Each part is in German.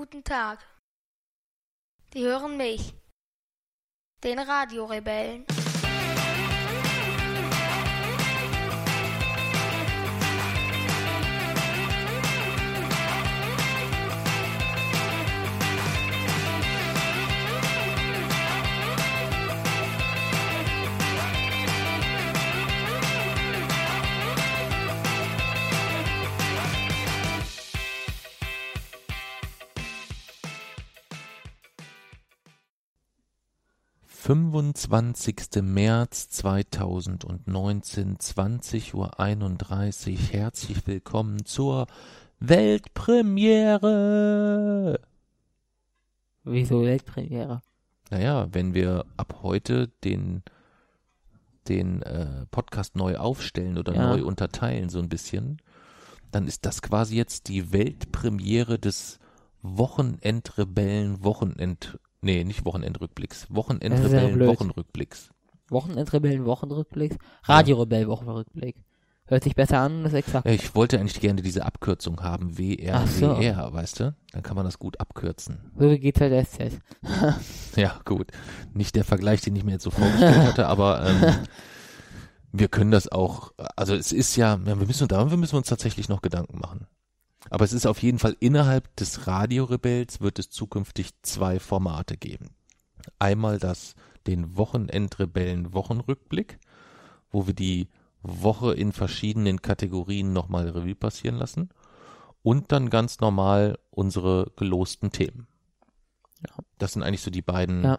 guten Tag. Die hören mich, den Radiorebellen. März 2019, 20:31 Uhr. Herzlich willkommen zur Weltpremiere. Wieso Weltpremiere? Naja, wenn wir ab heute den Podcast neu aufstellen oder neu unterteilen so ein bisschen, dann ist das quasi jetzt die Weltpremiere des Wochenendrebellen-Wochenrückblicks. Wochenendrebellen-Wochenrückblicks? Radiorebell-Wochenrückblick. Hört sich besser an, das ist exakt. Ich wollte eigentlich gerne diese Abkürzung haben, WR, so. WR, weißt du? Dann kann man das gut abkürzen. So wie GZSZ. Ja, gut. Nicht der Vergleich, den ich mir jetzt so vorgestellt hatte, aber wir können das auch, also es ist ja, wir müssen uns tatsächlich noch Gedanken machen. Aber es ist auf jeden Fall innerhalb des Radiorebells wird es zukünftig 2 Formate geben. Einmal den Wochenendrebellen-Wochenrückblick, wo wir die Woche in verschiedenen Kategorien nochmal Revue passieren lassen und dann ganz normal unsere gelosten Themen. Ja. Das sind eigentlich so die beiden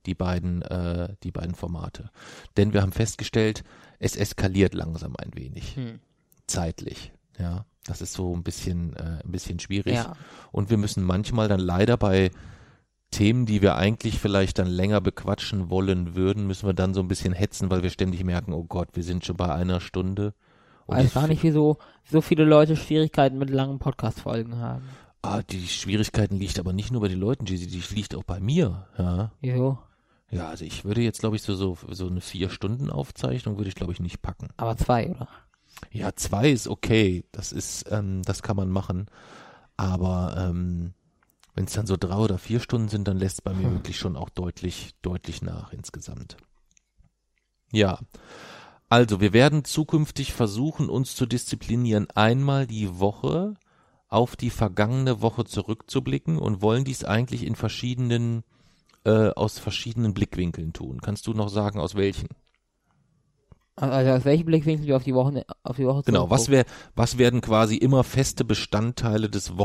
Formate. Denn wir haben festgestellt, es eskaliert langsam ein wenig. Zeitlich, ja. Das ist so ein bisschen schwierig. Ja. Und wir müssen manchmal dann leider bei Themen, die wir eigentlich vielleicht dann länger bequatschen wollen würden, müssen wir dann so ein bisschen hetzen, weil wir ständig merken, oh Gott, wir sind schon bei 1 Stunde. Und ich weiß gar nicht, wieso so viele Leute Schwierigkeiten mit langen Podcast-Folgen haben. Die Schwierigkeiten liegt aber nicht nur bei den Leuten, die liegt auch bei mir. Ja. Wieso? Ja, also ich würde jetzt, glaube ich, so eine 4-Stunden-Aufzeichnung würde ich, glaube ich, nicht packen. Aber 2, oder? Ja, 2 ist okay, das kann man machen, aber wenn es dann so 3 oder 4 Stunden sind, dann lässt es bei mir wirklich schon auch deutlich nach insgesamt. Ja, also wir werden zukünftig versuchen, uns zu disziplinieren, einmal die Woche auf die vergangene Woche zurückzublicken und wollen dies eigentlich aus verschiedenen Blickwinkeln tun. Kannst du noch sagen, aus welchen? Also aus welchem Blickwinkel wir auf die Woche Genau, was werden quasi immer feste Bestandteile des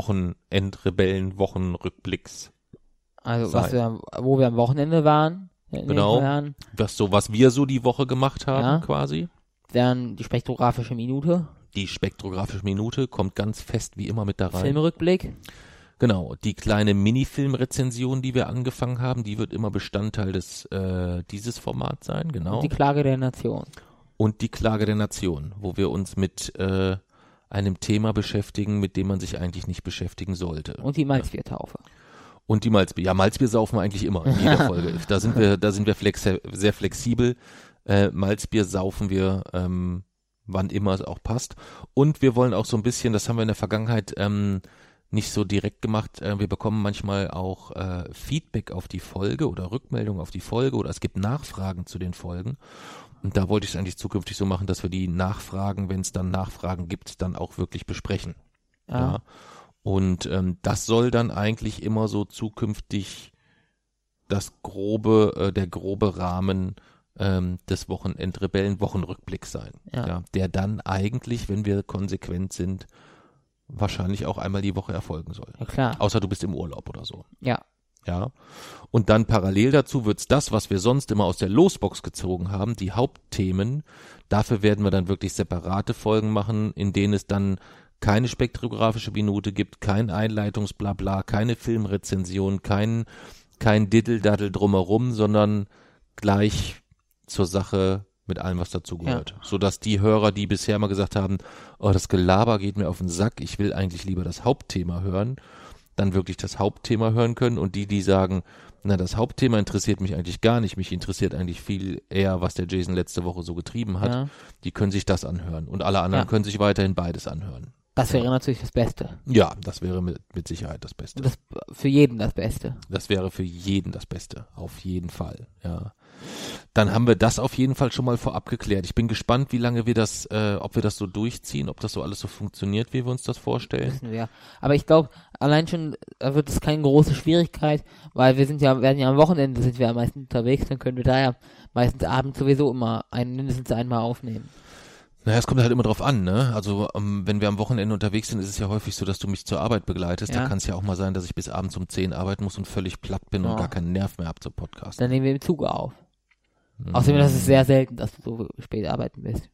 Wochenendrebellen-Wochenrückblicks? Also wo wir am Wochenende waren. Genau, was wir so die Woche gemacht haben quasi. Dann die spektrographische Minute. Die spektrographische Minute kommt ganz fest wie immer mit da rein. Filmrückblick. Genau, die kleine Minifilm-Rezension, die wir angefangen haben, die wird immer Bestandteil dieses Formats sein, genau. Und die Klage der Nation. Wo wir uns mit einem Thema beschäftigen, mit dem man sich eigentlich nicht beschäftigen sollte. Und die Malzbiertaufe. Und die Malzbier. Ja, Malzbier saufen wir eigentlich immer in jeder Folge. Da sind wir sehr flexibel. Malzbier saufen wir, wann immer es auch passt. Und wir wollen auch so ein bisschen, das haben wir in der Vergangenheit nicht so direkt gemacht. Wir bekommen manchmal auch Feedback auf die Folge oder Rückmeldung auf die Folge oder es gibt Nachfragen zu den Folgen. Und da wollte ich es eigentlich zukünftig so machen, dass wir die Nachfragen, wenn es dann Nachfragen gibt, dann auch wirklich besprechen. Ja. Und das soll dann eigentlich immer so zukünftig der grobe Rahmen des Wochenendrebellen-Wochenrückblicks sein. Ja. Der dann eigentlich, wenn wir konsequent sind, wahrscheinlich auch einmal die Woche erfolgen soll. Ja, klar. Außer du bist im Urlaub oder so. Ja. Ja. Und dann parallel dazu wird's das, was wir sonst immer aus der Losbox gezogen haben, die Hauptthemen. Dafür werden wir dann wirklich separate Folgen machen, in denen es dann keine spektrographische Minute gibt, kein Einleitungsblabla, keine Filmrezension, kein Diddle-Daddle drumherum, sondern gleich zur Sache mit allem, was dazu gehört. Sodass die Hörer, die bisher mal gesagt haben, oh, das Gelaber geht mir auf den Sack, ich will eigentlich lieber das Hauptthema hören, dann wirklich das Hauptthema hören können und die sagen, na, das Hauptthema interessiert mich eigentlich gar nicht, mich interessiert eigentlich viel eher, was der Jason letzte Woche so getrieben hat, die können sich das anhören und alle anderen können sich weiterhin beides anhören. Das wäre natürlich das Beste. Ja, das wäre mit Sicherheit das Beste. Das für jeden das Beste. Das wäre für jeden das Beste, auf jeden Fall, ja. Dann haben wir das auf jeden Fall schon mal vorab geklärt. Ich bin gespannt, wie lange wir das, ob wir das so durchziehen, ob das so alles so funktioniert, wie wir uns das vorstellen. Wissen wir. Aber ich glaube, allein schon wird es keine große Schwierigkeit, weil werden ja am Wochenende sind wir am meisten unterwegs, dann können wir da ja meistens abends sowieso immer mindestens einmal aufnehmen. Naja, es kommt halt immer drauf an, ne? Also wenn wir am Wochenende unterwegs sind, ist es ja häufig so, dass du mich zur Arbeit begleitest. Ja. Da kann es ja auch mal sein, dass ich bis abends um 10 arbeiten muss und völlig platt bin und gar keinen Nerv mehr habe zu podcasten. Dann nehmen wir im Zug auf. Außerdem ist es sehr selten, dass du so spät arbeiten willst.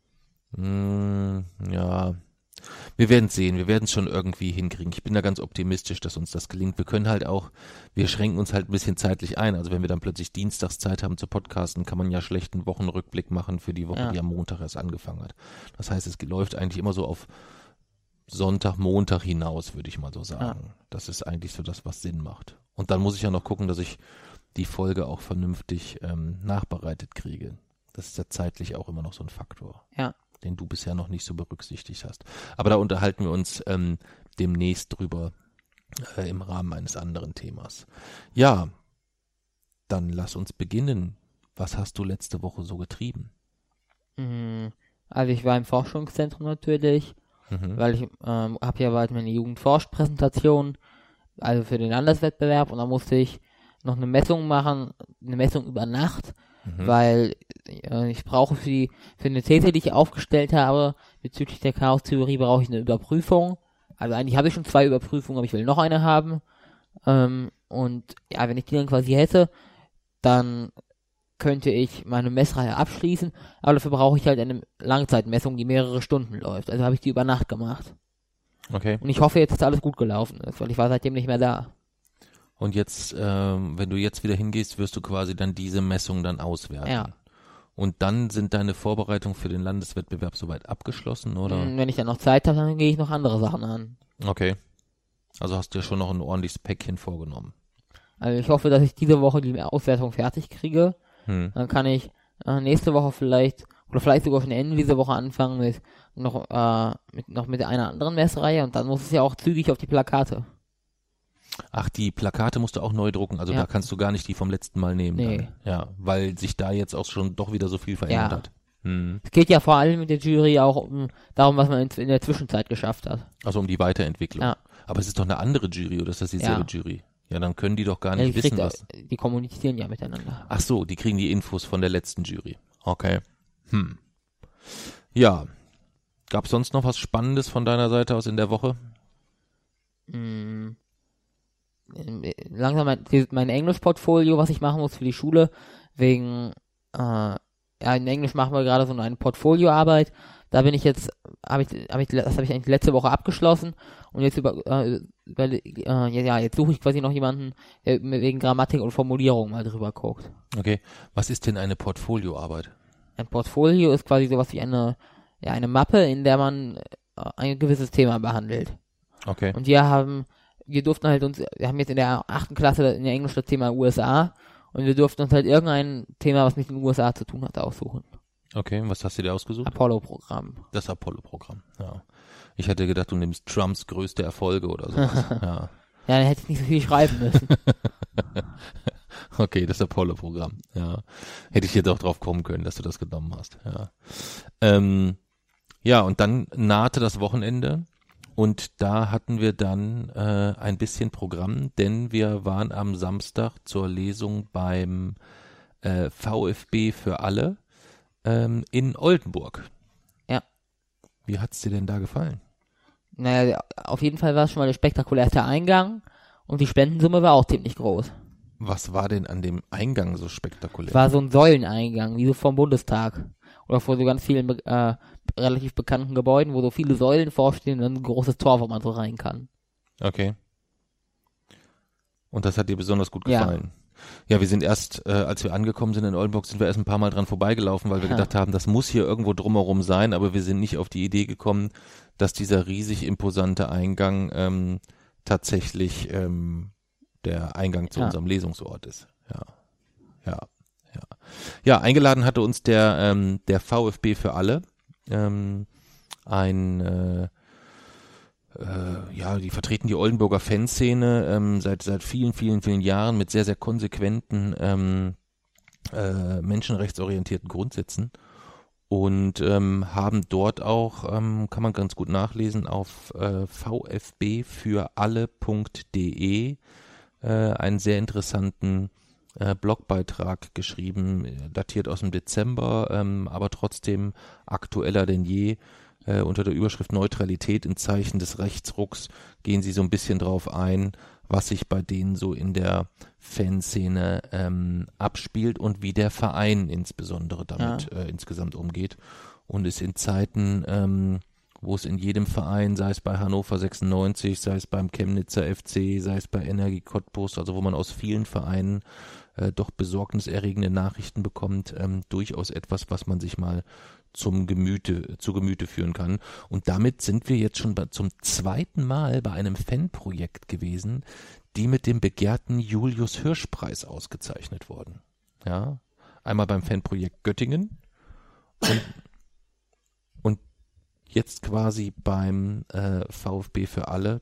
Ja, wir werden sehen, wir werden es schon irgendwie hinkriegen. Ich bin da ganz optimistisch, dass uns das gelingt. Wir können halt auch, wir schränken uns halt ein bisschen zeitlich ein. Also wenn wir dann plötzlich dienstags Zeit haben zu podcasten, kann man ja schlecht einen Wochenrückblick machen für die Woche, die am Montag erst angefangen hat. Das heißt, es läuft eigentlich immer so auf Sonntag, Montag hinaus, würde ich mal so sagen. Ja. Das ist eigentlich so das, was Sinn macht. Und dann muss ich ja noch gucken, dass ich die Folge auch vernünftig nachbereitet kriege. Das ist ja zeitlich auch immer noch so ein Faktor. Ja. Den du bisher noch nicht so berücksichtigt hast. Aber da unterhalten wir uns demnächst drüber im Rahmen eines anderen Themas. Ja, dann lass uns beginnen. Was hast du letzte Woche so getrieben? Also ich war im Forschungszentrum natürlich, weil ich habe ja bald meine Jugendforsch-Präsentation, also für den Landeswettbewerb, und da musste ich noch eine Messung machen, eine Messung über Nacht, weil ich brauche für eine These, die ich aufgestellt habe, bezüglich der Chaostheorie brauche ich eine Überprüfung. Also eigentlich habe ich schon 2 Überprüfungen, aber ich will noch eine haben. Und ja, wenn ich die dann quasi hätte, dann könnte ich meine Messreihe abschließen, aber dafür brauche ich halt eine Langzeitmessung, die mehrere Stunden läuft. Also habe ich die über Nacht gemacht. Okay. Und ich hoffe jetzt, dass alles gut gelaufen ist, weil ich war seitdem nicht mehr da. Und jetzt, wenn du jetzt wieder hingehst, wirst du quasi dann diese Messung dann auswerten. Ja. Und dann sind deine Vorbereitungen für den Landeswettbewerb soweit abgeschlossen, oder? Wenn ich dann noch Zeit habe, dann gehe ich noch andere Sachen an. Okay. Also hast du ja schon noch ein ordentliches Päckchen vorgenommen. Also ich hoffe, dass ich diese Woche die Auswertung fertig kriege. Dann kann ich nächste Woche vielleicht sogar schon Ende dieser Woche anfangen mit einer anderen Messreihe, und dann muss es ja auch zügig auf die Plakate. Ach, die Plakate musst du auch neu drucken, also da kannst du gar nicht die vom letzten Mal nehmen. Nee. Dann. Ja, weil sich da jetzt auch schon doch wieder so viel verändert hat. Es geht ja vor allem mit der Jury auch darum, was man in der Zwischenzeit geschafft hat. Also um die Weiterentwicklung. Ja. Aber es ist doch eine andere Jury, oder ist das dieselbe Jury? Ja, dann können die doch gar nicht wissen, was... Die kommunizieren ja miteinander. Ach so, die kriegen die Infos von der letzten Jury. Okay. Ja. Gab es sonst noch was Spannendes von deiner Seite aus in der Woche? Langsam mein Englisch-Portfolio, was ich machen muss für die Schule, wegen, in Englisch machen wir gerade so eine Portfolioarbeit. Da bin ich jetzt, das habe ich eigentlich letzte Woche abgeschlossen, und jetzt jetzt suche ich quasi noch jemanden, der wegen Grammatik und Formulierung mal drüber guckt. Okay. Was ist denn eine Portfolioarbeit? Ein Portfolio ist quasi sowas wie eine Mappe, in der man ein gewisses Thema behandelt. Okay. Und wir haben jetzt in der 8. Klasse in der Englisch das Thema USA, und wir durften uns halt irgendein Thema, was mit den USA zu tun hat, aussuchen. Okay, was hast du dir ausgesucht? Apollo-Programm. Das Apollo-Programm, ja. Ich hätte gedacht, du nimmst Trumps größte Erfolge oder sowas. Ja, dann hätte ich nicht so viel schreiben müssen. Okay, das Apollo-Programm, ja. Hätte ich jetzt auch drauf kommen können, dass du das genommen hast, ja. Ja, und dann nahte das Wochenende. Und da hatten wir dann ein bisschen Programm, denn wir waren am Samstag zur Lesung beim VfB für alle in Oldenburg. Ja. Wie hat's dir denn da gefallen? Naja, auf jeden Fall war es schon mal der spektakulärste Eingang, und die Spendensumme war auch ziemlich groß. Was war denn an dem Eingang so spektakulär? War so ein Säuleneingang, wie so vom Bundestag. Oder vor so ganz vielen relativ bekannten Gebäuden, wo so viele Säulen vorstehen und dann ein großes Tor, wo man so rein kann. Okay. Und das hat dir besonders gut gefallen? Ja, wir sind erst, als wir angekommen sind in Oldenburg, sind wir erst ein paar Mal dran vorbeigelaufen, weil wir gedacht haben, das muss hier irgendwo drumherum sein, aber wir sind nicht auf die Idee gekommen, dass dieser riesig imposante Eingang tatsächlich der Eingang zu unserem Lesungsort ist. Ja, eingeladen hatte uns der VfB für alle, ein die vertreten die Oldenburger Fanszene seit vielen, vielen, vielen Jahren mit sehr, sehr konsequenten menschenrechtsorientierten Grundsätzen und haben dort auch, kann man ganz gut nachlesen, auf vfbfürAlle.de einen sehr interessanten Blogbeitrag geschrieben, datiert aus dem Dezember, aber trotzdem aktueller denn je. Unter der Überschrift Neutralität in Zeichen des Rechtsrucks gehen sie so ein bisschen drauf ein, was sich bei denen so in der Fanszene abspielt und wie der Verein insbesondere damit insgesamt umgeht. Und ist in Zeiten, wo es in jedem Verein, sei es bei Hannover 96, sei es beim Chemnitzer FC, sei es bei Energie Cottbus, also wo man aus vielen Vereinen doch besorgniserregende Nachrichten bekommt, durchaus etwas, was man sich mal zu Gemüte führen kann. Und damit sind wir jetzt schon zum zweiten Mal bei einem Fanprojekt gewesen, die mit dem begehrten Julius-Hirsch-Preis ausgezeichnet wurden. Ja, einmal beim Fanprojekt Göttingen und jetzt quasi beim VfB für alle.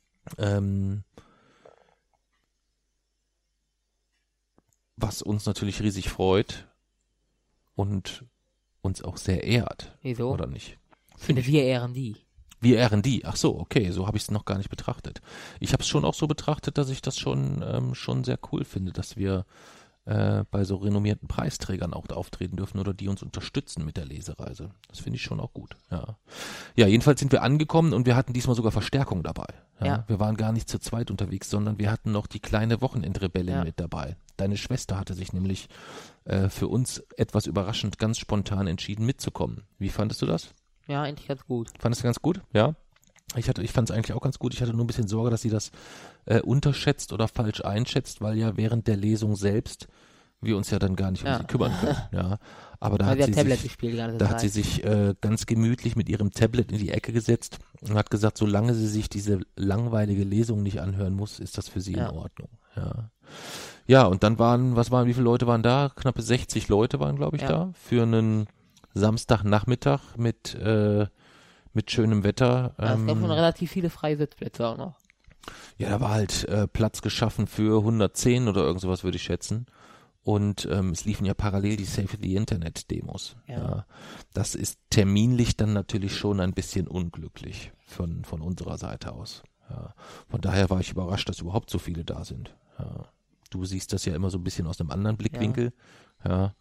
Was uns natürlich riesig freut und uns auch sehr ehrt. Wieso? Oder nicht? Ich finde, wir ehren die. Wir ehren die. Ach so, okay, so habe ich es noch gar nicht betrachtet. Ich habe es schon auch so betrachtet, dass ich das schon sehr cool finde, dass wir bei so renommierten Preisträgern auch auftreten dürfen oder die uns unterstützen mit der Lesereise. Das finde ich schon auch gut. Ja, jedenfalls sind wir angekommen und wir hatten diesmal sogar Verstärkung dabei. Ja. Wir waren gar nicht zu zweit unterwegs, sondern wir hatten noch die kleine Wochenendrebellin mit dabei. Deine Schwester hatte sich nämlich für uns etwas überraschend ganz spontan entschieden mitzukommen. Wie fandest du das? Ja, eigentlich ganz gut. Fandest du ganz gut? Ja. Ich fand es eigentlich auch ganz gut. Ich hatte nur ein bisschen Sorge, dass sie das unterschätzt oder falsch einschätzt, weil ja während der Lesung selbst wir uns ja dann gar nicht um sie kümmern können. Ja. Aber da hat sie sich ganz gemütlich mit ihrem Tablet in die Ecke gesetzt und hat gesagt, solange sie sich diese langweilige Lesung nicht anhören muss, ist das für sie in Ordnung. Ja, und dann wie viele Leute waren da? Knappe 60 Leute waren, glaube ich, da für einen Samstagnachmittag mit schönem Wetter. Es gab schon relativ viele freie Sitzplätze auch noch. Ja, da war halt Platz geschaffen für 110 oder irgend sowas, würde ich schätzen. Und es liefen ja parallel die Save the Internet Demos. Ja. Das ist terminlich dann natürlich schon ein bisschen unglücklich von unserer Seite aus. Ja. Von daher war ich überrascht, dass überhaupt so viele da sind. Ja. Du siehst das ja immer so ein bisschen aus einem anderen Blickwinkel. Ja.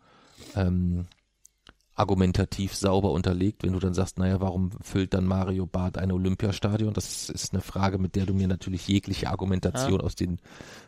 Argumentativ sauber unterlegt, wenn du dann sagst, naja, warum füllt dann Mario Barth ein Olympiastadion? Das ist eine Frage, mit der du mir natürlich jegliche Argumentation aus den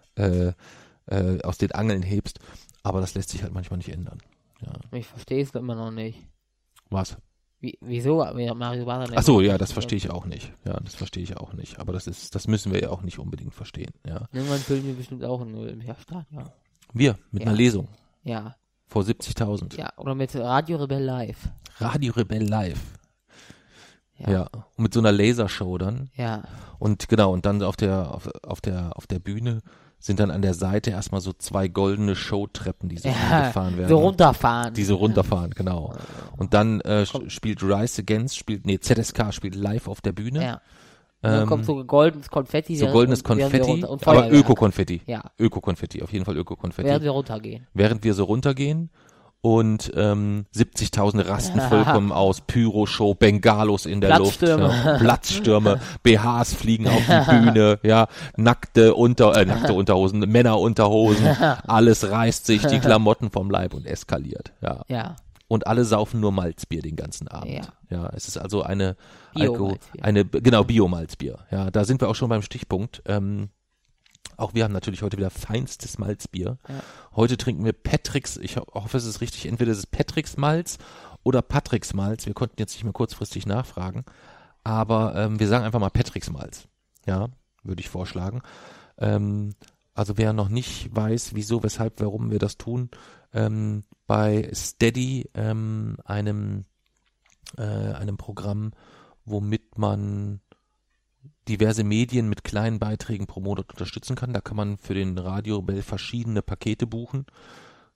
Angeln hebst, aber das lässt sich halt manchmal nicht ändern. Ja. Ich verstehe es immer noch nicht. Was? Wieso Mario Barth? Ach so, ja, das verstehe ich auch nicht. Ja, das verstehe ich auch nicht. Aber das müssen wir ja auch nicht unbedingt verstehen. Ja. Irgendwann füllen wir bestimmt auch ein Olympiastadion. Wir, mit einer Lesung. Ja. Vor 70.000. Ja, oder mit Radio Rebell Live. Radio Rebell Live. Ja. Und mit so einer Lasershow dann. Ja. Und genau, und dann auf der Bühne sind dann an der Seite erstmal so 2 goldene Showtreppen, die so gefahren werden. So runterfahren. Die so runterfahren, genau. Und dann spielt Rise Against, ZSK spielt live auf der Bühne. Ja. Dann kommt so goldenes Konfetti. So goldenes Konfetti, aber Öko-Konfetti. Ja. Öko-Konfetti, auf jeden Fall Öko-Konfetti. Während wir so runtergehen und 70.000 rasten vollkommen aus, Pyro-Show, Bengalos in der Luft, Platzstürme, BHs fliegen auf die Bühne, ja, nackte Unterhosen, Männerunterhosen, alles reißt sich die Klamotten vom Leib und eskaliert, ja. Und alle saufen nur Malzbier den ganzen Abend. Ja, es ist also eine Bio-Malzbier. Ja, da sind wir auch schon beim Stichpunkt. Auch wir haben natürlich heute wieder feinstes Malzbier. Ja. Heute trinken wir Patricks, ich hoffe, es ist richtig, entweder es ist Patricks Malz oder Patricks Malz. Wir konnten jetzt nicht mehr kurzfristig nachfragen, aber wir sagen einfach mal Patricks Malz. Ja, würde ich vorschlagen. Also wer noch nicht weiß, wieso, weshalb, warum wir das tun, bei Steady, einem Programm, womit man diverse Medien mit kleinen Beiträgen pro Monat unterstützen kann. Da kann man für den Radio Rebell verschiedene Pakete buchen.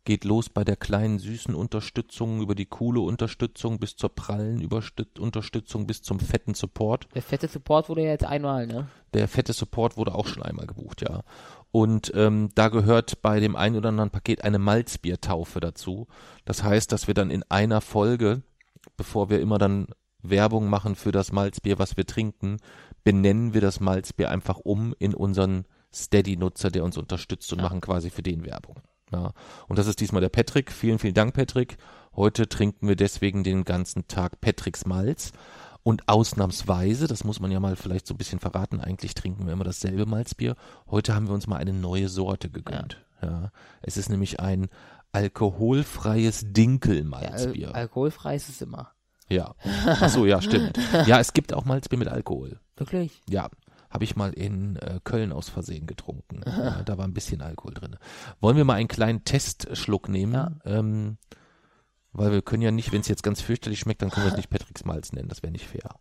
geht los bei der kleinen süßen Unterstützung über die coole Unterstützung bis zur prallen Unterstützung bis zum fetten Support. Der fette Support wurde ja jetzt einmal, ne? Der fette Support wurde auch schon einmal gebucht, ja. Und da gehört bei dem einen oder anderen Paket eine Malzbiertaufe dazu. Das heißt, dass wir dann in einer Folge, bevor wir immer dann Werbung machen für das Malzbier, was wir trinken, benennen wir das Malzbier einfach in unseren Steady-Nutzer, der uns unterstützt und machen quasi für den Werbung. Ja. Und das ist diesmal der Patrick. Vielen, vielen Dank, Patrick. Heute trinken wir deswegen den ganzen Tag Patricks Malz. Und ausnahmsweise, das muss man ja mal vielleicht so ein bisschen verraten, eigentlich trinken wir immer dasselbe Malzbier. Heute haben wir uns mal eine neue Sorte gegönnt. Ja. Es ist nämlich ein alkoholfreies Dinkelmalzbier. Ja, alkoholfrei ist es immer. Ja. Ach so, ja, stimmt. Ja, es gibt auch Malzbier mit Alkohol. Wirklich? Ja, habe ich mal in Köln aus Versehen getrunken. Ja, da war ein bisschen Alkohol drin. Wollen wir mal einen kleinen Testschluck nehmen? Ja. Weil wir können ja nicht, wenn es jetzt ganz fürchterlich schmeckt, dann können wir es nicht Patricks Malz nennen. Das wäre nicht fair.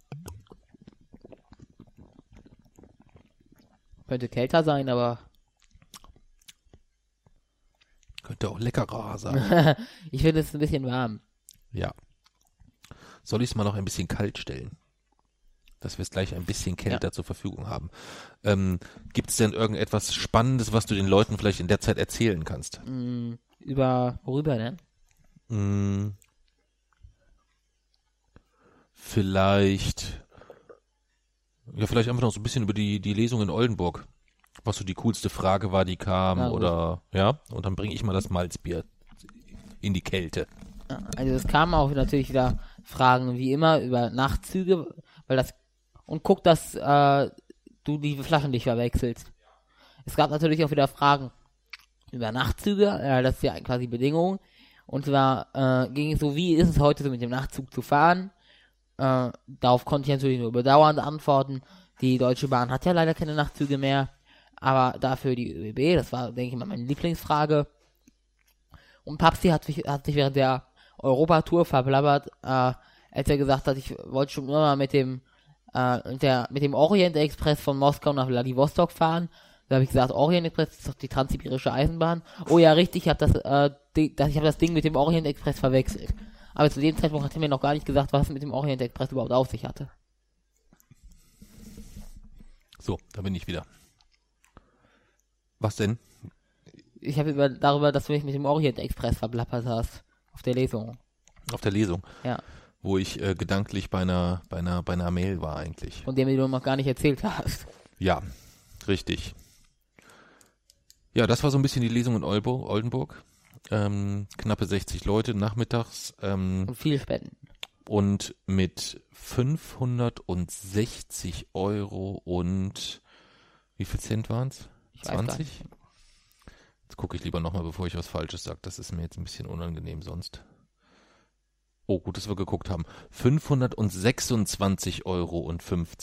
Könnte kälter sein, aber... Könnte auch leckerer sein. Ich finde es ein bisschen warm. Ja. Soll ich es mal noch ein bisschen kalt stellen? Dass wir es gleich ein bisschen kälter zur Verfügung haben. Gibt es denn irgendetwas Spannendes, was du den Leuten vielleicht in der Zeit erzählen kannst? Worüber denn? Vielleicht einfach noch so ein bisschen über die Lesung in Oldenburg. Was so die coolste Frage war, die kam, oder, ja, und dann bringe ich mal das Malzbier in die Kälte. Also es kamen auch natürlich wieder Fragen, wie immer, über Nachtzüge, und guck, dass du die Flaschen nicht verwechselst. Es gab natürlich auch wieder Fragen über Nachtzüge, das ist ja quasi Bedingung. Und zwar ging es so, wie ist es heute so mit dem Nachtzug zu fahren? Darauf konnte ich natürlich nur bedauernd antworten. Die Deutsche Bahn hat ja leider keine Nachtzüge mehr, aber dafür die ÖBB, das war, denke ich mal, meine Lieblingsfrage. Und Papsi hat sich während der Europatour verblabbert, als er gesagt hat, ich wollte schon immer mal mit dem Orient Express von Moskau nach Wladiwostok fahren. Da habe ich gesagt, Orient Express ist doch die transsibirische Eisenbahn. Oh ja, richtig, ich habe das Ding mit dem Orient Express verwechselt. Aber zu dem Zeitpunkt hat er mir noch gar nicht gesagt, was es mit dem Orient Express überhaupt auf sich hatte. So, da bin ich wieder. Was denn? Ich habe darüber, dass du mich mit dem Orient Express verblappert hast. Auf der Lesung. Auf der Lesung? Ja. Wo ich gedanklich bei einer Mail war eigentlich. Von dem du noch gar nicht erzählt hast. Ja, richtig. Ja, das war so ein bisschen die Lesung in Oldenburg. Knappe 60 Leute nachmittags. Und viel Spenden. Und mit 560 Euro und wie viel Cent waren es? 20? Jetzt gucke ich lieber nochmal, bevor ich was Falsches sage. Das ist mir jetzt ein bisschen unangenehm sonst. Oh, gut, dass wir geguckt haben. 526,50 Euro.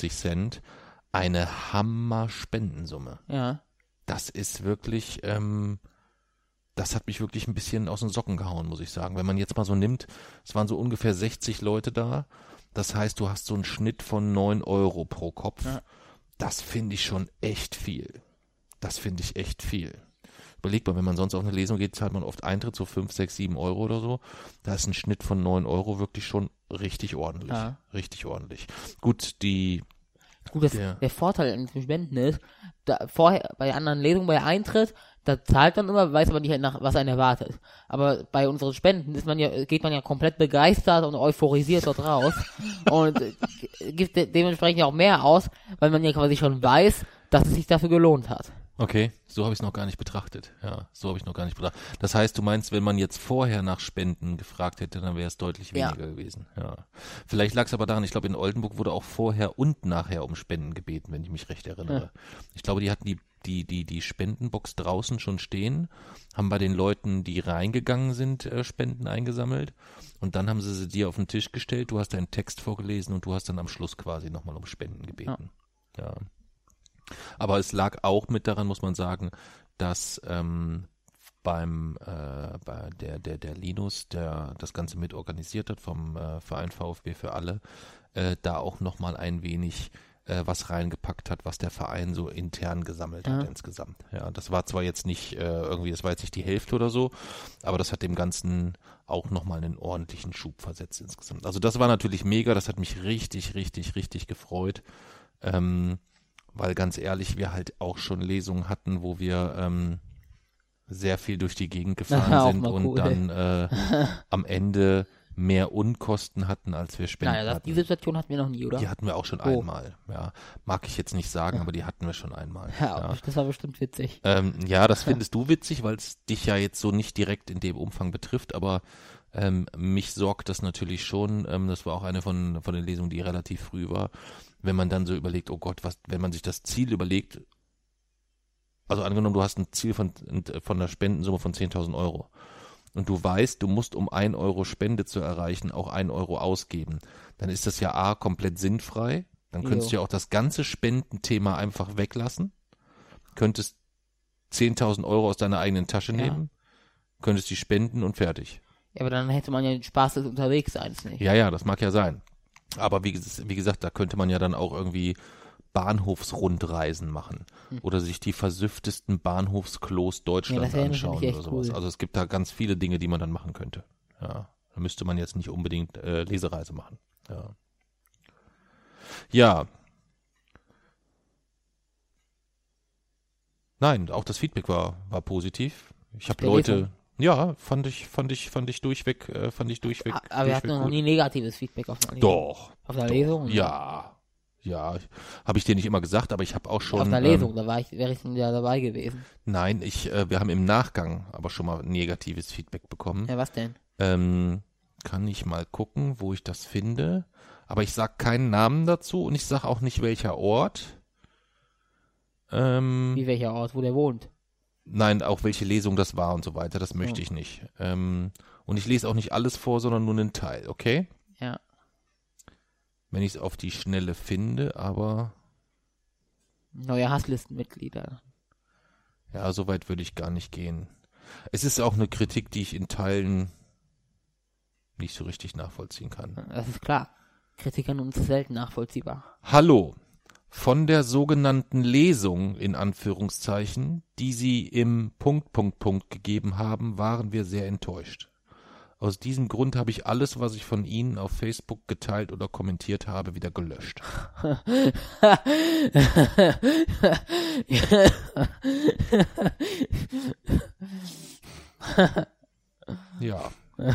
Eine Hammer-Spendensumme. Ja. Das ist wirklich, das hat mich wirklich ein bisschen aus den Socken gehauen, muss ich sagen. Wenn man jetzt mal so nimmt, es waren so ungefähr 60 Leute da. Das heißt, du hast so einen Schnitt von 9 Euro pro Kopf. Ja. Das finde ich schon echt viel. Überleg mal, wenn man sonst auf eine Lesung geht, zahlt man oft Eintritt, so 5, 6, 7 Euro oder so. Da ist ein Schnitt von 9 Euro wirklich schon richtig ordentlich. Ja. Richtig ordentlich. Gut, der Vorteil an den Spenden ist, vorher bei anderen Lesungen, bei Eintritt, da zahlt man immer, weiß aber nicht, was einen erwartet. Aber bei unseren Spenden geht man ja komplett begeistert und euphorisiert dort raus und gibt dementsprechend auch mehr aus, weil man ja quasi schon weiß, dass es sich dafür gelohnt hat. Okay, so habe ich es noch gar nicht betrachtet. Das heißt, du meinst, wenn man jetzt vorher nach Spenden gefragt hätte, dann wäre es deutlich weniger gewesen. Ja. Vielleicht lag es aber daran, ich glaube, in Oldenburg wurde auch vorher und nachher um Spenden gebeten, wenn ich mich recht erinnere. Ja. Ich glaube, die hatten die Spendenbox draußen schon stehen, haben bei den Leuten, die reingegangen sind, Spenden eingesammelt und dann haben sie dir auf den Tisch gestellt, du hast deinen Text vorgelesen und du hast dann am Schluss quasi nochmal um Spenden gebeten. Ja. Aber es lag auch mit daran, muss man sagen, dass bei der Linus, der das Ganze mit organisiert hat vom Verein VfB für alle, da auch nochmal ein wenig was reingepackt hat, was der Verein so intern gesammelt hat insgesamt. Ja, das war zwar jetzt nicht das war jetzt nicht die Hälfte oder so, aber das hat dem Ganzen auch nochmal einen ordentlichen Schub versetzt insgesamt. Also das war natürlich mega, das hat mich richtig, richtig, richtig gefreut, weil ganz ehrlich, wir halt auch schon Lesungen hatten, wo wir sehr viel durch die Gegend gefahren sind und dann am Ende mehr Unkosten hatten, als wir Spenden hatten. Die Situation hatten wir noch nie, oder? Die hatten wir auch schon einmal, ja. Mag ich jetzt nicht sagen, aber die hatten wir schon einmal. Ja, das war bestimmt witzig. Ja, das findest du witzig, weil es dich ja jetzt so nicht direkt in dem Umfang betrifft, aber mich sorgt das natürlich schon. Das war auch eine von den Lesungen, die relativ früh war. Wenn man dann so überlegt, oh Gott, wenn man sich das Ziel überlegt, also angenommen, du hast ein Ziel von einer Spendensumme von 10.000 Euro. Und du weißt, du musst, um 1 Euro Spende zu erreichen, auch 1 Euro ausgeben. Dann ist das ja A, komplett sinnfrei. Dann könntest du ja auch das ganze Spendenthema einfach weglassen. Könntest 10.000 Euro aus deiner eigenen Tasche nehmen, könntest die spenden und fertig. Ja, aber dann hätte man ja den Spaß des Unterwegsseins nicht. Ja, das mag ja sein. Aber wie gesagt, da könnte man ja dann auch irgendwie Bahnhofsrundreisen machen oder sich die versüfftesten Bahnhofsklos Deutschlands anschauen oder sowas. Cool. Also es gibt da ganz viele Dinge, die man dann machen könnte. Ja, da müsste man jetzt nicht unbedingt Lesereise machen. Ja. Nein, auch das Feedback war positiv. Ich habe Leute, fand ich durchweg. Aber wir hatten noch nie negatives Feedback auf einer Lesung. Doch. Auf einer Lesung? Ja, habe ich dir nicht immer gesagt, aber ich habe auch schon... Auf einer Lesung, wäre ich dann ja dabei gewesen. Nein, wir haben im Nachgang aber schon mal negatives Feedback bekommen. Ja, was denn? Kann ich mal gucken, wo ich das finde. Aber ich sag keinen Namen dazu und ich sag auch nicht, welcher Ort. Wie welcher Ort, wo der wohnt? Nein, auch welche Lesung das war und so weiter, das möchte ich nicht. Und ich lese auch nicht alles vor, sondern nur einen Teil, okay? Ja. Wenn ich es auf die Schnelle finde, aber... Neue Hasslistenmitglieder. Ja, so weit würde ich gar nicht gehen. Es ist auch eine Kritik, die ich in Teilen nicht so richtig nachvollziehen kann. Das ist klar. Kritik an uns ist selten nachvollziehbar. Hallo. Von der sogenannten Lesung, in Anführungszeichen, die Sie im ... gegeben haben, waren wir sehr enttäuscht. Aus diesem Grund habe ich alles, was ich von Ihnen auf Facebook geteilt oder kommentiert habe, wieder gelöscht. Ja.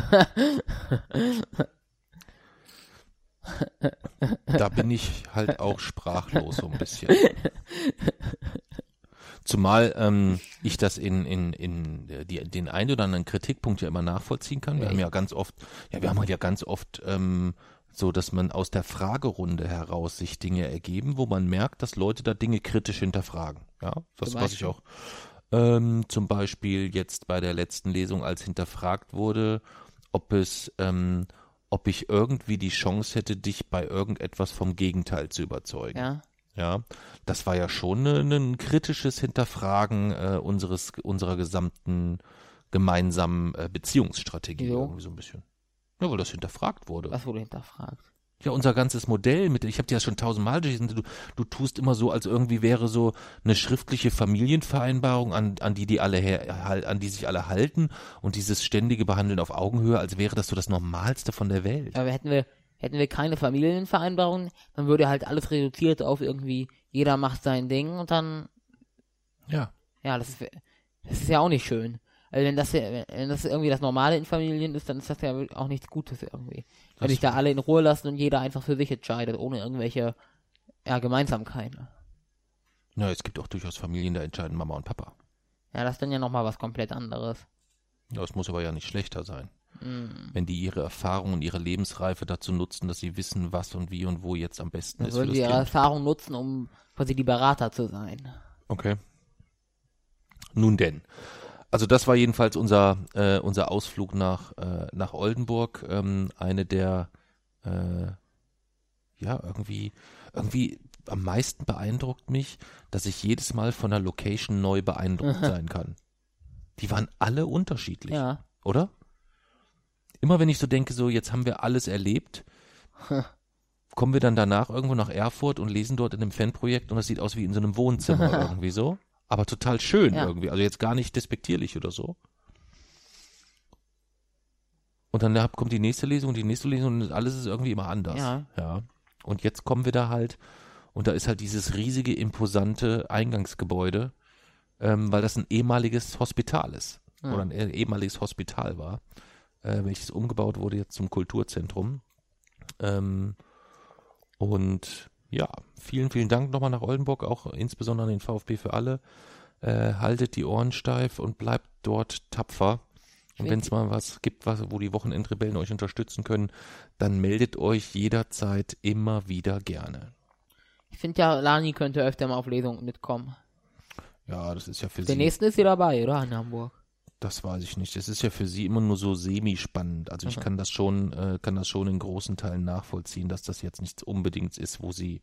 Da bin ich halt auch sprachlos so ein bisschen. Zumal ich das in den einen oder anderen Kritikpunkt ja immer nachvollziehen kann. Wir haben ja ganz oft, so, dass man aus der Fragerunde heraus sich Dinge ergeben, wo man merkt, dass Leute da Dinge kritisch hinterfragen. Ja, das was ich auch zum Beispiel jetzt bei der letzten Lesung, als hinterfragt wurde, ob ich irgendwie die Chance hätte, dich bei irgendetwas vom Gegenteil zu überzeugen. Ja. Ja, das war ja schon ein kritisches Hinterfragen unserer gesamten gemeinsamen Beziehungsstrategie irgendwie so ein bisschen. Ja, weil das hinterfragt wurde. Was wurde hinterfragt? Ja, unser ganzes Modell ich habe dir das schon 1000-mal durchgelesen, du tust immer so, als irgendwie wäre so eine schriftliche Familienvereinbarung, an die sich alle halten und dieses ständige Behandeln auf Augenhöhe, als wäre das so das Normalste von der Welt. Aber hätten wir keine Familienvereinbarung, dann würde halt alles reduziert auf irgendwie, jeder macht sein Ding und dann... Ja. Ja, das ist ja auch nicht schön. Also wenn das irgendwie das Normale in Familien ist, dann ist das ja auch nichts Gutes irgendwie. Wenn sich da alle in Ruhe lassen und jeder einfach für sich entscheidet, ohne irgendwelche Gemeinsamkeiten. Ja, es gibt auch durchaus Familien, da entscheiden Mama und Papa. Ja, das ist dann ja nochmal was komplett anderes. Ja, es muss aber ja nicht schlechter sein. Wenn die ihre Erfahrung und ihre Lebensreife dazu nutzen, dass sie wissen, was und wie und wo jetzt am besten ist. Würden sie ihre Erfahrung nutzen, um quasi die Berater zu sein. Okay. Nun denn. Also das war jedenfalls unser Ausflug nach Oldenburg. Eine der irgendwie am meisten beeindruckt mich, dass ich jedes Mal von der Location neu beeindruckt sein kann. Die waren alle unterschiedlich, oder? Immer wenn ich so denke, so jetzt haben wir alles erlebt kommen wir dann danach irgendwo nach Erfurt und lesen dort in einem Fanprojekt und das sieht aus wie in so einem Wohnzimmer irgendwie so. Aber total schön irgendwie, also jetzt gar nicht despektierlich oder so. Und dann kommt die nächste Lesung und alles ist irgendwie immer anders. Ja. Und jetzt kommen wir da halt und da ist halt dieses riesige, imposante Eingangsgebäude, weil das ein ehemaliges Hospital ist. Oder ein ehemaliges Hospital war, welches umgebaut wurde jetzt zum Kulturzentrum. Und ja, vielen, vielen Dank nochmal nach Oldenburg, auch insbesondere an den VfB für alle. Haltet die Ohren steif und bleibt dort tapfer. Und wenn es mal was gibt, wo die Wochenendrebellen euch unterstützen können, dann meldet euch jederzeit immer wieder gerne. Ich finde ja, Lani könnte öfter mal auf Lesungen mitkommen. Ja, das ist ja für sie. Der nächste ist hier dabei, oder? In Hamburg. Das weiß ich nicht. Das ist ja für sie immer nur so semi-spannend. Also ich kann das schon in großen Teilen nachvollziehen, dass das jetzt nichts unbedingt ist, wo sie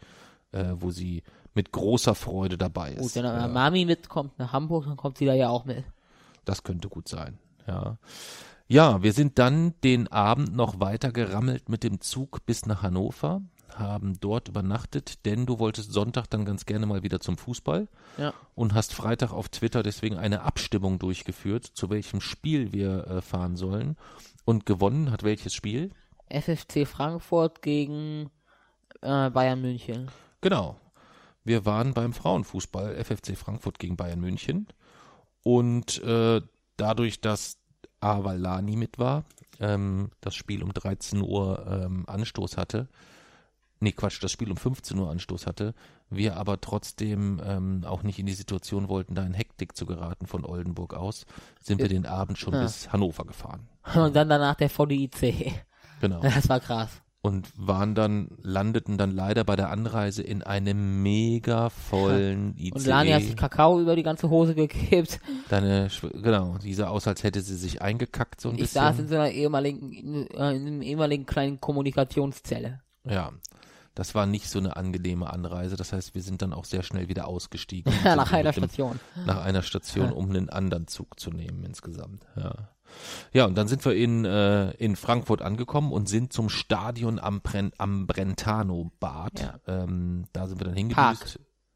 mit großer Freude dabei ist. Gut, wenn Mami mitkommt nach Hamburg, dann kommt sie da ja auch mit. Das könnte gut sein, ja. Ja, wir sind dann den Abend noch weiter gerammelt mit dem Zug bis nach Hannover, haben dort übernachtet, denn du wolltest Sonntag dann ganz gerne mal wieder zum Fußball und hast Freitag auf Twitter deswegen eine Abstimmung durchgeführt, zu welchem Spiel wir fahren sollen. Und gewonnen hat welches Spiel? FFC Frankfurt gegen Bayern München. Genau. Wir waren beim Frauenfußball FFC Frankfurt gegen Bayern München und dadurch, dass weil Lani mit war, das Spiel um 13 Uhr Anstoß hatte, das Spiel um 15 Uhr Anstoß hatte, wir aber trotzdem auch nicht in die Situation wollten, da in Hektik zu geraten von Oldenburg aus, sind wir den Abend schon bis Hannover gefahren. Und dann danach der VDIC. Genau. Das war krass. Und landeten dann leider bei der Anreise in einem mega vollen ICE. Und Lani hat sich Kakao über die ganze Hose gekippt. Genau, die sah aus, als hätte sie sich eingekackt so ein bisschen. Ich saß in so einer ehemaligen kleinen Kommunikationszelle. Ja, das war nicht so eine angenehme Anreise. Das heißt, wir sind dann auch sehr schnell wieder ausgestiegen. Nach einer Station. Nach einer Station, um einen anderen Zug zu nehmen insgesamt, ja. Ja, und dann sind wir in Frankfurt angekommen und sind zum Stadion am Brentano-Bad. Ja. Da sind wir dann hingedüst.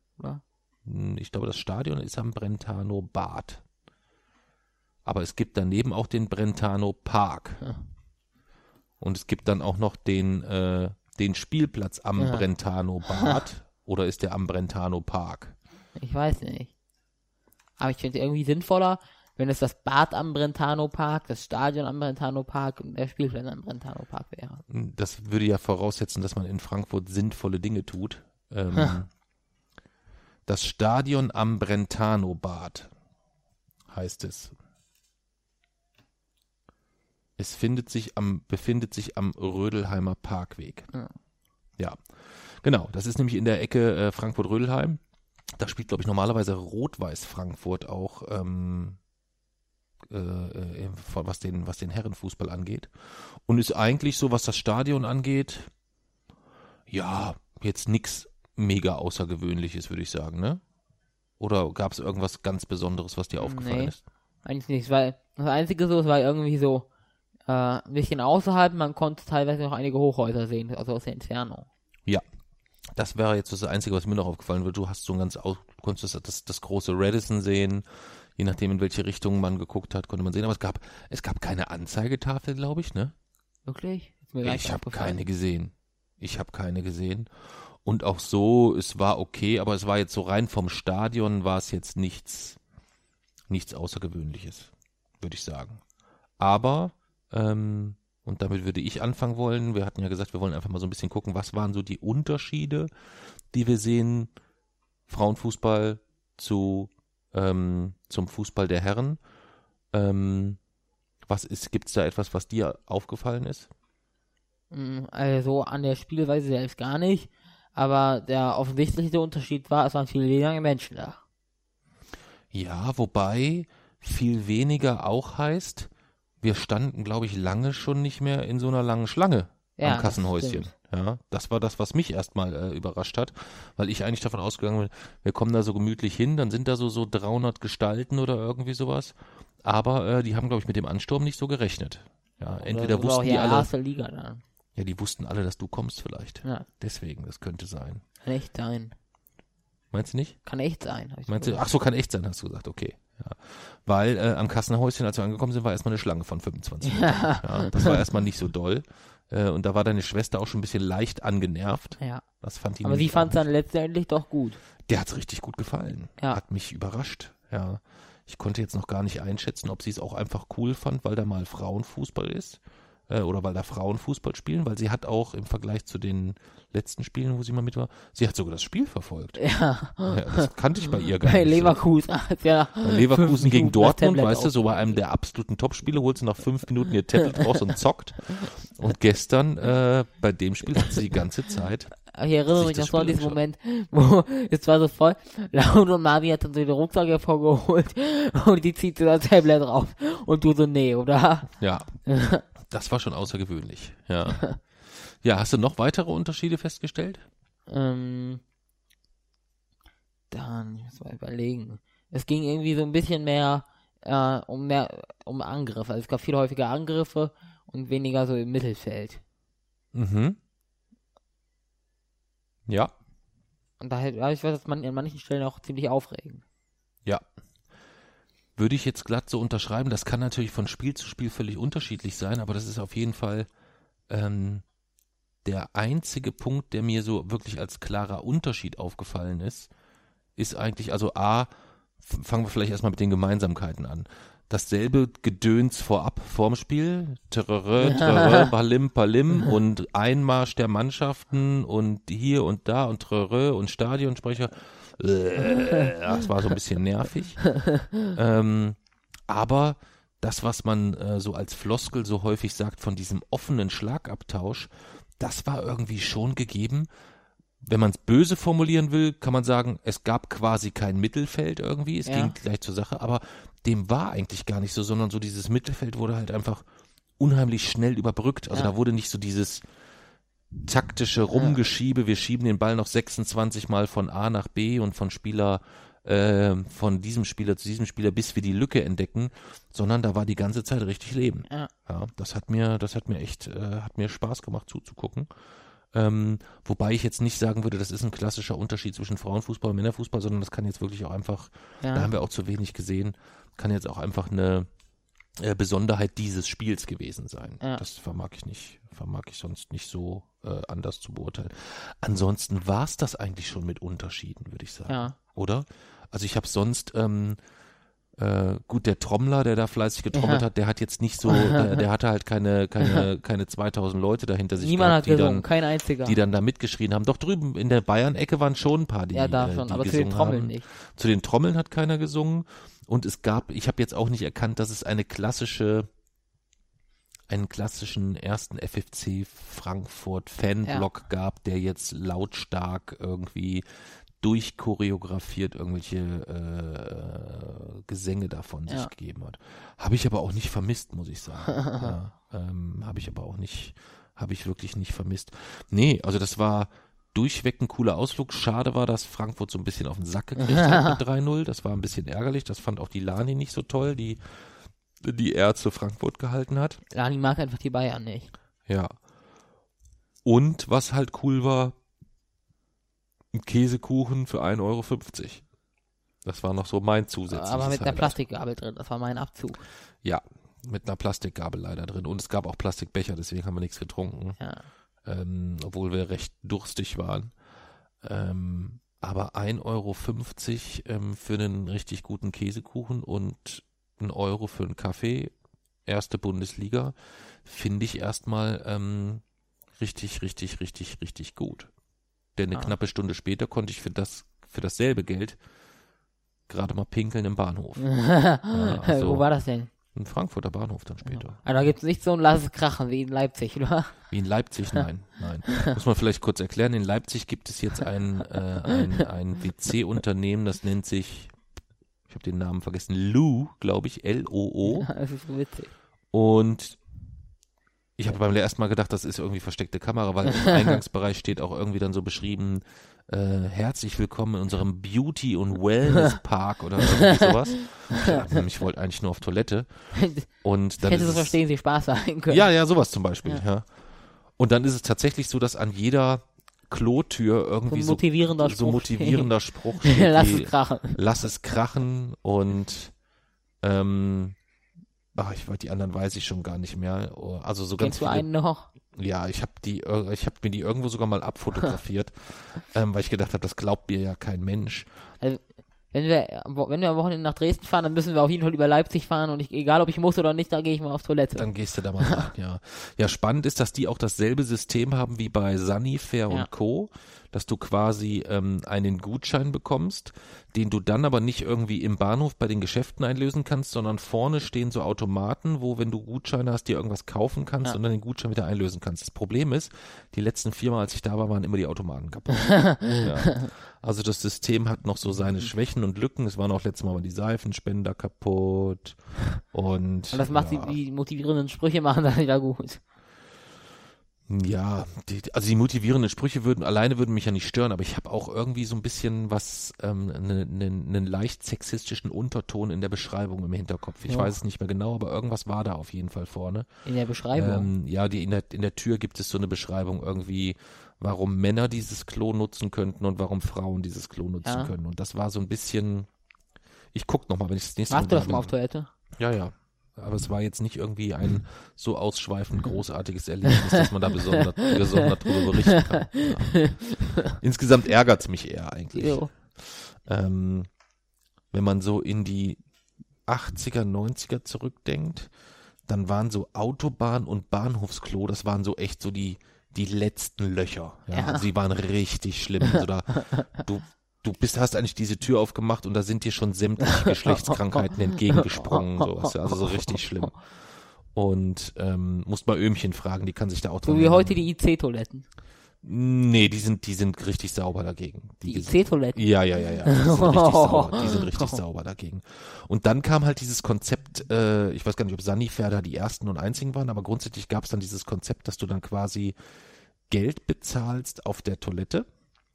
Ich glaube, das Stadion ist am Brentano-Bad. Aber es gibt daneben auch den Brentano-Park. Ja. Und es gibt dann auch noch den Spielplatz am Brentano-Bad. Oder ist der am Brentano-Park? Ich weiß nicht. Aber ich finde es irgendwie sinnvoller, wenn es das Bad am Brentano-Park, das Stadion am Brentano-Park und der Spielplatz am Brentano-Park wäre. Das würde ja voraussetzen, dass man in Frankfurt sinnvolle Dinge tut. Das Stadion am Brentano-Bad heißt es. Es befindet sich am Rödelheimer Parkweg. Ja, genau. Das ist nämlich in der Ecke Frankfurt-Rödelheim. Da spielt, glaube ich, normalerweise Rot-Weiß Frankfurt auch was den Herrenfußball angeht. Und ist eigentlich so, was das Stadion angeht, ja, jetzt nichts mega Außergewöhnliches, würde ich sagen, ne? Oder gab es irgendwas ganz Besonderes, was dir aufgefallen ist? Eigentlich nicht, weil das Einzige so, es war irgendwie so ein bisschen außerhalb, man konnte teilweise noch einige Hochhäuser sehen, also aus der Entfernung. Ja, das wäre jetzt das Einzige, was mir noch aufgefallen wird. Du hast so konntest das große Radisson sehen. Je nachdem, in welche Richtung man geguckt hat, konnte man sehen. Aber es gab keine Anzeigetafel, glaube ich, ne? Wirklich? Ich habe keine gesehen. Und auch so, es war okay, aber es war jetzt so rein vom Stadion, war es jetzt nichts Außergewöhnliches, würde ich sagen. Aber, und damit würde ich anfangen wollen, wir hatten ja gesagt, wir wollen einfach mal so ein bisschen gucken, was waren so die Unterschiede, die wir sehen, Frauenfußball zum Fußball der Herren. Gibt's da etwas, was dir aufgefallen ist? Also an der Spielweise selbst gar nicht, aber der offensichtliche Unterschied war, es waren viele weniger Menschen da. Ja, wobei viel weniger auch heißt, wir standen, glaube ich, lange schon nicht mehr in so einer langen Schlange am Kassenhäuschen. Ja, das war das, was mich erstmal überrascht hat, weil ich eigentlich davon ausgegangen bin, wir kommen da so gemütlich hin, dann sind da so 300 Gestalten oder irgendwie sowas, aber die haben, glaube ich, mit dem Ansturm nicht so gerechnet. Ja, entweder wussten die alle. Erste Liga dann. Ja, die wussten alle, dass du kommst vielleicht. Ja. Deswegen, das könnte sein. Kann echt sein. Meinst du nicht? Kann echt sein. Meinst du? Ach so, kann echt sein, hast du gesagt, okay. Ja. Weil am Kassenhäuschen, als wir angekommen sind, war erstmal eine Schlange von 25 Minuten. Ja, das war erstmal nicht so doll. Und da war deine Schwester auch schon ein bisschen leicht angenervt. Ja. Das fand die Aber sie fand es dann letztendlich doch gut. Der hat's richtig gut gefallen. Ja. Hat mich überrascht. Ja. Ich konnte jetzt noch gar nicht einschätzen, ob sie es auch einfach cool fand, weil da mal Frauenfußball ist. Oder weil da Frauen Fußball spielen, weil sie hat auch im Vergleich zu den letzten Spielen, wo sie mal mit war, sie hat sogar das Spiel verfolgt. Ja. Das kannte ich bei ihr gar Bei nicht. Leverkusen. Ja. Bei Leverkusen gegen Dortmund, Tablet weißt du, so bei einem der absoluten Topspiele, holt sie nach 5 Minuten ihr Tablet raus und zockt. Und gestern, bei dem Spiel hat sie die ganze Zeit. Ich erinnere mich noch so an diesen Moment, wo es war so voll, Laura und Mami hat dann so den Rucksack hervorgeholt und die zieht so das Tablet drauf und du so, nee, oder? Ja. Das war schon außergewöhnlich, ja. Ja, hast du noch weitere Unterschiede festgestellt? Dann, ich muss mal überlegen. Es ging irgendwie so ein bisschen mehr um Angriffe. Also es gab viel häufiger Angriffe und weniger so im Mittelfeld. Mhm. Ja. Und daher, ich weiß, dass man an manchen Stellen auch ziemlich aufregen. Ja. Würde ich jetzt glatt so unterschreiben. Das kann natürlich von Spiel zu Spiel völlig unterschiedlich sein, aber das ist auf jeden Fall der einzige Punkt, der mir so wirklich als klarer Unterschied aufgefallen ist eigentlich, also fangen wir vielleicht erstmal mit den Gemeinsamkeiten an. Dasselbe Gedöns vorm Spiel, Trrrr, Balim, Palim und Einmarsch der Mannschaften und hier und da und Trrrr und Stadionsprecher. Das war so ein bisschen nervig. Aber das, was man so als Floskel so häufig sagt von diesem offenen Schlagabtausch, das war irgendwie schon gegeben. Wenn man es böse formulieren will, kann man sagen, es gab quasi kein Mittelfeld irgendwie, es ging gleich zur Sache, aber dem war eigentlich gar nicht so, sondern so dieses Mittelfeld wurde halt einfach unheimlich schnell überbrückt. Also da wurde nicht so dieses taktische Rumgeschiebe, wir schieben den Ball noch 26 Mal von A nach B und von diesem Spieler zu diesem Spieler, bis wir die Lücke entdecken, sondern da war die ganze Zeit richtig Leben. Ja, das hat mir echt, hat mir Spaß gemacht zuzugucken. Wobei ich jetzt nicht sagen würde, das ist ein klassischer Unterschied zwischen Frauenfußball und Männerfußball, sondern das kann jetzt wirklich auch einfach, da haben wir auch zu wenig gesehen, kann jetzt auch einfach eine Besonderheit dieses Spiels gewesen sein. Ja. Das vermag ich sonst nicht so anders zu beurteilen. Ansonsten war es das eigentlich schon mit Unterschieden, würde ich sagen. Oder? Also ich habe sonst gut, der Trommler, der da fleißig getrommelt hat, der hat jetzt nicht so, der hatte halt keine 2000 Leute dahinter sich Niemand gehabt, hat gesungen, kein einziger. Die dann da mitgeschrien haben. Doch drüben in der Bayern-Ecke waren schon ein paar, die da schon, die aber zu den Trommeln haben. nicht. Zu den Trommeln hat keiner gesungen und ich habe jetzt auch nicht erkannt, dass es einen klassischen ersten FFC Frankfurt Fanblock gab, der jetzt lautstark irgendwie durchchoreografiert irgendwelche Gesänge davon sich gegeben hat. Habe ich aber auch nicht vermisst, muss ich sagen. Habe ich wirklich nicht vermisst. Nee, also das war durchweg ein cooler Ausflug. Schade war, dass Frankfurt so ein bisschen auf den Sack gekriegt hat mit 3-0. Das war ein bisschen ärgerlich. Das fand auch die Lani nicht so toll, die Ärzte Frankfurt gehalten hat. Lani mag einfach die Bayern nicht. Ja. Und was halt cool war, ein Käsekuchen für 1,50 Euro. Das war noch so mein zusätzliches Aber mit einer Highlight. Plastikgabel drin, das war mein Abzug. Ja, mit einer Plastikgabel leider drin. Und es gab auch Plastikbecher, deswegen haben wir nichts getrunken. Ja. Obwohl wir recht durstig waren. Aber 1,50 Euro für einen richtig guten Käsekuchen und 1 Euro für einen Kaffee, erste Bundesliga, finde ich erstmal richtig, richtig, richtig, richtig gut. Denn eine knappe Stunde später konnte ich für dasselbe Geld gerade mal pinkeln im Bahnhof. Wo war das denn? Im Frankfurter Bahnhof dann später. Also da gibt es nicht so ein Lass es krachen wie in Leipzig, oder? Wie in Leipzig? Nein. Muss man vielleicht kurz erklären. In Leipzig gibt es jetzt ein WC-Unternehmen, das nennt sich, ich habe den Namen vergessen, Loo, glaube ich, L-O-O. Ja, das ist witzig. Und ich habe beim ersten Mal gedacht, das ist irgendwie versteckte Kamera, weil im Eingangsbereich steht auch irgendwie dann so beschrieben, herzlich willkommen in unserem Beauty- und Wellness-Park oder irgendwie sowas. Ich wollte eigentlich nur auf Toilette. Und dann hätte so verstehen, Sie Spaß sagen können. Ja, sowas zum Beispiel, ja. Und dann ist es tatsächlich so, dass an jeder Klotür irgendwie so ein motivierender Spruch steht. Lass es krachen. Lass es krachen und die anderen weiß ich schon gar nicht mehr. Also so ganz Kennst du einen noch? Ja, ich habe mir die irgendwo sogar mal abfotografiert, weil ich gedacht habe, das glaubt mir ja kein Mensch. Also, wenn wir am Wochenende nach Dresden fahren, dann müssen wir auf jeden Fall über Leipzig fahren und egal ob ich muss oder nicht, da gehe ich mal auf Toilette. Dann gehst du da mal rein, ja. Ja, spannend ist, dass die auch dasselbe System haben wie bei Sunnyfair und Co., dass du quasi einen Gutschein bekommst, den du dann aber nicht irgendwie im Bahnhof bei den Geschäften einlösen kannst, sondern vorne stehen so Automaten, wo, wenn du Gutscheine hast, dir irgendwas kaufen kannst und dann den Gutschein wieder einlösen kannst. Das Problem ist, die letzten 4 Mal, als ich da war, waren immer die Automaten kaputt. Ja. Also das System hat noch so seine Schwächen und Lücken. Es waren auch letztes Mal die Seifenspender kaputt und das macht die motivierenden Sprüche machen das wieder gut. Ja, die motivierenden Sprüche würden mich ja nicht stören, aber ich habe auch irgendwie so ein bisschen einen leicht sexistischen Unterton in der Beschreibung im Hinterkopf. Ich weiß es nicht mehr genau, aber irgendwas war da auf jeden Fall vorne. In der Beschreibung? In der Tür gibt es so eine Beschreibung irgendwie, warum Männer dieses Klo nutzen könnten und warum Frauen dieses Klo nutzen können. Und das war so ein bisschen, ich guck nochmal, wenn ich das nächste Mal. Machst du das mal auf Toilette? Ja. Aber es war jetzt nicht irgendwie ein so ausschweifend großartiges Erlebnis, dass man da gesondert drüber berichten kann. Ja. Insgesamt ärgert's mich eher eigentlich. Wenn man so in die 80er, 90er zurückdenkt, dann waren so Autobahn und Bahnhofsklo, das waren so echt so die letzten Löcher. Ja. Also die waren richtig schlimm. Also hast eigentlich diese Tür aufgemacht und da sind dir schon sämtliche Geschlechtskrankheiten entgegengesprungen, sowas. Also so richtig schlimm. Und musst mal Öhmchen fragen, die kann sich da auch dran So wie heute die IC-Toiletten. Nee, die sind richtig sauber dagegen. Die IC-Toiletten? Ja. Die sind richtig sauber. Die sind richtig sauber dagegen. Und dann kam halt dieses Konzept, ich weiß gar nicht, ob Sunnyfair da die ersten und einzigen waren, aber grundsätzlich gab es dann dieses Konzept, dass du dann quasi Geld bezahlst auf der Toilette.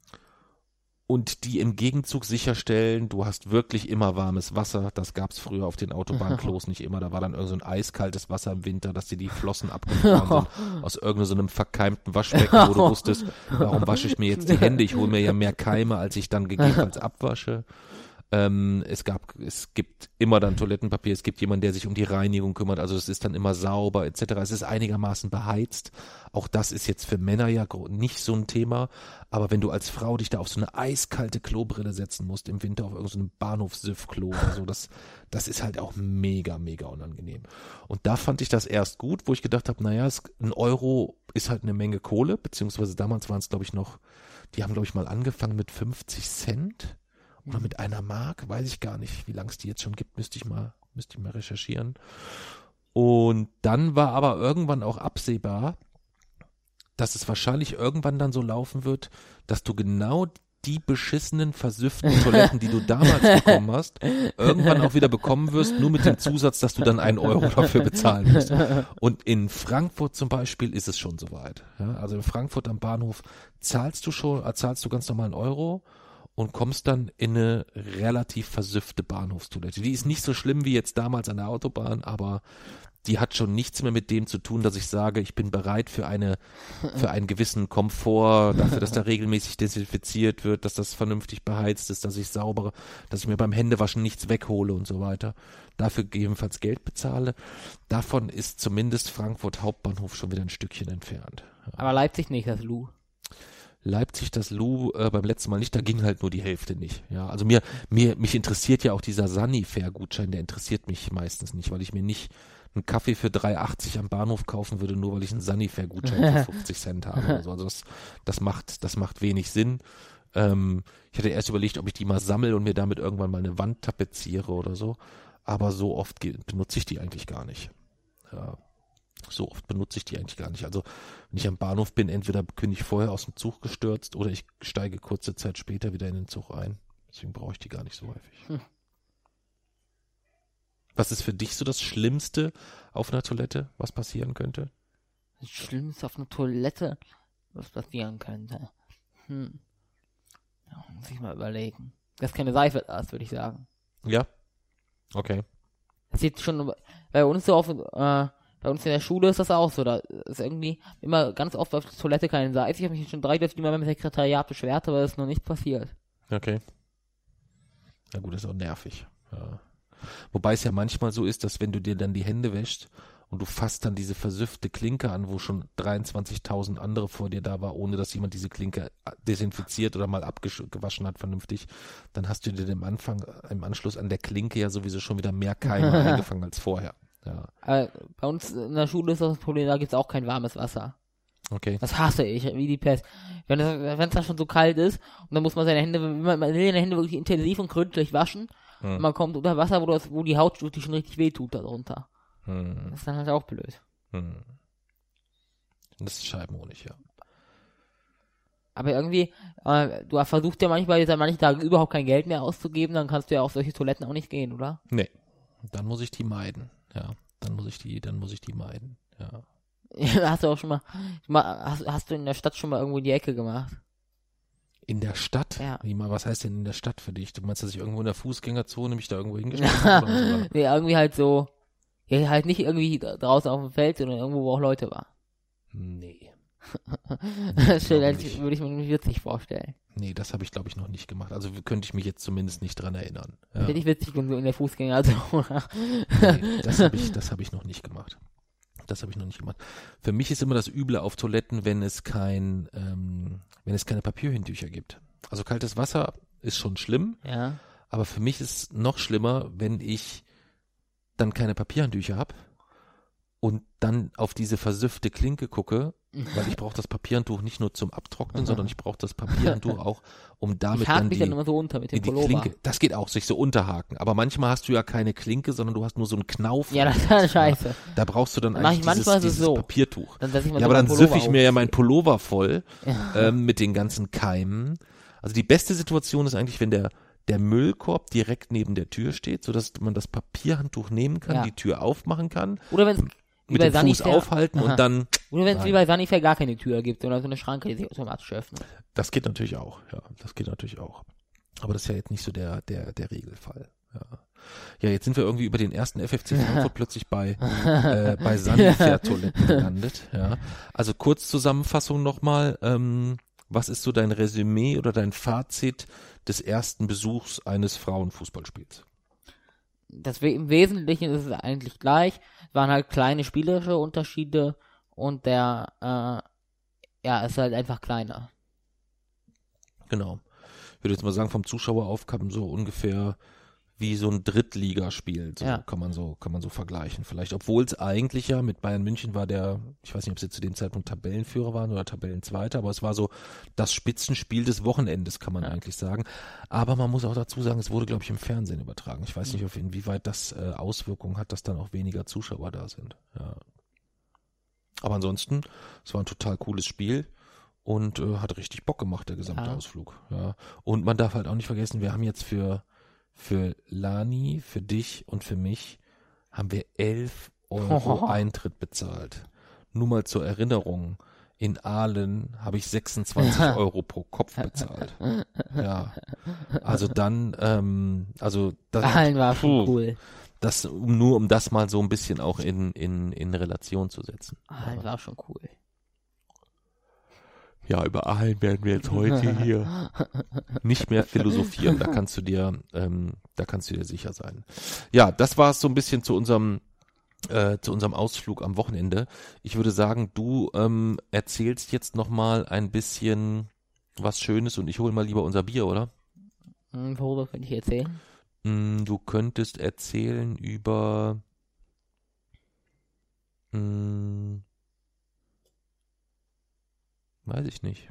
Und die im Gegenzug sicherstellen, du hast wirklich immer warmes Wasser. Das gab's früher auf den Autobahnklos nicht immer. Da war dann irgend so ein eiskaltes Wasser im Winter, dass dir die Flossen abgefroren sind aus irgendeinem so einem verkeimten Waschbecken, wo du wusstest, warum wasche ich mir jetzt die Hände? Ich hole mir ja mehr Keime, als ich dann gegebenenfalls abwasche. Es gibt immer dann Toilettenpapier, es gibt jemanden, der sich um die Reinigung kümmert, also es ist dann immer sauber etc. Es ist einigermaßen beheizt. Auch das ist jetzt für Männer ja nicht so ein Thema, aber wenn du als Frau dich da auf so eine eiskalte Klobrille setzen musst im Winter auf irgendeinem Bahnhofs-Süff-Klo oder so, das ist halt auch mega, mega unangenehm. Und da fand ich das erst gut, wo ich gedacht habe, naja, 1 Euro ist halt eine Menge Kohle, beziehungsweise damals waren es glaube ich noch, die haben glaube ich mal angefangen mit 50 Cent. Oder mit 1 Mark, weiß ich gar nicht, wie lange es die jetzt schon gibt, müsste ich mal recherchieren. Und dann war aber irgendwann auch absehbar, dass es wahrscheinlich irgendwann dann so laufen wird, dass du genau die beschissenen, versüfften Toiletten, die du damals bekommen hast, irgendwann auch wieder bekommen wirst, nur mit dem Zusatz, dass du dann 1 Euro dafür bezahlen musst. Und in Frankfurt zum Beispiel ist es schon soweit. Ja, also in Frankfurt am Bahnhof zahlst du ganz normal 1 Euro und kommst dann in eine relativ versüffte Bahnhofstoilette. Die ist nicht so schlimm wie jetzt damals an der Autobahn, aber die hat schon nichts mehr mit dem zu tun, dass ich sage, ich bin bereit für einen gewissen Komfort, dafür, dass da regelmäßig desinfiziert wird, dass das vernünftig beheizt ist, dass ich mir beim Händewaschen nichts weghole und so weiter. Dafür gegebenenfalls Geld bezahle. Davon ist zumindest Frankfurt Hauptbahnhof schon wieder ein Stückchen entfernt. Ja. Aber Leipzig nicht, das Lu. Leipzig, das Lu beim letzten Mal nicht, da ging halt nur die Hälfte nicht. Ja, also mich interessiert ja auch dieser Sunnyfair-Gutschein, der interessiert mich meistens nicht, weil ich mir nicht einen Kaffee für 3,80 am Bahnhof kaufen würde, nur weil ich einen Sunnyfair-Gutschein für 50 Cent habe oder so. Also das macht wenig Sinn. Ich hatte erst überlegt, ob ich die mal sammle und mir damit irgendwann mal eine Wand tapeziere oder so, aber so oft benutze ich die eigentlich gar nicht. Ja. So oft benutze ich die eigentlich gar nicht. Also wenn ich am Bahnhof bin, entweder bin ich vorher aus dem Zug gestürzt oder ich steige kurze Zeit später wieder in den Zug ein. Deswegen brauche ich die gar nicht so häufig. Was ist für dich so das Schlimmste auf einer Toilette, was passieren könnte? Das Schlimmste auf einer Toilette, was passieren könnte? Ja, muss ich mal überlegen. Das ist keine Seife da ist, würde ich sagen. Ja? Okay. Das sieht schon bei uns so auf Bei uns in der Schule ist das auch so. Da ist irgendwie immer ganz oft auf der Toilette keine Seife. Ich habe mich schon 3 Mal beim Sekretariat beschwert, aber das ist noch nicht passiert. Okay. Na gut, das ist auch nervig. Ja. Wobei es ja manchmal so ist, dass wenn du dir dann die Hände wäschst und du fasst dann diese versüffte Klinke an, wo schon 23.000 andere vor dir da war, ohne dass jemand diese Klinke desinfiziert oder mal abgewaschen hat vernünftig, dann hast du dir im Anschluss an der Klinke ja sowieso schon wieder mehr Keime eingefangen als vorher. Ja. Bei uns in der Schule ist das Problem, da gibt es auch kein warmes Wasser. Okay. Das hasse ich, wie die Pest. Wenn es da schon so kalt ist und dann muss man seine Hände, man will seine Hände wirklich intensiv und gründlich waschen und man kommt unter Wasser, wo die Haut schon richtig wehtut darunter. Das ist dann halt auch blöd. Das ist Scheibenhonig, ja. Aber irgendwie, du versuchst ja manchmal jetzt an manchen Tagen überhaupt kein Geld mehr auszugeben, dann kannst du ja auf solche Toiletten auch nicht gehen, oder? Nee. Dann muss ich die meiden. Ja. Dann muss ich die meiden. Ja. Hast du auch schon mal, hast du in der Stadt schon mal irgendwo in die Ecke gemacht? In der Stadt? Ja. Was heißt denn in der Stadt für dich? Du meinst, dass ich irgendwo in der Fußgängerzone mich da irgendwo hingestellt habe? Nee, irgendwie halt so, ja, halt nicht irgendwie draußen auf dem Feld, sondern irgendwo, wo auch Leute waren. Nee. Das würde ich mir nicht witzig vorstellen. Nee, das habe ich, glaube ich, noch nicht gemacht. Also könnte ich mich jetzt zumindest nicht dran erinnern. Ja. Finde ich witzig, wenn du in der Fußgängerzone. Nee, das hab ich noch nicht gemacht. Für mich ist immer das Üble auf Toiletten, wenn es keine Papierhündtücher gibt. Also kaltes Wasser ist schon schlimm, Ja. aber für mich ist es noch schlimmer, wenn ich dann keine Papierhandtücher habe und dann auf diese versüffte Klinke gucke, weil ich brauche das Papierhandtuch nicht nur zum Abtrocknen, sondern ich brauche das Papierhandtuch auch, um damit Ich hake dann mich dann immer so unter mit dem in die Pullover. Klinke. Das geht auch, sich so unterhaken. Aber manchmal hast du ja keine Klinke, sondern du hast nur so einen Knauf. Ja, das ist halt scheiße. Da brauchst du dann Mach ich eigentlich manchmal dieses so. Papiertuch. Dann setz ich mal Ja, so aber dann meinen süffe Pullover ich mir ja auf. meinen Pullover voll mit den ganzen Keimen. Also die beste Situation ist eigentlich, wenn der Müllkorb direkt neben der Tür steht, sodass man das Papierhandtuch nehmen kann, Ja. die Tür aufmachen kann, Oder wenn es mit dem Fuß aufhalten und dann... Oder wenn es wie Nein. bei Sanifair gar keine Tür gibt, sondern so eine Schranke, die sich automatisch öffnet. Das geht natürlich auch, ja. Aber das ist ja jetzt nicht so der Regelfall. Ja, jetzt sind wir irgendwie über den ersten FFC Frankfurt plötzlich bei Sanifair-Toiletten gelandet. Ja. Also Kurzzusammenfassung nochmal. Was ist so dein Resümee oder dein Fazit des ersten Besuchs eines Frauenfußballspiels? Im Wesentlichen ist es eigentlich gleich. Es waren halt kleine spielerische Unterschiede und der, ist halt einfach kleiner. Genau. Ich würde jetzt mal sagen, vom Zuschaueraufkommen so ungefähr wie so ein Drittligaspiel. So kann man so vergleichen. Vielleicht, obwohl es eigentlich ja mit Bayern München war ich weiß nicht, ob sie zu dem Zeitpunkt Tabellenführer waren oder Tabellenzweiter, aber es war so das Spitzenspiel des Wochenendes, kann man eigentlich sagen. Aber man muss auch dazu sagen, es wurde, glaube ich, im Fernsehen übertragen. Ich weiß nicht, inwieweit das Auswirkungen hat, dass dann auch weniger Zuschauer da sind. Ja. Aber ansonsten, es war ein total cooles Spiel. Und hat richtig Bock gemacht, der gesamte Ausflug. Ja. Und man darf halt auch nicht vergessen, wir haben jetzt für Lani, für dich und für mich haben wir 11 Euro Eintritt bezahlt. Nur mal zur Erinnerung, in Aalen habe ich 26 Euro pro Kopf bezahlt. Ja, also dann, Aalen war schon cool. Um das mal so ein bisschen auch in Relation zu setzen. Aalen war schon cool. Ja, über Aalen werden wir jetzt heute hier nicht mehr philosophieren. Da kannst du dir sicher sein. Ja, das war es so ein bisschen zu unserem Ausflug am Wochenende. Ich würde sagen, du erzählst jetzt noch mal ein bisschen was Schönes und ich hole mal lieber unser Bier, oder? Worüber könnte ich erzählen? Du könntest erzählen über weiß ich nicht.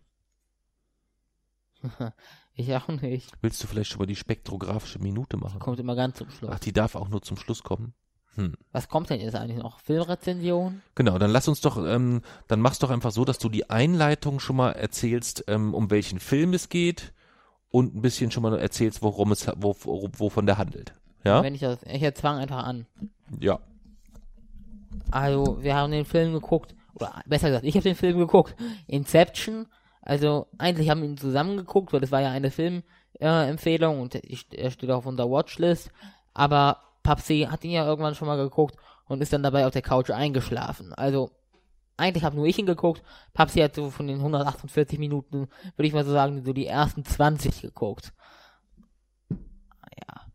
Ich auch nicht. Willst du vielleicht schon mal die spektrographische Minute machen? Kommt immer ganz zum Schluss. Ach, die darf auch nur zum Schluss kommen? Was kommt denn jetzt eigentlich noch? Filmrezension? Genau, dann lass uns doch, dann mach's doch einfach so, dass du die Einleitung schon mal erzählst, um welchen Film es geht und ein bisschen schon mal erzählst, wovon der handelt. Ja? Ich jetzt fange einfach an. Ja. Also, wir haben den Film geguckt, oder besser gesagt, ich habe den Film geguckt, Inception. Also, eigentlich haben wir ihn zusammen geguckt, weil das war ja eine Filmempfehlung und er steht auf unserer Watchlist. Aber Papsi hat ihn ja irgendwann schon mal geguckt und ist dann dabei auf der Couch eingeschlafen. Also, eigentlich habe nur ich ihn geguckt, Papsi hat so von den 148 Minuten, würde ich mal so sagen, so die ersten 20 geguckt. Ja.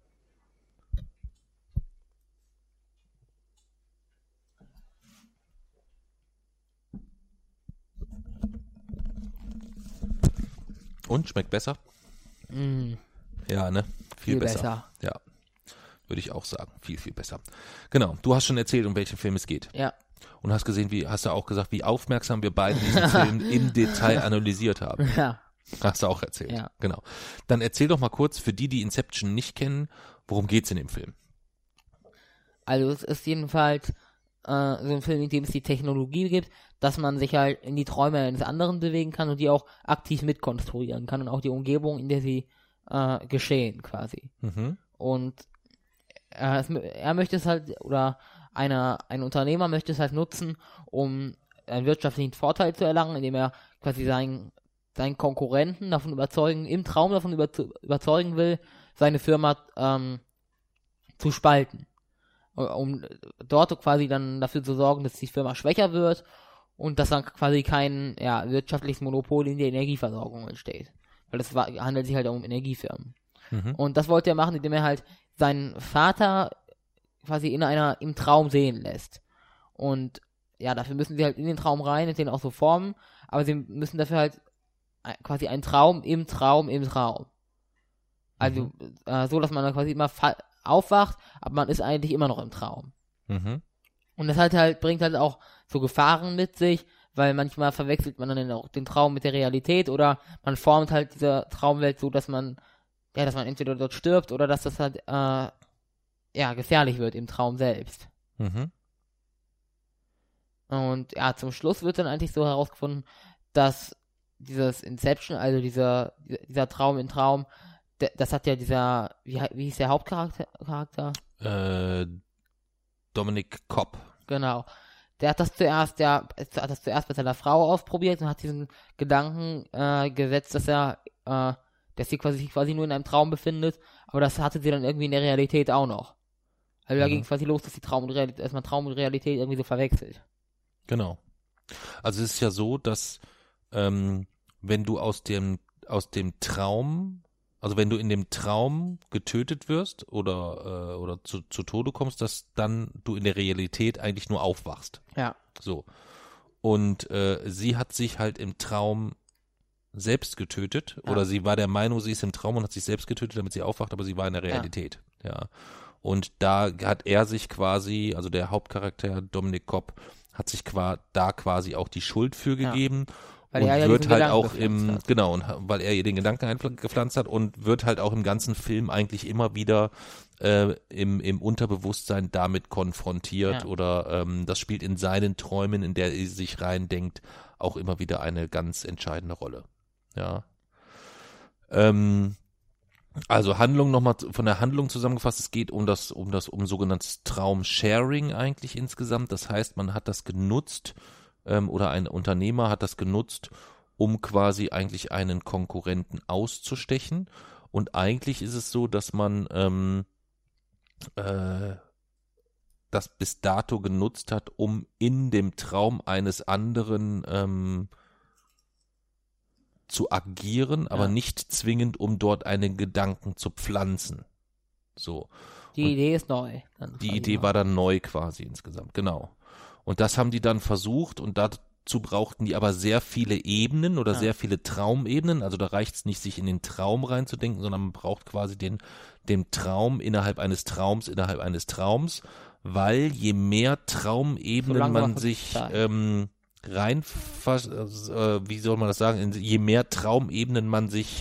Und, schmeckt besser? Ja, ne? Viel besser. Ja, würde ich auch sagen. Viel, viel besser. Genau, du hast schon erzählt, um welchen Film es geht. Ja. Und hast gesehen, hast du auch gesagt, wie aufmerksam wir beide diesen Film im Detail analysiert haben. Ja. Hast du auch erzählt. Ja. Genau. Dann erzähl doch mal kurz, für die Inception nicht kennen, worum geht's in dem Film? Also es ist jedenfalls so ein Film, in dem es die Technologie gibt, dass man sich halt in die Träume eines anderen bewegen kann und die auch aktiv mitkonstruieren kann und auch die Umgebung, in der sie geschehen quasi. Und er möchte es halt, oder ein Unternehmer möchte es halt nutzen, um einen wirtschaftlichen Vorteil zu erlangen, indem er quasi seinen Konkurrenten davon im Traum davon überzeugen will, seine Firma zu spalten. Um dort quasi dann dafür zu sorgen, dass die Firma schwächer wird und dass dann quasi kein wirtschaftliches Monopol in der Energieversorgung entsteht. Weil es handelt sich halt um Energiefirmen. Und das wollte er machen, indem er halt seinen Vater quasi im Traum sehen lässt. Und ja, dafür müssen sie halt in den Traum rein und den auch so formen, aber sie müssen dafür halt quasi einen Traum im Traum im Traum. Also so, dass man dann quasi immer aufwacht, aber man ist eigentlich immer noch im Traum. Und das bringt halt auch so Gefahren mit sich, weil manchmal verwechselt man dann auch den Traum mit der Realität oder man formt halt diese Traumwelt so, dass man entweder dort stirbt oder dass das halt gefährlich wird im Traum selbst. Und ja, zum Schluss wird dann eigentlich so herausgefunden, dass dieses Inception, also dieser Traum im Traum, das hat ja dieser, wie hieß der Hauptcharakter? Dominic Cobb. Genau. Der hat das zuerst bei seiner Frau ausprobiert und hat diesen Gedanken gesetzt, dass sie quasi nur in einem Traum befindet, aber das hatte sie dann irgendwie in der Realität auch noch. Also da ging es quasi los, dass dass man Traum und Realität irgendwie so verwechselt. Genau. Also es ist ja so, dass wenn du aus dem Traum, also wenn du in dem Traum getötet wirst oder zu Tode kommst, dass dann du in der Realität eigentlich nur aufwachst. Ja. So. Und sie hat sich halt im Traum selbst getötet oder sie war der Meinung, sie ist im Traum und hat sich selbst getötet, damit sie aufwacht, aber sie war in der Realität. Ja. Und da hat er sich quasi, also der Hauptcharakter Dominic Cobb, hat sich da quasi auch die Schuld für gegeben. Weil und er wird halt Gedanken auch weil er ihr den Gedanken eingepflanzt hat und wird halt auch im ganzen Film eigentlich immer wieder im Unterbewusstsein damit konfrontiert oder das spielt in seinen Träumen, in der er sich reindenkt, auch immer wieder eine ganz entscheidende Rolle. Ja. Also Handlung nochmal von der Handlung zusammengefasst, es geht um sogenanntes Traum-Sharing eigentlich insgesamt. Das heißt, man hat das genutzt oder ein Unternehmer hat das genutzt, um quasi eigentlich einen Konkurrenten auszustechen. Und eigentlich ist es so, dass man das bis dato genutzt hat, um in dem Traum eines anderen zu agieren, aber nicht zwingend, um dort einen Gedanken zu pflanzen. So. Die Idee ist neu. Die Idee war dann neu quasi insgesamt, genau. Und das haben die dann versucht und dazu brauchten die aber sehr viele Ebenen oder sehr viele Traumebenen. Also da reicht es nicht, sich in den Traum reinzudenken, sondern man braucht quasi den Traum innerhalb eines Traums, weil je mehr Traumebenen man sich wie soll man das sagen, je mehr Traumebenen man sich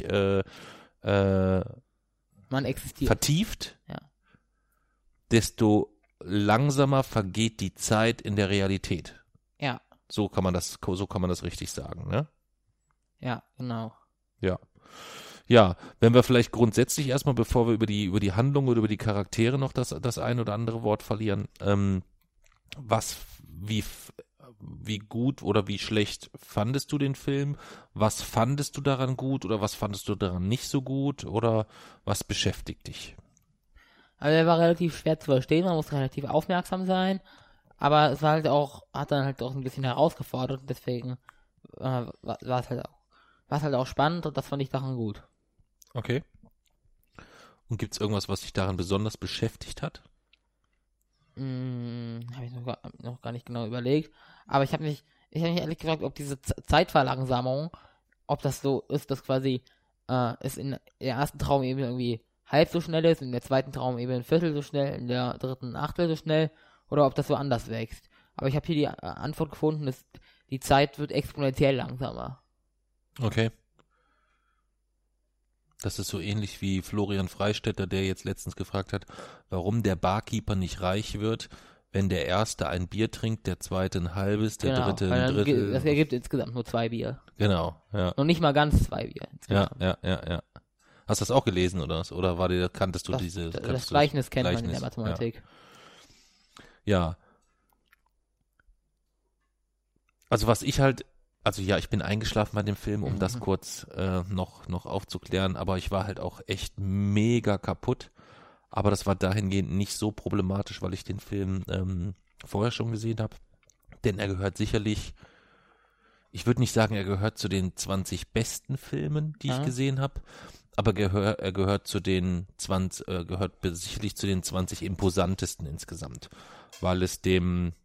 man existiert. Vertieft, desto langsamer vergeht die Zeit in der Realität. Ja. So kann man das richtig sagen, ne? Ja, genau. Ja. Ja, wenn wir vielleicht grundsätzlich erstmal, bevor wir über die Handlung oder über die Charaktere noch das ein oder andere Wort verlieren, wie gut oder wie schlecht fandest du den Film? Was fandest du daran gut oder was fandest du daran nicht so gut oder was beschäftigt dich? Also er war relativ schwer zu verstehen, man muss relativ aufmerksam sein. Aber es war halt auch, hat dann halt auch ein bisschen herausgefordert, deswegen war es halt auch spannend und das fand ich daran gut. Okay. Und gibt's irgendwas, was dich daran besonders beschäftigt hat? Habe ich noch gar nicht genau überlegt. Aber ich habe mich ehrlich gefragt, ob diese Zeitverlangsamung, ob das so ist, dass quasi es in der ersten Traumebene irgendwie halb so schnell ist, in der zweiten Traumebene ein Viertel so schnell, in der dritten ein Achtel so schnell, oder ob das so anders wächst. Aber ich habe hier die Antwort gefunden, dass die Zeit wird exponentiell langsamer. Okay. Das ist so ähnlich wie Florian Freistetter, der jetzt letztens gefragt hat, warum der Barkeeper nicht reich wird, wenn der Erste ein Bier trinkt, der Zweite ein halbes, der Dritte ein Drittel. Das ergibt insgesamt nur 2 Bier. Genau, ja. Noch nicht mal ganz 2 Bier. Ja. Hast du das auch gelesen oder was? Oder kanntest du das Gleichnis kennt man in der Mathematik. Ja. Also ich bin eingeschlafen bei dem Film, um das kurz noch aufzuklären, aber ich war halt auch echt mega kaputt. Aber das war dahingehend nicht so problematisch, weil ich den Film vorher schon gesehen habe. Denn er gehört sicherlich, ich würde nicht sagen, er gehört zu den 20 besten Filmen, die ich gesehen habe, aber er gehört sicherlich zu den 20 imposantesten insgesamt, weil es dem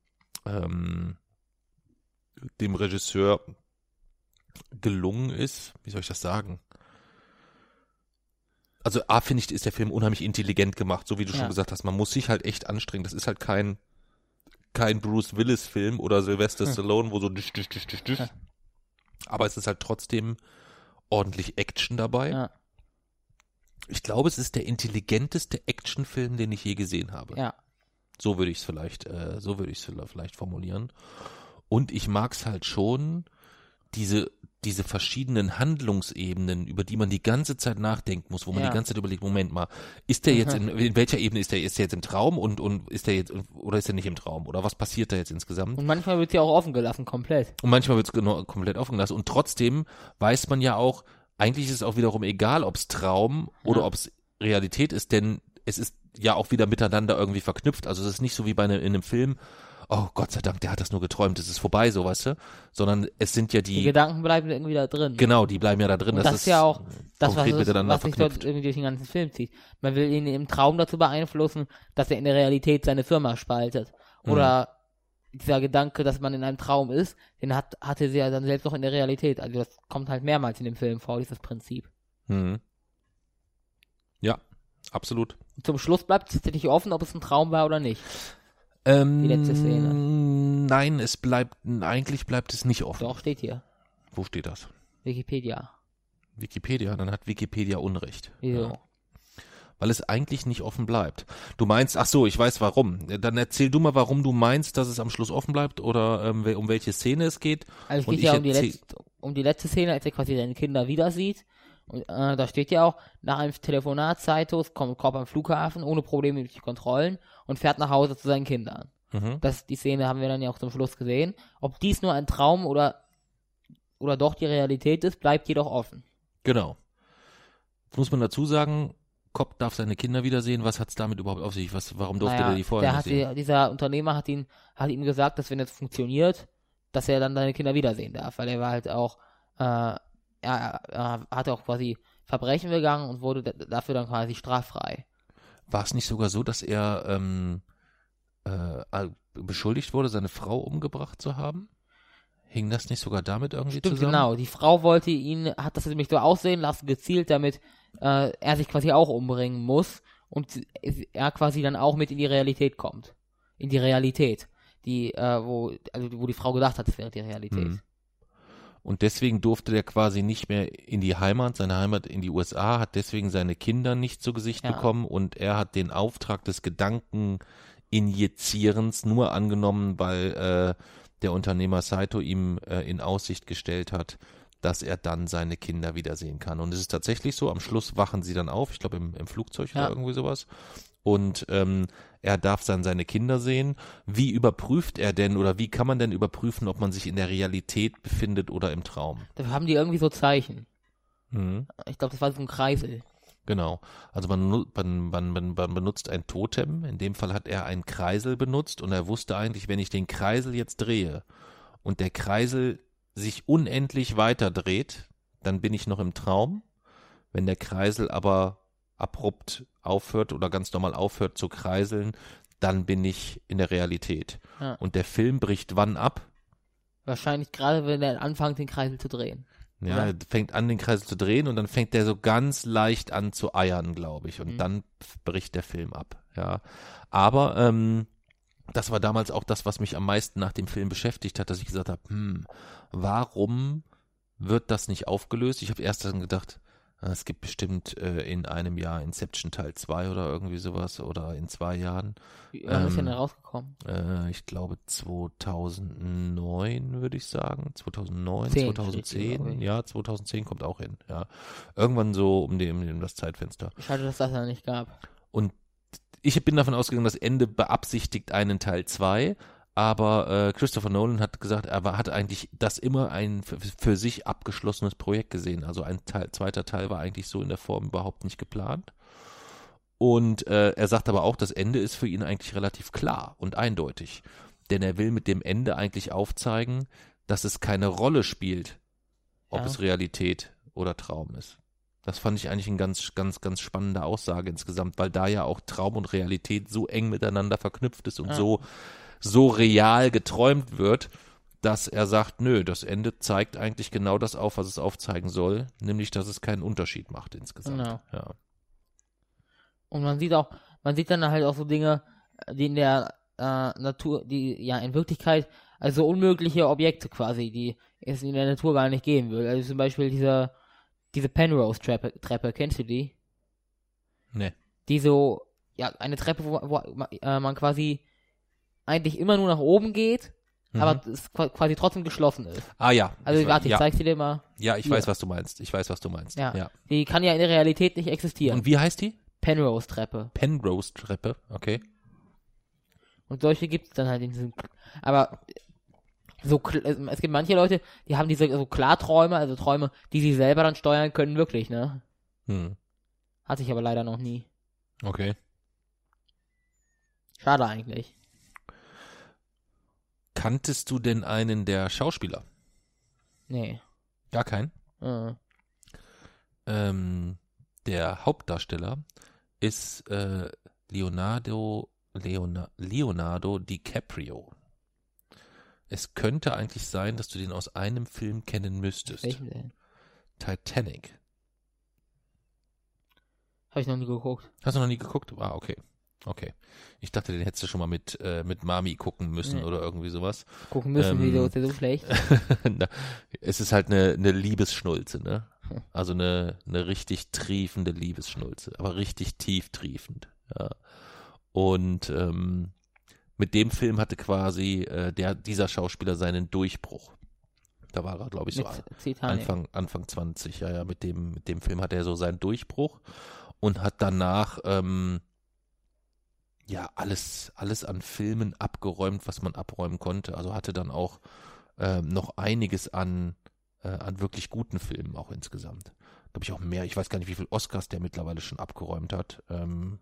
Regisseur gelungen ist, wie soll ich das sagen? Also finde ich, ist der Film unheimlich intelligent gemacht, so wie du schon gesagt hast, man muss sich halt echt anstrengen, das ist halt kein Bruce Willis Film oder Sylvester Stallone, wo so aber es ist halt trotzdem ordentlich Action dabei. Ja. Ich glaube, es ist der intelligenteste Actionfilm, den ich je gesehen habe. Ja. So würde ich es vielleicht formulieren. Und ich mag es halt schon, diese verschiedenen Handlungsebenen, über die man die ganze Zeit nachdenken muss, wo man die ganze Zeit überlegt, Moment mal, ist der jetzt in welcher Ebene ist der jetzt im Traum und ist der jetzt, oder ist er nicht im Traum? Oder was passiert da jetzt insgesamt? Und manchmal wird es ja auch offen gelassen, komplett. Und manchmal wird es komplett offen gelassen. Und trotzdem weiß man ja auch, eigentlich ist es auch wiederum egal, ob es Traum oder ob es Realität ist, denn es ist ja auch wieder miteinander irgendwie verknüpft. Also es ist nicht so wie in einem Film, oh Gott sei Dank, der hat das nur geträumt, es ist vorbei, so, weißt du? Sondern es sind ja die Gedanken bleiben irgendwie da drin. Genau, die bleiben ja da drin. Und das ist ja auch das, was miteinander sich dort irgendwie durch den ganzen Film zieht. Man will ihn im Traum dazu beeinflussen, dass er in der Realität seine Firma spaltet. Oder dieser Gedanke, dass man in einem Traum ist, den hatte sie ja dann selbst noch in der Realität. Also das kommt halt mehrmals in dem Film vor, dieses Prinzip. Ja, absolut. Und zum Schluss bleibt es tatsächlich offen, ob es ein Traum war oder nicht. Die letzte Szene. Nein, eigentlich bleibt es nicht offen. Doch, steht hier. Wo steht das? Wikipedia, dann hat Wikipedia Unrecht. Wieso? Ja. Weil es eigentlich nicht offen bleibt. Du meinst, ach so, ich weiß warum. Dann erzähl du mal, warum du meinst, dass es am Schluss offen bleibt oder um welche Szene es geht. Also es geht ja um die letzte Szene, als er quasi seine Kinder wieder sieht. Und da steht ja auch, nach einem Telefonat Saitos kommt Cobb am Flughafen ohne Probleme durch die Kontrollen und fährt nach Hause zu seinen Kindern. Die Szene haben wir dann ja auch zum Schluss gesehen. Ob dies nur ein Traum oder doch die Realität ist, bleibt jedoch offen. Genau. Jetzt muss man dazu sagen, Cobb darf seine Kinder wiedersehen. Was hat es damit überhaupt auf sich? Warum durfte der die vorher nicht sehen? Dieser Unternehmer hat ihm gesagt, dass wenn das funktioniert, dass er dann seine Kinder wiedersehen darf, weil er war halt auch er hat auch quasi Verbrechen begangen und wurde dafür dann quasi straffrei. War es nicht sogar so, dass er beschuldigt wurde, seine Frau umgebracht zu haben? Hing das nicht sogar damit irgendwie zusammen? Genau, die Frau hat das nämlich so aussehen lassen, gezielt, damit er sich quasi auch umbringen muss und er quasi dann auch mit in die Realität kommt. In die Realität, wo die Frau gedacht hat, es wäre die Realität. Und deswegen durfte der quasi nicht mehr in die Heimat, seine Heimat in die USA, hat deswegen seine Kinder nicht zu Gesicht bekommen und er hat den Auftrag des Gedankeninjizierens nur angenommen, weil der Unternehmer Saito ihm in Aussicht gestellt hat, dass er dann seine Kinder wiedersehen kann. Und es ist tatsächlich so, am Schluss wachen sie dann auf, ich glaube im Flugzeug oder irgendwie sowas. Und er darf dann seine Kinder sehen. Wie überprüft er denn oder wie kann man denn überprüfen, ob man sich in der Realität befindet oder im Traum? Da haben die irgendwie so Zeichen. Ich glaube, das war so ein Kreisel. Genau. Also man benutzt ein Totem. In dem Fall hat er einen Kreisel benutzt und er wusste eigentlich, wenn ich den Kreisel jetzt drehe und der Kreisel sich unendlich weiter dreht, dann bin ich noch im Traum. Wenn der Kreisel aber abrupt aufhört oder ganz normal aufhört zu kreiseln, dann bin ich in der Realität. Ja. Und der Film bricht wann ab? Wahrscheinlich gerade, wenn er anfängt, den Kreisel zu drehen. Ja, er fängt an, den Kreisel zu drehen und dann fängt der so ganz leicht an zu eiern, glaube ich. Und dann bricht der Film ab. Ja, aber das war damals auch das, was mich am meisten nach dem Film beschäftigt hat, dass ich gesagt habe, warum wird das nicht aufgelöst? Ich habe erst dann gedacht, es gibt bestimmt in einem Jahr Inception Teil 2 oder irgendwie sowas oder in 2 Jahren. Wann ist denn rausgekommen? Ich glaube 2009 würde ich sagen. 2009, 10 2010. Ja, 2010 kommt auch hin. Ja, irgendwann so um das Zeitfenster. Schade, dass das ja nicht gab. Und ich bin davon ausgegangen, das Ende beabsichtigt einen Teil 2. Aber Christopher Nolan hat gesagt, er hat eigentlich das immer ein für sich abgeschlossenes Projekt gesehen. Also ein zweiter Teil war eigentlich so in der Form überhaupt nicht geplant. Und er sagt aber auch, das Ende ist für ihn eigentlich relativ klar und eindeutig. Denn er will mit dem Ende eigentlich aufzeigen, dass es keine Rolle spielt, ob es Realität oder Traum ist. Das fand ich eigentlich eine ganz, ganz, ganz spannende Aussage insgesamt, weil da ja auch Traum und Realität so eng miteinander verknüpft ist und so real geträumt wird, dass er sagt, nö, das Ende zeigt eigentlich genau das auf, was es aufzeigen soll, nämlich, dass es keinen Unterschied macht insgesamt. Genau. Ja. Und man sieht dann halt auch so Dinge, die in der Natur, die ja in Wirklichkeit, also unmögliche Objekte quasi, die es in der Natur gar nicht geben würde. Also zum Beispiel diese Penrose-Treppe, kennst du die? Nee. Die so, ja, eine Treppe, wo man quasi eigentlich immer nur nach oben geht, aber es quasi trotzdem geschlossen ist. Ah ja. Also warte, ich zeig's dir mal. Ja, ich hier. weiß, was du meinst. Ja. Die kann ja in der Realität nicht existieren. Und wie heißt die? Penrose-Treppe. Penrose-Treppe, okay. Und solche gibt's dann halt in diesem, aber es gibt manche Leute, die haben diese so Klarträume, also Träume, die sie selber dann steuern können, wirklich, ne? Hatte ich aber leider noch nie. Okay. Schade eigentlich. Kanntest du denn einen der Schauspieler? Nee. Gar keinen? Der Hauptdarsteller ist Leonardo DiCaprio. Es könnte eigentlich sein, dass du den aus einem Film kennen müsstest. Welchen denn? Titanic. Habe ich noch nie geguckt. Hast du noch nie geguckt? Ah, okay. Okay. Ich dachte, den hättest du schon mal mit Mami gucken müssen oder irgendwie sowas. Gucken müssen, wieso ist der so schlecht? Es ist halt eine Liebesschnulze, ne? Also eine richtig triefende Liebesschnulze, aber richtig tief triefend. Ja. Und mit dem Film hatte quasi dieser Schauspieler seinen Durchbruch. Da war er, glaube ich, so Anfang 20. Ja, mit dem Film hatte er so seinen Durchbruch und hat danach alles an Filmen abgeräumt, was man abräumen konnte. Also hatte dann auch noch einiges an wirklich guten Filmen auch insgesamt. Glaube ich auch mehr. Ich weiß gar nicht, wie viele Oscars der mittlerweile schon abgeräumt hat. Kann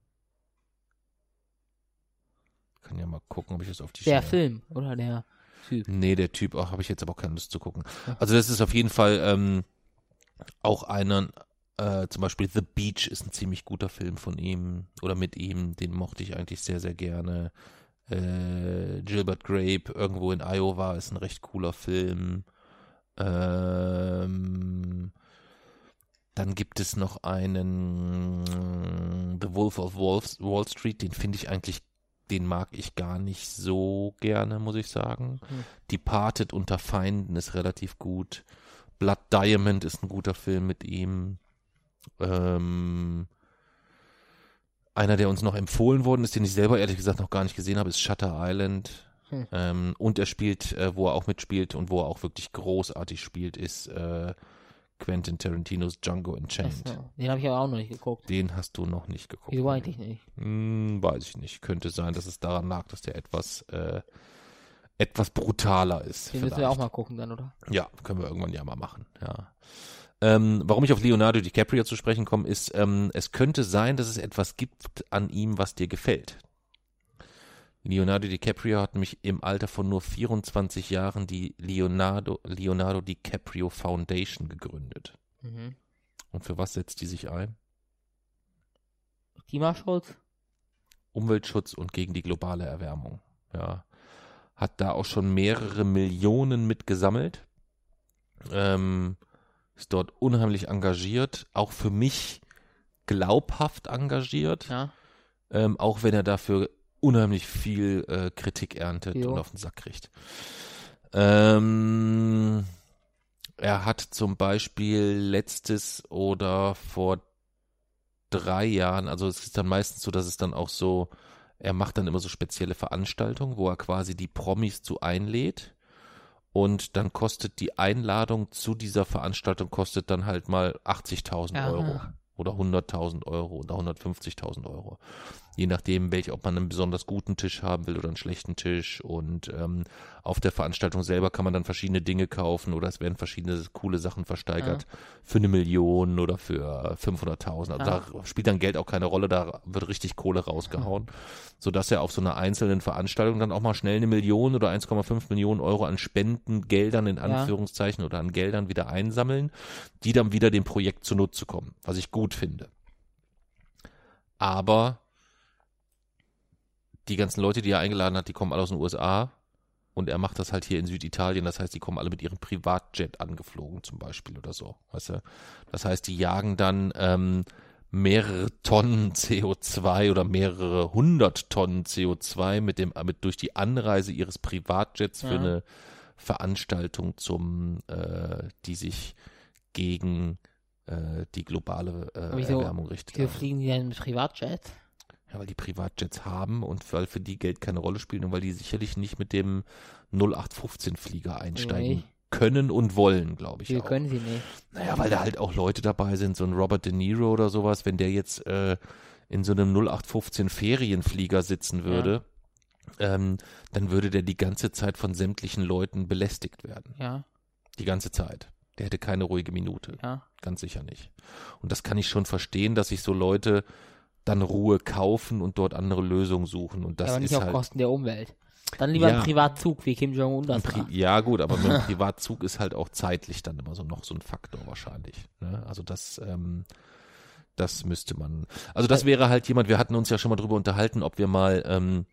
ja mal gucken, ob ich das auf die Der Film oder der Typ? Nee, der Typ, habe ich jetzt aber auch keine Lust zu gucken. Also das ist auf jeden Fall auch einer, zum Beispiel The Beach ist ein ziemlich guter Film von ihm oder mit ihm, den mochte ich eigentlich sehr, sehr gerne. Gilbert Grape, irgendwo in Iowa, ist ein recht cooler Film. Dann gibt es noch einen The Wolf of Wall Street, den mag ich gar nicht so gerne, muss ich sagen. Departed unter Feinden ist relativ gut. Blood Diamond ist ein guter Film mit ihm. Einer, der uns noch empfohlen worden ist, den ich selber ehrlich gesagt noch gar nicht gesehen habe, ist Shutter Island. Und er spielt, wo er auch mitspielt und wo er auch wirklich großartig spielt, ist Quentin Tarantinos Django Unchained. Achso, den habe ich aber auch noch nicht geguckt. Den hast du noch nicht geguckt. Wieso eigentlich nicht? Weiß ich nicht. Könnte sein, dass es daran lag, dass der etwas brutaler ist. Den müssen wir auch mal gucken dann, oder? Ja, können wir irgendwann ja mal machen, ja. Warum ich auf Leonardo DiCaprio zu sprechen komme, ist, es könnte sein, dass es etwas gibt an ihm, was dir gefällt. Leonardo DiCaprio hat nämlich im Alter von nur 24 Jahren die Leonardo DiCaprio Foundation gegründet. Mhm. Und für was setzt die sich ein? Klimaschutz? Umweltschutz und gegen die globale Erwärmung. Ja. Hat da auch schon mehrere Millionen mit gesammelt. Ist dort unheimlich engagiert, auch für mich glaubhaft engagiert, Ja. Auch wenn er dafür unheimlich viel Kritik erntet und auf den Sack kriegt. Er hat zum Beispiel letztes oder vor 3 Jahren, also es ist dann meistens so, dass es dann auch so, er macht dann immer so spezielle Veranstaltungen, wo er quasi die Promis zu einlädt. Und dann kostet die Einladung zu dieser Veranstaltung kostet dann halt mal 80.000 Euro oder 100.000 Euro oder 150.000 Euro. Je nachdem, ob man einen besonders guten Tisch haben will oder einen schlechten Tisch. Und auf der Veranstaltung selber kann man dann verschiedene Dinge kaufen oder es werden verschiedene coole Sachen versteigert für 1 Million oder für 500.000. Also da spielt dann Geld auch keine Rolle, da wird richtig Kohle rausgehauen, sodass er auf so einer einzelnen Veranstaltung dann auch mal schnell 1 Million oder 1,5 Millionen Euro an Spendengeldern in Anführungszeichen oder an Geldern wieder einsammeln, die dann wieder dem Projekt zunutze kommen, was ich gut finde. Aber die ganzen Leute, die er eingeladen hat, die kommen alle aus den USA und er macht das halt hier in Süditalien, das heißt, die kommen alle mit ihrem Privatjet angeflogen zum Beispiel oder so, weißt du? Das heißt, die jagen dann mehrere Tonnen CO2 oder mehrere 100 Tonnen CO2 durch die Anreise ihres Privatjets für eine Veranstaltung die sich gegen die globale Erwärmung richtet. Wieso fliegen die denn mit Privatjets? Ja, weil die Privatjets haben und weil für die Geld keine Rolle spielt und weil die sicherlich nicht mit dem 0815-Flieger einsteigen können und wollen, glaube ich. Wie können sie nicht? Naja, weil da halt auch Leute dabei sind, so ein Robert De Niro oder sowas, wenn der jetzt in so einem 0815-Ferienflieger sitzen würde, dann würde der die ganze Zeit von sämtlichen Leuten belästigt werden. Ja. Die ganze Zeit. Der hätte keine ruhige Minute. Ja. Ganz sicher nicht. Und das kann ich schon verstehen, dass sich so Leute dann Ruhe kaufen und dort andere Lösungen suchen. Und das aber nicht ist auf halt, Kosten der Umwelt. Dann lieber ein Privatzug, wie Kim Jong-un das macht. Ja gut, aber mit einem Privatzug ist halt auch zeitlich dann immer so noch so ein Faktor wahrscheinlich. Ne? Also das müsste man, also das wäre halt jemand, wir hatten uns ja schon mal drüber unterhalten, ob wir mal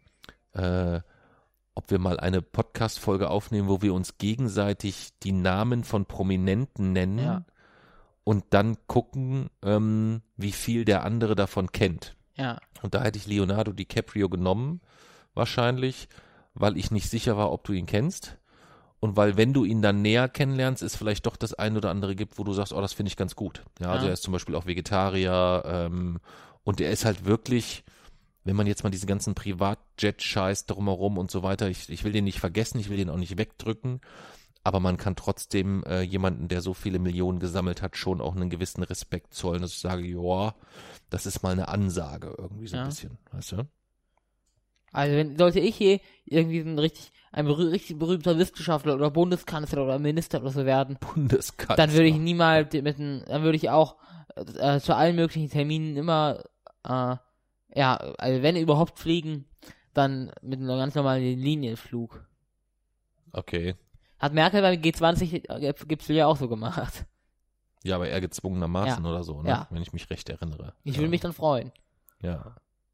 eine Podcast-Folge aufnehmen, wo wir uns gegenseitig die Namen von Prominenten nennen und dann gucken, wie viel der andere davon kennt. Ja. Und da hätte ich Leonardo DiCaprio genommen, wahrscheinlich, weil ich nicht sicher war, ob du ihn kennst. Und weil, wenn du ihn dann näher kennenlernst, es vielleicht doch das ein oder andere gibt, wo du sagst, oh, das finde ich ganz gut. Ja, also er ist zum Beispiel auch Vegetarier und er ist halt wirklich, wenn man jetzt mal diesen ganzen Privatjet-Scheiß drumherum und so weiter, ich will den nicht vergessen, ich will den auch nicht wegdrücken, aber man kann trotzdem jemanden, der so viele Millionen gesammelt hat, schon auch einen gewissen Respekt zollen, dass ich sage, ja, das ist mal eine Ansage irgendwie so ein bisschen, weißt du? Also sollte ich hier irgendwie ein richtig berühmter Wissenschaftler oder Bundeskanzler oder Minister oder so werden, Bundeskanzler, dann würde ich niemals dann würde ich auch zu allen möglichen Terminen immer, also wenn überhaupt fliegen, dann mit einem ganz normalen Linienflug. Okay. Hat Merkel beim G20-Gipfel ja auch so gemacht. Ja, aber eher gezwungenermaßen oder so, ne? Wenn ich mich recht erinnere. Ich würde mich dann freuen. Ja.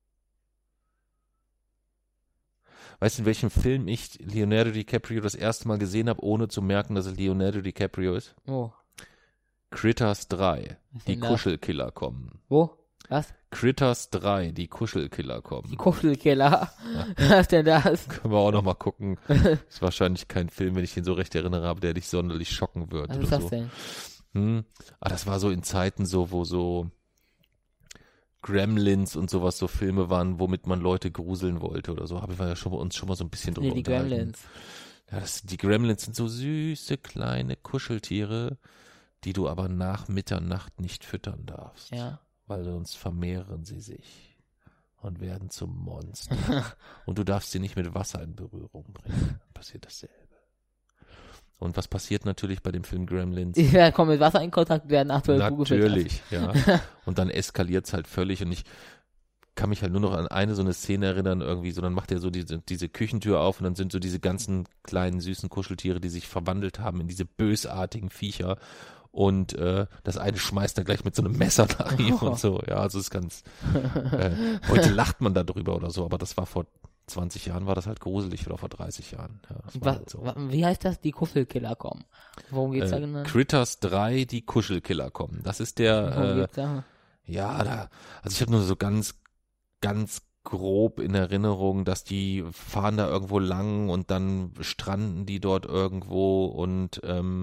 Weißt du, in welchem Film ich Leonardo DiCaprio das erste Mal gesehen habe, ohne zu merken, dass es Leonardo DiCaprio ist? Wo? Critters 3. Die Kuschelkiller kommen. Wo? Was? Critters 3. Die Kuschelkiller kommen. Die Kuschelkiller? Was ist denn das? Können wir auch noch mal gucken. Ist wahrscheinlich kein Film, wenn ich ihn so recht erinnere, aber der dich sonderlich schocken wird. Was ist das denn? Das war so in Zeiten so, wo so Gremlins und sowas so Filme waren, womit man Leute gruseln wollte oder so. Haben wir ja uns schon mal so ein bisschen drüber unterhalten. Die Gremlins. Ja, die Gremlins sind so süße kleine Kuscheltiere, die du aber nach Mitternacht nicht füttern darfst. Ja. Weil sonst vermehren sie sich und werden zum Monster. Und du darfst sie nicht mit Wasser in Berührung bringen. Passiert dasselbe. Und was passiert natürlich bei dem Film Gremlins? Die kommen mit Wasser in Kontakt, werden nach 12 Uhr gefiltert. Natürlich, ja. Und dann eskaliert es halt völlig und ich kann mich halt nur noch an so eine Szene erinnern irgendwie, so dann macht er so diese Küchentür auf und dann sind so diese ganzen kleinen süßen Kuscheltiere, die sich verwandelt haben in diese bösartigen Viecher und das eine schmeißt dann gleich mit so einem Messer nach ihm und so, ja, also ist ganz heute lacht man darüber oder so, aber das war vor 20 Jahren war das halt gruselig oder vor 30 Jahren. Ja, das war halt so. Wie heißt das? Die Kuschelkiller kommen. Worum geht's da genau? Critters 3, die Kuschelkiller kommen. Das ist der, also ich habe nur so ganz grob in Erinnerung, dass die fahren da irgendwo lang und dann stranden die dort irgendwo und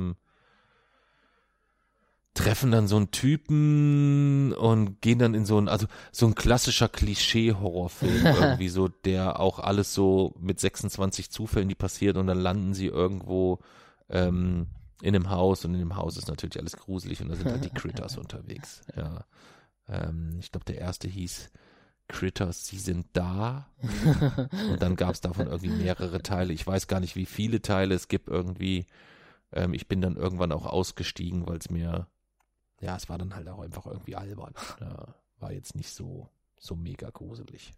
treffen dann so einen Typen und gehen dann in so ein klassischer Klischee-Horrorfilm irgendwie so, der auch alles so mit 26 Zufällen, die passiert und dann landen sie irgendwo in einem Haus und in dem Haus ist natürlich alles gruselig und da sind halt die Critters unterwegs. Ja, ich glaube der erste hieß Critters, sie sind da und dann gab es davon irgendwie mehrere Teile. Ich weiß gar nicht, wie viele Teile es gibt irgendwie. Ich bin dann irgendwann auch ausgestiegen, weil es mir es war dann halt auch einfach irgendwie albern. Ja, war jetzt nicht so mega gruselig.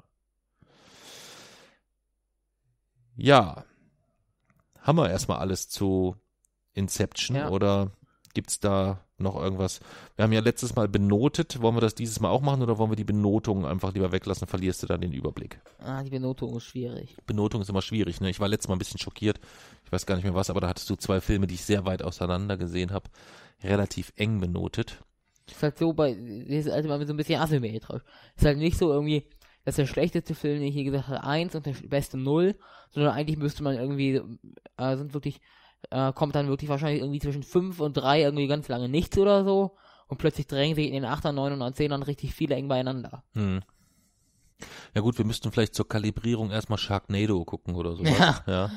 Ja. Haben wir erstmal alles zu Inception oder gibt's da noch irgendwas? Wir haben ja letztes Mal benotet. Wollen wir das dieses Mal auch machen oder wollen wir die Benotung einfach lieber weglassen? Verlierst du dann den Überblick? Die Benotung ist schwierig. Benotung ist immer schwierig, ne? Ich war letztes Mal ein bisschen schockiert. Ich weiß gar nicht mehr was, aber da hattest du 2 Filme, die ich sehr weit auseinander gesehen habe, relativ eng benotet. Ist halt so ist halt immer so ein bisschen asymmetrisch. Ist halt nicht so irgendwie, dass der schlechteste Film, den ich je gesagt habe, 1 und der beste 0, sondern eigentlich müsste man irgendwie, kommt dann wirklich wahrscheinlich irgendwie zwischen 5 und 3 irgendwie ganz lange nichts oder so und plötzlich drängen sich in den 8er, 9 und 10ern richtig viele eng beieinander. Ja gut, wir müssten vielleicht zur Kalibrierung erstmal Sharknado gucken oder sowas. Ja.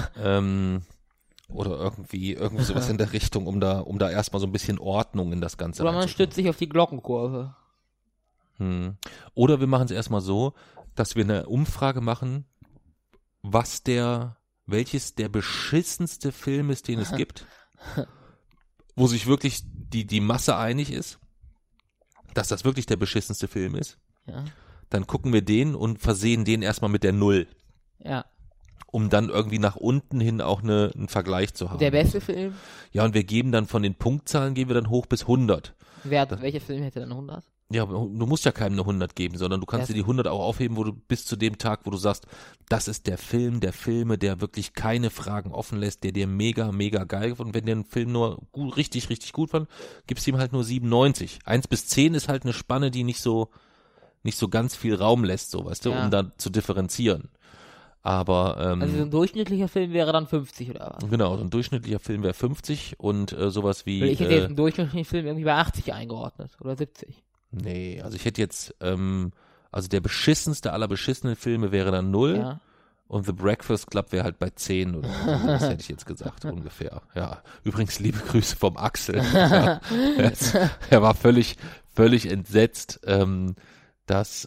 Oder irgendwie sowas in der Richtung, um da erstmal so ein bisschen Ordnung in das Ganze Oder man stützt sich auf die Glockenkurve. Oder wir machen es erstmal so, dass wir eine Umfrage machen, welches der beschissenste Film ist, den es gibt, wo sich wirklich die Masse einig ist, dass das wirklich der beschissenste Film ist. Ja. Dann gucken wir den und versehen den erstmal mit der 0. Ja. Um dann irgendwie nach unten hin auch einen Vergleich zu haben. Der beste Film? Ja, und wir geben dann von den Punktzahlen, gehen wir dann hoch bis 100. Welcher Film hätte dann 100? Ja, du musst ja keinem eine 100 geben, sondern du kannst dir die 100 auch aufheben, wo du bis zu dem Tag, wo du sagst, das ist der Film der Filme, der wirklich keine Fragen offen lässt, der dir mega, mega geil und wenn der einen Film nur richtig, richtig gut fand, gibst du ihm halt nur 97. 1 bis 10 ist halt eine Spanne, die nicht so ganz viel Raum lässt, so, weißt du, um da zu differenzieren. Aber also so ein durchschnittlicher Film wäre dann 50 oder was? Genau, so ein durchschnittlicher Film wäre 50 und sowas wie... Ich hätte jetzt einen durchschnittlichen Film irgendwie bei 80 eingeordnet oder 70. Nee, also ich hätte jetzt, also der beschissenste aller beschissenen Filme wäre dann 0 und The Breakfast Club wäre halt bei 10 oder so. Das hätte ich jetzt gesagt, ungefähr. Ja, übrigens liebe Grüße vom Axel. Ja, er war völlig entsetzt, das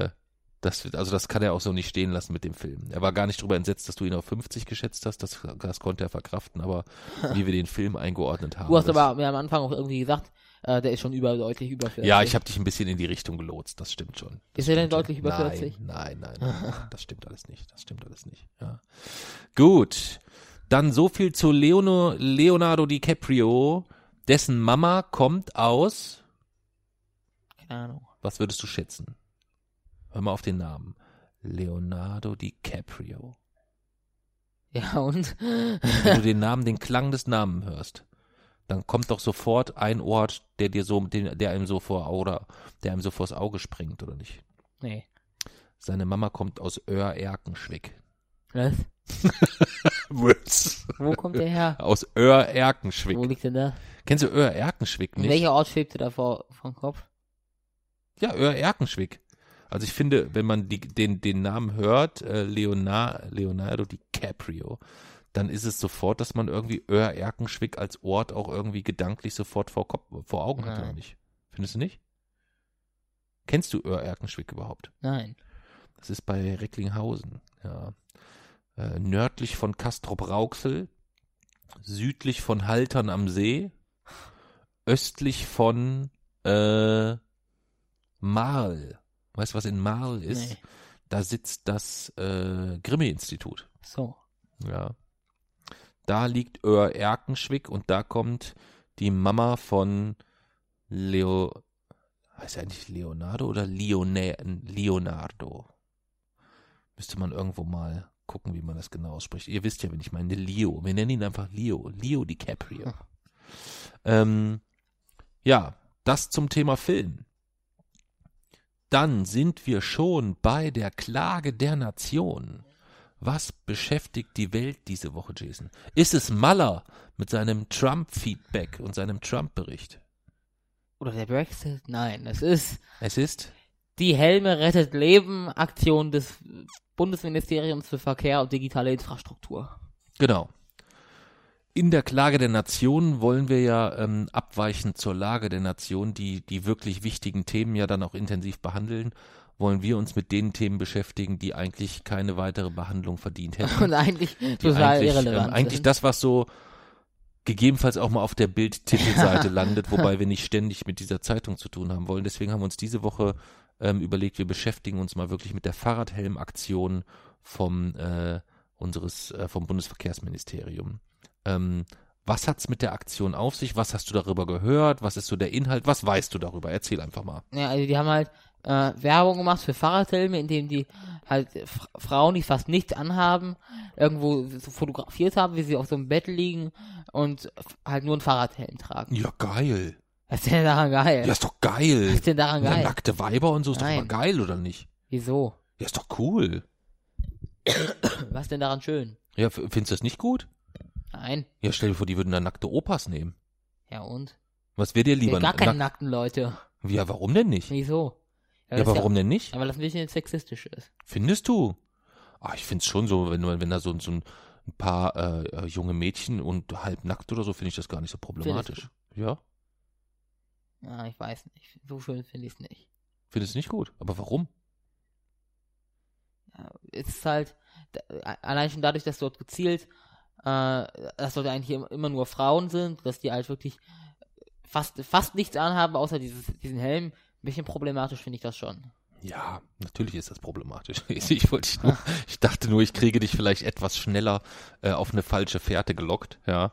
kann er auch so nicht stehen lassen mit dem Film. Er war gar nicht drüber entsetzt, dass du ihn auf 50 geschätzt hast, das konnte er verkraften, aber wie wir den Film eingeordnet haben. Du hast aber mir am Anfang auch irgendwie gesagt, der ist schon deutlich über 40. Ja, ich habe dich ein bisschen in die Richtung gelotst, das stimmt schon. Ist er denn deutlich über 40? Nein, das stimmt alles nicht, Ja. Gut, dann so viel zu Leonardo DiCaprio, dessen Mama kommt aus... Keine Ahnung. Was würdest du schätzen? Hör mal auf den Namen. Leonardo DiCaprio. Ja, und? Wenn du den Klang des Namens hörst, dann kommt doch sofort ein Ort, der einem so vors Auge springt, oder nicht? Nee. Seine Mama kommt aus Oer-Erkenschwick. Was? Wo kommt der her? Aus Oer-Erkenschwick. Wo liegt denn da? Kennst du Oer-Erkenschwick nicht? Welcher Ort schwebte da vom Kopf? Ja, Oer-Erkenschwick. Also ich finde, wenn man den Namen hört, Leonardo DiCaprio, dann ist es sofort, dass man irgendwie Oer-Erkenschwick als Ort auch irgendwie gedanklich sofort vor Augen hat, oder nicht? Findest du nicht? Kennst du Oer-Erkenschwick überhaupt? Nein. Das ist bei Recklinghausen, ja. Nördlich von Castrop-Rauxel südlich von Haltern am See, östlich von Marl. Weißt du, was in Marl ist? Nee. Da sitzt das Grimme-Institut. So. Ja. Da liegt Öhr Erkenschwick und da kommt die Mama von heißt er eigentlich Leonardo oder Leonardo? Müsste man irgendwo mal gucken, wie man das genau ausspricht. Ihr wisst ja, wenn ich meine, Leo. Wir nennen ihn einfach Leo. Leo DiCaprio. Ja, das zum Thema Film. Dann sind wir schon bei der Klage der Nation. Was beschäftigt die Welt diese Woche, Jason? Ist es Mueller mit seinem Trump-Feedback und seinem Trump-Bericht? Oder der Brexit? Nein, es ist die Helme rettet Leben Aktion des Bundesministeriums für Verkehr und digitale Infrastruktur. Genau. In der Klage der Nation wollen wir ja abweichend zur Lage der Nation, die wirklich wichtigen Themen ja dann auch intensiv behandeln, wollen wir uns mit den Themen beschäftigen, die eigentlich keine weitere Behandlung verdient hätten. Und eigentlich total irrelevant. Eigentlich das, was so gegebenenfalls auch mal auf der Bild-Titelseite landet, wobei wir nicht ständig mit dieser Zeitung zu tun haben wollen. Deswegen haben wir uns diese Woche überlegt, wir beschäftigen uns mal wirklich mit der Fahrradhelm-Aktion vom Bundesverkehrsministerium. Was hat's mit der Aktion auf sich? Was hast du darüber gehört? Was ist so der Inhalt? Was weißt du darüber? Erzähl einfach mal. Ja, also die haben halt Werbung gemacht für Fahrradhelme, indem die halt Frauen, die fast nichts anhaben, irgendwo so fotografiert haben, wie sie auf so einem Bett liegen und halt nur einen Fahrradhelm tragen. Ja, geil. Was ist denn daran geil? Ja, ist doch geil. Was ist denn daran geil? Nackte Weiber und so ist Nein. doch mal geil, oder nicht? Wieso? Ja, ist doch cool. Was ist denn daran schön? Ja, findest du das nicht gut? Nein. Ja, stell dir vor, die würden da nackte Opas nehmen. Ja und? Was wäre dir lieber? Gar keine nackten Leute. Ja, warum denn nicht? Wieso? Ja, aber warum denn nicht? Ja, weil das ein bisschen sexistisch ist. Findest du? Ich find's schon so, wenn da so ein paar junge Mädchen und halb nackt oder so, finde ich das gar nicht so problematisch. Ja? Ja, ich weiß nicht. So schön finde ich es nicht. Findest du nicht gut? Aber warum? Ja, es ist halt, allein schon dadurch, dass dort gezielt, dass dort eigentlich immer nur Frauen sind, dass die halt wirklich fast nichts anhaben, außer diesen Helm. Ein bisschen problematisch finde ich das schon. Ja, natürlich ist das problematisch. Ich dachte nur, ich kriege dich vielleicht etwas schneller auf eine falsche Fährte gelockt. Ja,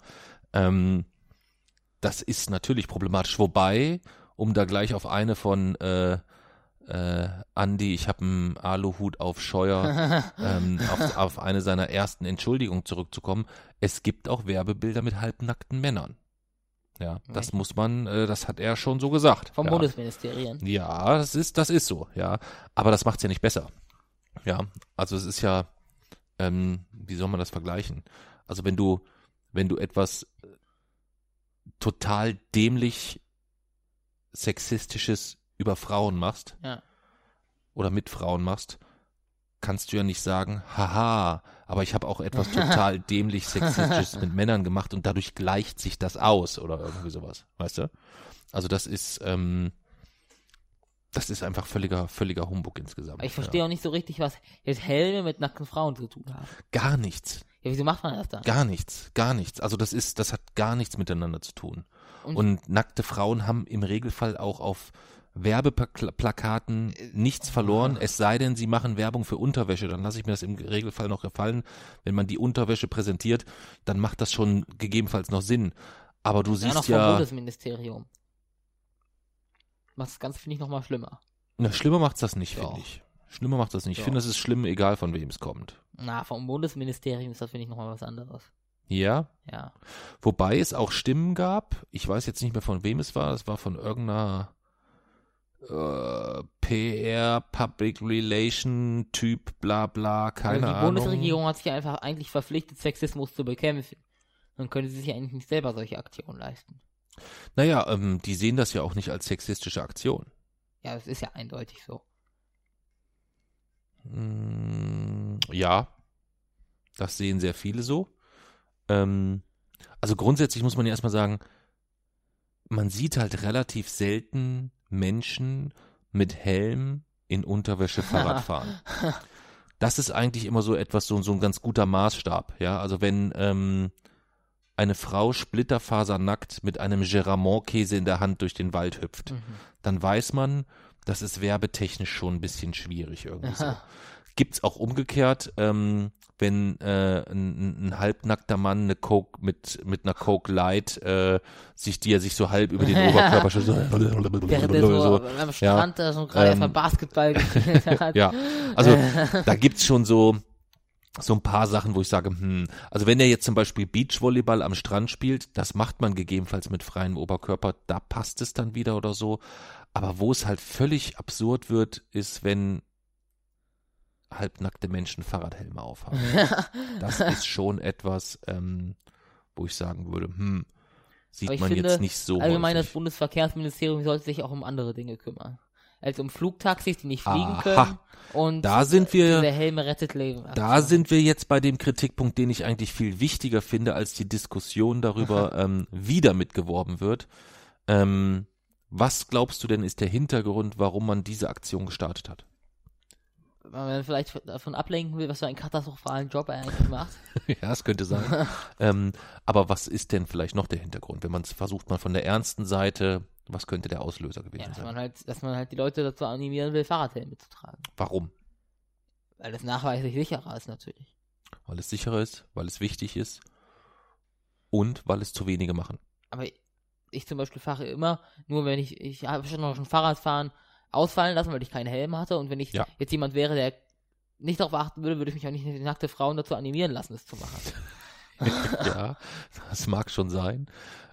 das ist natürlich problematisch. Wobei, um da gleich auf eine von Andi, ich habe einen Aluhut auf Scheuer, auf eine seiner ersten Entschuldigungen zurückzukommen. Es gibt auch Werbebilder mit halbnackten Männern. Ja, das muss man, das hat er schon so gesagt. Vom Bundesministerium. Ja, das ist so, ja. Aber das macht's ja nicht besser. Ja, also es ist ja, wie soll man das vergleichen? Also wenn du etwas total dämlich Sexistisches über Frauen machst, oder mit Frauen machst, kannst du ja nicht sagen, haha, aber ich habe auch etwas total dämlich Sexistisches mit Männern gemacht und dadurch gleicht sich das aus oder irgendwie sowas, weißt du? Also das ist einfach völliger Humbug insgesamt. Ich verstehe auch nicht so richtig, was jetzt Helme mit nackten Frauen zu tun haben. Gar nichts. Ja, wieso macht man das dann? Gar nichts. Also das hat gar nichts miteinander zu tun. Und nackte Frauen haben im Regelfall auch auf Werbeplakaten nichts verloren, es sei denn, sie machen Werbung für Unterwäsche, dann lasse ich mir das im Regelfall noch gefallen. Wenn man die Unterwäsche präsentiert, dann macht das schon gegebenenfalls noch Sinn. Aber du siehst noch vom Bundesministerium. Macht das Ganze, finde ich, nochmal schlimmer. Na, schlimmer macht's das nicht, finde ich. Schlimmer macht das nicht. Ich finde, es ist schlimm, egal von wem es kommt. Na, vom Bundesministerium ist das, finde ich, nochmal was anderes. Ja? Ja. Wobei es auch Stimmen gab, ich weiß jetzt nicht mehr von wem es war von irgendeiner PR, Public Relation Typ, bla bla, keine Ahnung. Die Bundesregierung hat sich einfach eigentlich verpflichtet, Sexismus zu bekämpfen. Dann könnte sie sich eigentlich nicht selber solche Aktionen leisten. Naja, die sehen das ja auch nicht als sexistische Aktion. Ja, das ist ja eindeutig so. Ja, das sehen sehr viele so. Also grundsätzlich muss man ja erstmal sagen, man sieht halt relativ selten Menschen mit Helm in Unterwäsche Fahrrad fahren. Das ist eigentlich immer so etwas, so ein ganz guter Maßstab, ja. Also wenn eine Frau splitterfasernackt mit einem Geramont-Käse in der Hand durch den Wald hüpft, dann weiß man, das ist werbetechnisch schon ein bisschen schwierig irgendwie so. Gibt's auch umgekehrt, wenn ein halbnackter Mann eine Coke mit einer Coke Light die er sich so halb über den Oberkörper schon so Während der so am Strand da so gerade erstmal Basketball gespielt hat. Ja, also da gibt's schon so ein paar Sachen, wo ich sage, also wenn er jetzt zum Beispiel Beachvolleyball am Strand spielt, das macht man gegebenenfalls mit freiem Oberkörper, da passt es dann wieder oder so. Aber wo es halt völlig absurd wird, ist, wenn halbnackte Menschen Fahrradhelme aufhaben. Das ist schon etwas, wo ich sagen würde, sieht man jetzt nicht so allgemein häufig. Das Bundesverkehrsministerium sollte sich auch um andere Dinge kümmern. Also um Flugtaxis, die nicht fliegen können. Und da sind wir, der Helme rettet Leben. Da sind wir jetzt bei dem Kritikpunkt, den ich eigentlich viel wichtiger finde, als die Diskussion darüber, wie damit geworben wird. Was glaubst du denn ist der Hintergrund, warum man diese Aktion gestartet hat? Weil man vielleicht davon ablenken will, was für einen katastrophalen Job er eigentlich macht. Ja, das könnte sein. Aber was ist denn vielleicht noch der Hintergrund? Wenn man es versucht, mal von der ernsten Seite, was könnte der Auslöser gewesen sein? Dass man halt die Leute dazu animieren will, Fahrradhelme zu tragen. Warum? Weil das nachweislich sicherer ist natürlich. Weil es sicherer ist, weil es wichtig ist und weil es zu wenige machen. Aber ich zum Beispiel fahre immer, nur wenn ich habe schon Fahrradfahren ausfallen lassen, weil ich keinen Helm hatte, und wenn ich jetzt jemand wäre, der nicht darauf achten würde, würde ich mich auch nicht nackte Frauen dazu animieren lassen, das zu machen. Ja, das mag schon sein.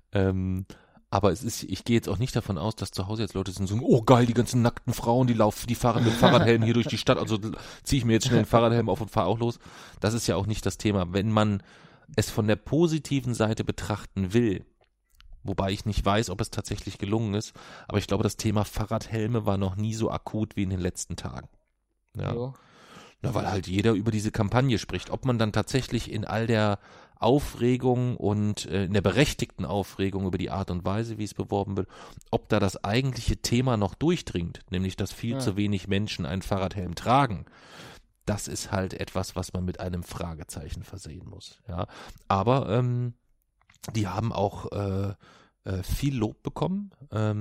Aber ich gehe jetzt auch nicht davon aus, dass zu Hause jetzt Leute sind so, oh geil, die ganzen nackten Frauen, die fahren mit Fahrradhelmen hier durch die Stadt, also ziehe ich mir jetzt schnell den Fahrradhelm auf und fahre auch los. Das ist ja auch nicht das Thema. Wenn man es von der positiven Seite betrachten will, wobei ich nicht weiß, ob es tatsächlich gelungen ist, aber ich glaube, das Thema Fahrradhelme war noch nie so akut wie in den letzten Tagen. Ja. Jo. Na, weil halt jeder über diese Kampagne spricht. Ob man dann tatsächlich in all der Aufregung und in der berechtigten Aufregung über die Art und Weise, wie es beworben wird, ob da das eigentliche Thema noch durchdringt, nämlich dass viel zu wenig Menschen einen Fahrradhelm tragen, das ist halt etwas, was man mit einem Fragezeichen versehen muss. Ja. Aber die haben auch viel Lob bekommen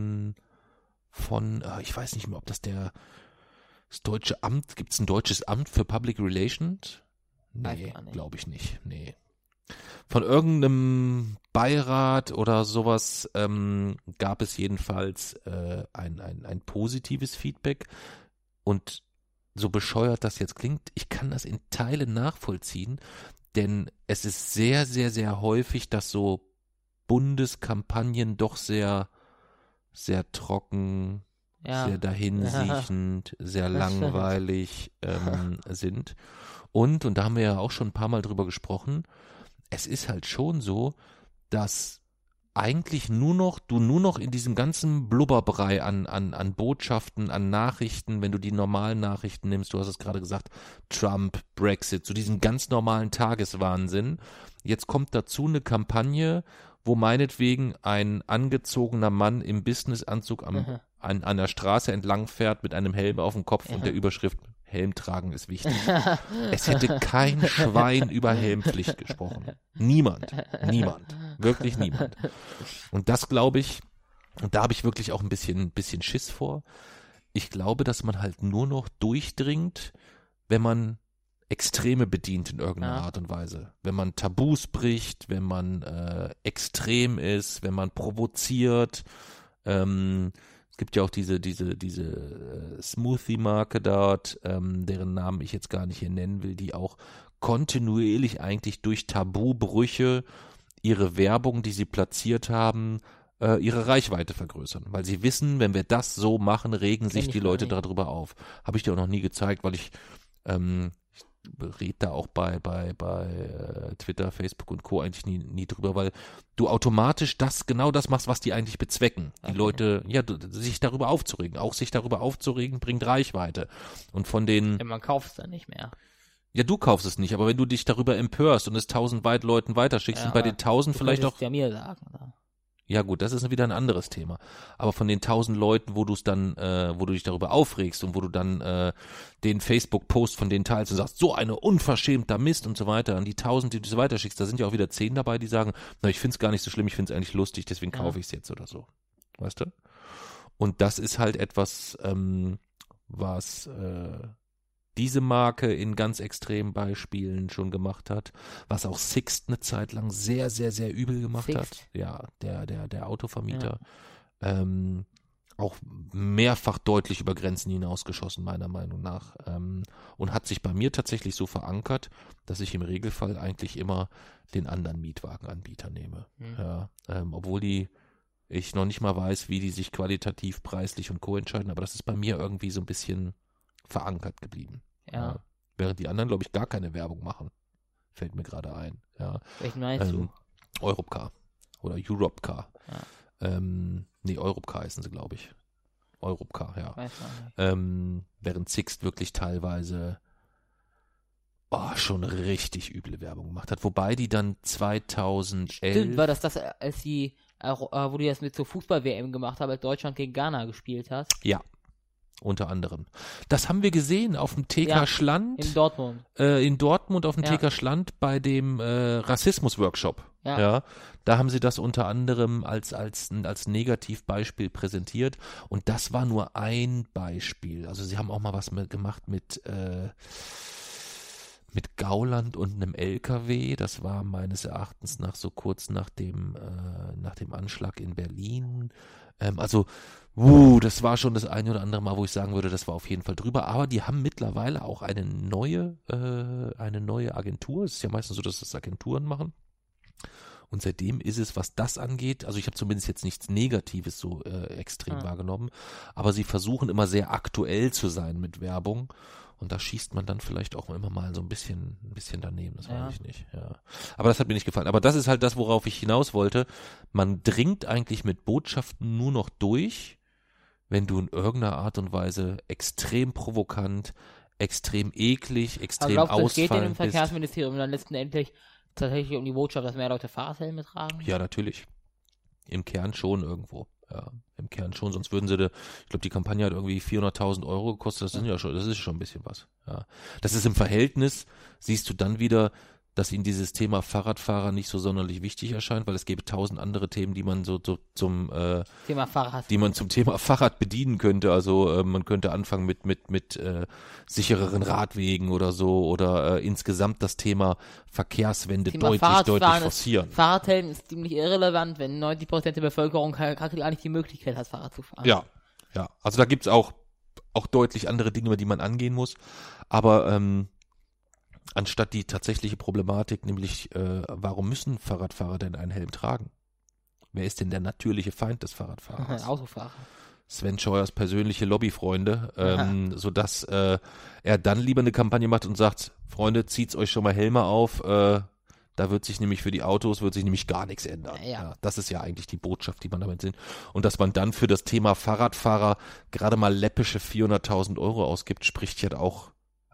von, ich weiß nicht mehr, ob das das deutsche Amt, gibt es ein deutsches Amt für Public Relations? Nee, glaube ich nicht, nee. Von irgendeinem Beirat oder sowas gab es jedenfalls ein positives Feedback, und so bescheuert das jetzt klingt, ich kann das in Teilen nachvollziehen, denn es ist sehr, sehr, sehr häufig, dass so Bundeskampagnen doch sehr, sehr trocken, sehr dahinsiechend, sehr langweilig sind. Und da haben wir ja auch schon ein paar Mal drüber gesprochen, es ist halt schon so, dass eigentlich du nur noch in diesem ganzen Blubberbrei an Botschaften, an Nachrichten, wenn du die normalen Nachrichten nimmst, du hast es gerade gesagt, Trump, Brexit, so diesen ganz normalen Tageswahnsinn. Jetzt kommt dazu eine Kampagne, wo meinetwegen ein angezogener Mann im Businessanzug an der Straße entlang fährt mit einem Helm auf dem Kopf und der Überschrift Helm tragen ist wichtig. Es hätte kein Schwein über Helmpflicht gesprochen. Niemand. Wirklich niemand. Und das glaube ich, und da habe ich wirklich auch ein bisschen Schiss vor. Ich glaube, dass man halt nur noch durchdringt, wenn man Extreme bedient in irgendeiner Art und Weise. Wenn man Tabus bricht, wenn man extrem ist, wenn man provoziert. Es gibt ja auch diese Smoothie-Marke dort, deren Namen ich jetzt gar nicht hier nennen will, die auch kontinuierlich eigentlich durch Tabubrüche ihre Werbung, die sie platziert haben, ihre Reichweite vergrößern. Weil sie wissen, wenn wir das so machen, regen sich die Leute darüber auf. Habe ich dir auch noch nie gezeigt, weil ich rede da auch bei Twitter, Facebook und Co. eigentlich nie drüber, weil du automatisch genau das machst, was die eigentlich bezwecken. Die Leute, sich darüber aufzuregen. Auch sich darüber aufzuregen bringt Reichweite. Und von den... Ja, man kauft es dann nicht mehr. Ja, du kaufst es nicht, aber wenn du dich darüber empörst und es 1000 Leuten weiterschickst, sind bei den 1000 vielleicht auch... Ja mir sagen, oder? Ja gut, das ist wieder ein anderes Thema. Aber von den 1000 Leuten, wo du dich darüber aufregst und wo du dann den Facebook-Post von denen teilst und sagst, so eine unverschämter Mist und so weiter, an die 1000, die du so weiterschickst, da sind ja auch wieder 10 dabei, die sagen, na, ich find's gar nicht so schlimm, ich find's eigentlich lustig, deswegen kaufe ich's jetzt oder so. Weißt du? Und das ist halt etwas, was diese Marke in ganz extremen Beispielen schon gemacht hat, was auch Sixt eine Zeit lang sehr, sehr, sehr übel gemacht hat. Ja, der Autovermieter. Ja. Auch mehrfach deutlich über Grenzen hinausgeschossen, meiner Meinung nach. Und hat sich bei mir tatsächlich so verankert, dass ich im Regelfall eigentlich immer den anderen Mietwagenanbieter nehme. Ja, obwohl ich noch nicht mal weiß, wie die sich qualitativ, preislich und Co. entscheiden, aber das ist bei mir irgendwie so ein bisschen verankert geblieben. Ja. Während die anderen, glaube ich, gar keine Werbung machen. Fällt mir gerade ein. Ja. Welchen meinst du? Europcar oder Europcar. Ja. Europcar heißen sie, glaube ich. Europcar, ja. Weiß man nicht. Während Sixt wirklich teilweise schon richtig üble Werbung gemacht hat. Wobei die dann 2011... Stimmt, war das, als die, wo die das mit so Fußball-WM gemacht haben, als Deutschland gegen Ghana gespielt hat? Ja. Unter anderem. Das haben wir gesehen auf dem TK Schland. In Dortmund. In Dortmund auf dem TK Schland bei dem Rassismus-Workshop. Ja. Da haben sie das unter anderem als Negativbeispiel präsentiert. Und das war nur ein Beispiel. Also sie haben auch mal was gemacht mit Gauland und einem LKW. Das war meines Erachtens nach so kurz nach dem Anschlag in Berlin. Das war schon das eine oder andere Mal, wo ich sagen würde, das war auf jeden Fall drüber. Aber die haben mittlerweile auch eine neue Agentur. Es ist ja meistens so, dass das Agenturen machen. Und seitdem ist es, was das angeht, also ich habe zumindest jetzt nichts Negatives so extrem wahrgenommen, aber sie versuchen immer sehr aktuell zu sein mit Werbung. Und da schießt man dann vielleicht auch immer mal so ein bisschen daneben, das weiß ich nicht. Ja. Aber das hat mir nicht gefallen. Aber das ist halt das, worauf ich hinaus wollte. Man dringt eigentlich mit Botschaften nur noch durch, wenn du in irgendeiner Art und Weise extrem provokant, extrem eklig, extrem ausfallend bist. Es geht im Verkehrsministerium dann letztendlich tatsächlich um die Botschaft, dass mehr Leute Fahrradhelme tragen? Ja, natürlich. Im Kern schon irgendwo. Ja, im Kern schon, sonst würden sie ich glaube, die Kampagne hat irgendwie 400.000 Euro gekostet, das ist schon ein bisschen was. Ja. Das ist im Verhältnis, siehst du dann wieder, dass ihnen dieses Thema Fahrradfahrer nicht so sonderlich wichtig erscheint, weil es gäbe 1000 andere Themen, die man zum Thema Fahrrad, die man zum Thema Fahrrad bedienen könnte. Also man könnte anfangen mit sichereren Radwegen oder so oder insgesamt das Thema Verkehrswende deutlich forcieren. Fahrradhelm ist ziemlich irrelevant, wenn 90% der Bevölkerung gar nicht die Möglichkeit hat, Fahrrad zu fahren. Ja. Also da gibt's auch deutlich andere Dinge, über die man angehen muss. Aber anstatt die tatsächliche Problematik, nämlich warum müssen Fahrradfahrer denn einen Helm tragen? Wer ist denn der natürliche Feind des Fahrradfahrers? Autofahrer. Sven Scheuers persönliche Lobbyfreunde, sodass er dann lieber eine Kampagne macht und sagt, Freunde, zieht's euch schon mal Helme auf, da wird sich nämlich für die Autos gar nichts ändern. Ja, das ist ja eigentlich die Botschaft, die man damit sieht. Und dass man dann für das Thema Fahrradfahrer gerade mal läppische 400.000 Euro ausgibt, spricht ja auch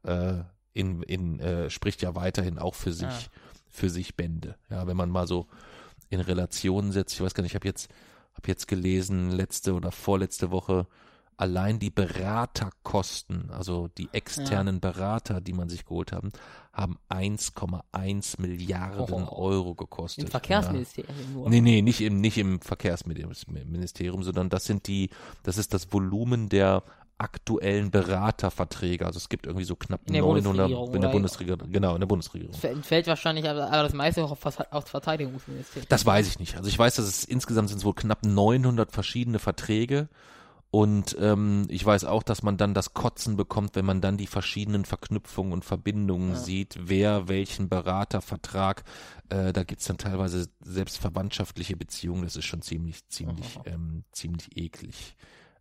spricht ja weiterhin auch für sich Bände. Ja, wenn man mal so in Relationen setzt, ich weiß gar nicht, ich habe jetzt gelesen, letzte oder vorletzte Woche, allein die Beraterkosten, also die externen Berater, die man sich geholt haben 1,1 Milliarden Euro gekostet. Im Verkehrsministerium nur? Nee, nicht im Verkehrsministerium, sondern das ist das Volumen der aktuellen Beraterverträge. Also es gibt irgendwie so knapp 900 in der Bundesregierung. Genau, in der Bundesregierung. Es entfällt wahrscheinlich aber das meiste auch aufs Verteidigungsministerium. Das weiß ich nicht. Also ich weiß, dass es insgesamt sind wohl knapp 900 verschiedene Verträge. Und ich weiß auch, dass man dann das Kotzen bekommt, wenn man dann die verschiedenen Verknüpfungen und Verbindungen sieht, wer welchen Beratervertrag, da gibt's dann teilweise selbst verwandtschaftliche Beziehungen, das ist schon ziemlich eklig.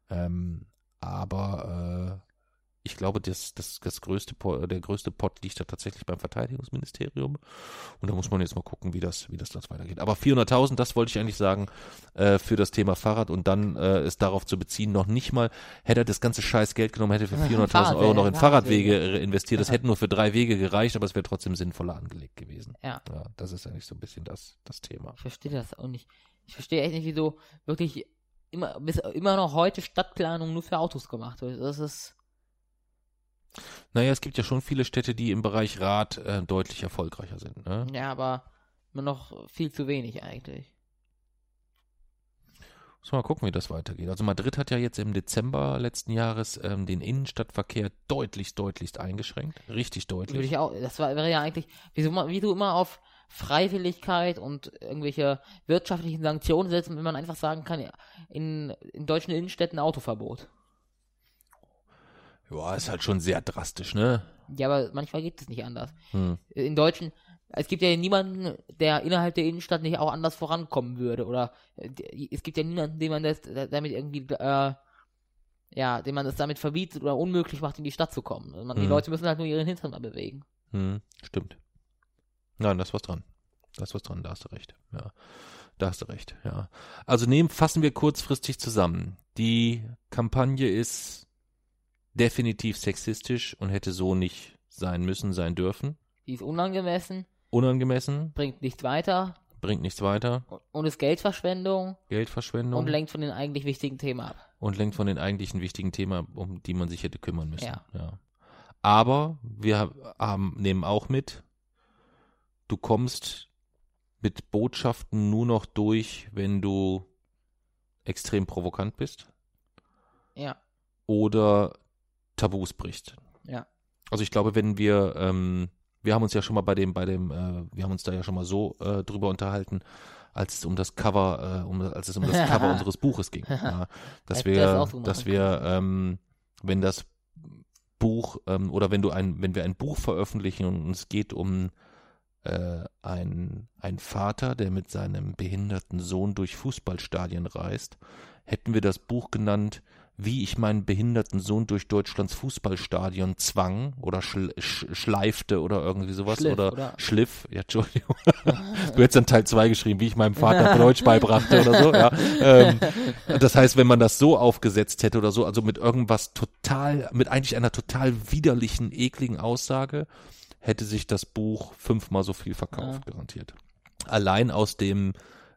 Aber ich glaube, der größte Pott liegt da tatsächlich beim Verteidigungsministerium. Und da muss man jetzt mal gucken, wie das weitergeht. Aber 400.000, das wollte ich eigentlich sagen, für das Thema Fahrrad. Und dann ist darauf zu beziehen, noch nicht mal, hätte er das ganze scheiß Geld genommen, hätte für 400.000 Euro noch in Fahrradwege investiert. Das hätte nur für 3 Wege gereicht, aber es wäre trotzdem sinnvoller angelegt gewesen. Ja, das ist eigentlich so ein bisschen das Thema. Ich verstehe das auch nicht. Ich verstehe echt nicht, wieso wirklich immer noch heute Stadtplanung nur für Autos gemacht wird. Das ist... Naja, es gibt ja schon viele Städte, die im Bereich Rad deutlich erfolgreicher sind. Ne? Ja, aber immer noch viel zu wenig eigentlich. Muss mal gucken, wie das weitergeht. Also Madrid hat ja jetzt im Dezember letzten Jahres den Innenstadtverkehr deutlichst eingeschränkt. Richtig deutlich. Würde ich auch, wäre ja eigentlich, wie du immer auf Freiwilligkeit und irgendwelche wirtschaftlichen Sanktionen setzen, wenn man einfach sagen kann, in deutschen Innenstädten Autoverbot. Ja, ist halt schon sehr drastisch, ne? Ja, aber manchmal geht es nicht anders. Es gibt ja niemanden, der innerhalb der Innenstadt nicht auch anders vorankommen würde. Oder es gibt ja niemanden, dem man das damit irgendwie, dem man das damit verbietet oder unmöglich macht, in die Stadt zu kommen. Also die Leute müssen halt nur ihren Hintern mal bewegen. Stimmt. Nein, da ist was dran. Da hast du recht. Ja. Da hast du recht, ja. Also fassen wir kurzfristig zusammen. Die Kampagne ist definitiv sexistisch und hätte so nicht sein dürfen. Die ist unangemessen. Bringt nichts weiter. Und ist Geldverschwendung. Und lenkt von den eigentlich wichtigen Themen ab. Um die man sich hätte kümmern müssen. Ja. Aber wir nehmen auch mit, du kommst mit Botschaften nur noch durch, wenn du extrem provokant bist. Ja. Oder Tabus brichst. Ja. Also ich glaube, wenn wir haben uns ja schon mal wir haben uns da ja schon mal so drüber unterhalten, als es um das Cover unseres Buches ging. Ja, dass wir, wenn das Buch oder wenn wir ein Buch veröffentlichen und es geht um einen Vater, der mit seinem behinderten Sohn durch Fußballstadien reist, hätten wir das Buch genannt, wie ich meinen behinderten Sohn durch Deutschlands Fußballstadion zwang oder schleifte oder irgendwie sowas. Schliff. Ja, Entschuldigung. Du hättest dann Teil 2 geschrieben, wie ich meinem Vater Deutsch beibrachte oder so. Ja. Das heißt, wenn man das so aufgesetzt hätte oder so, also mit mit eigentlich einer total widerlichen, ekligen Aussage, hätte sich das Buch 5-mal so viel verkauft, garantiert. Allein aus den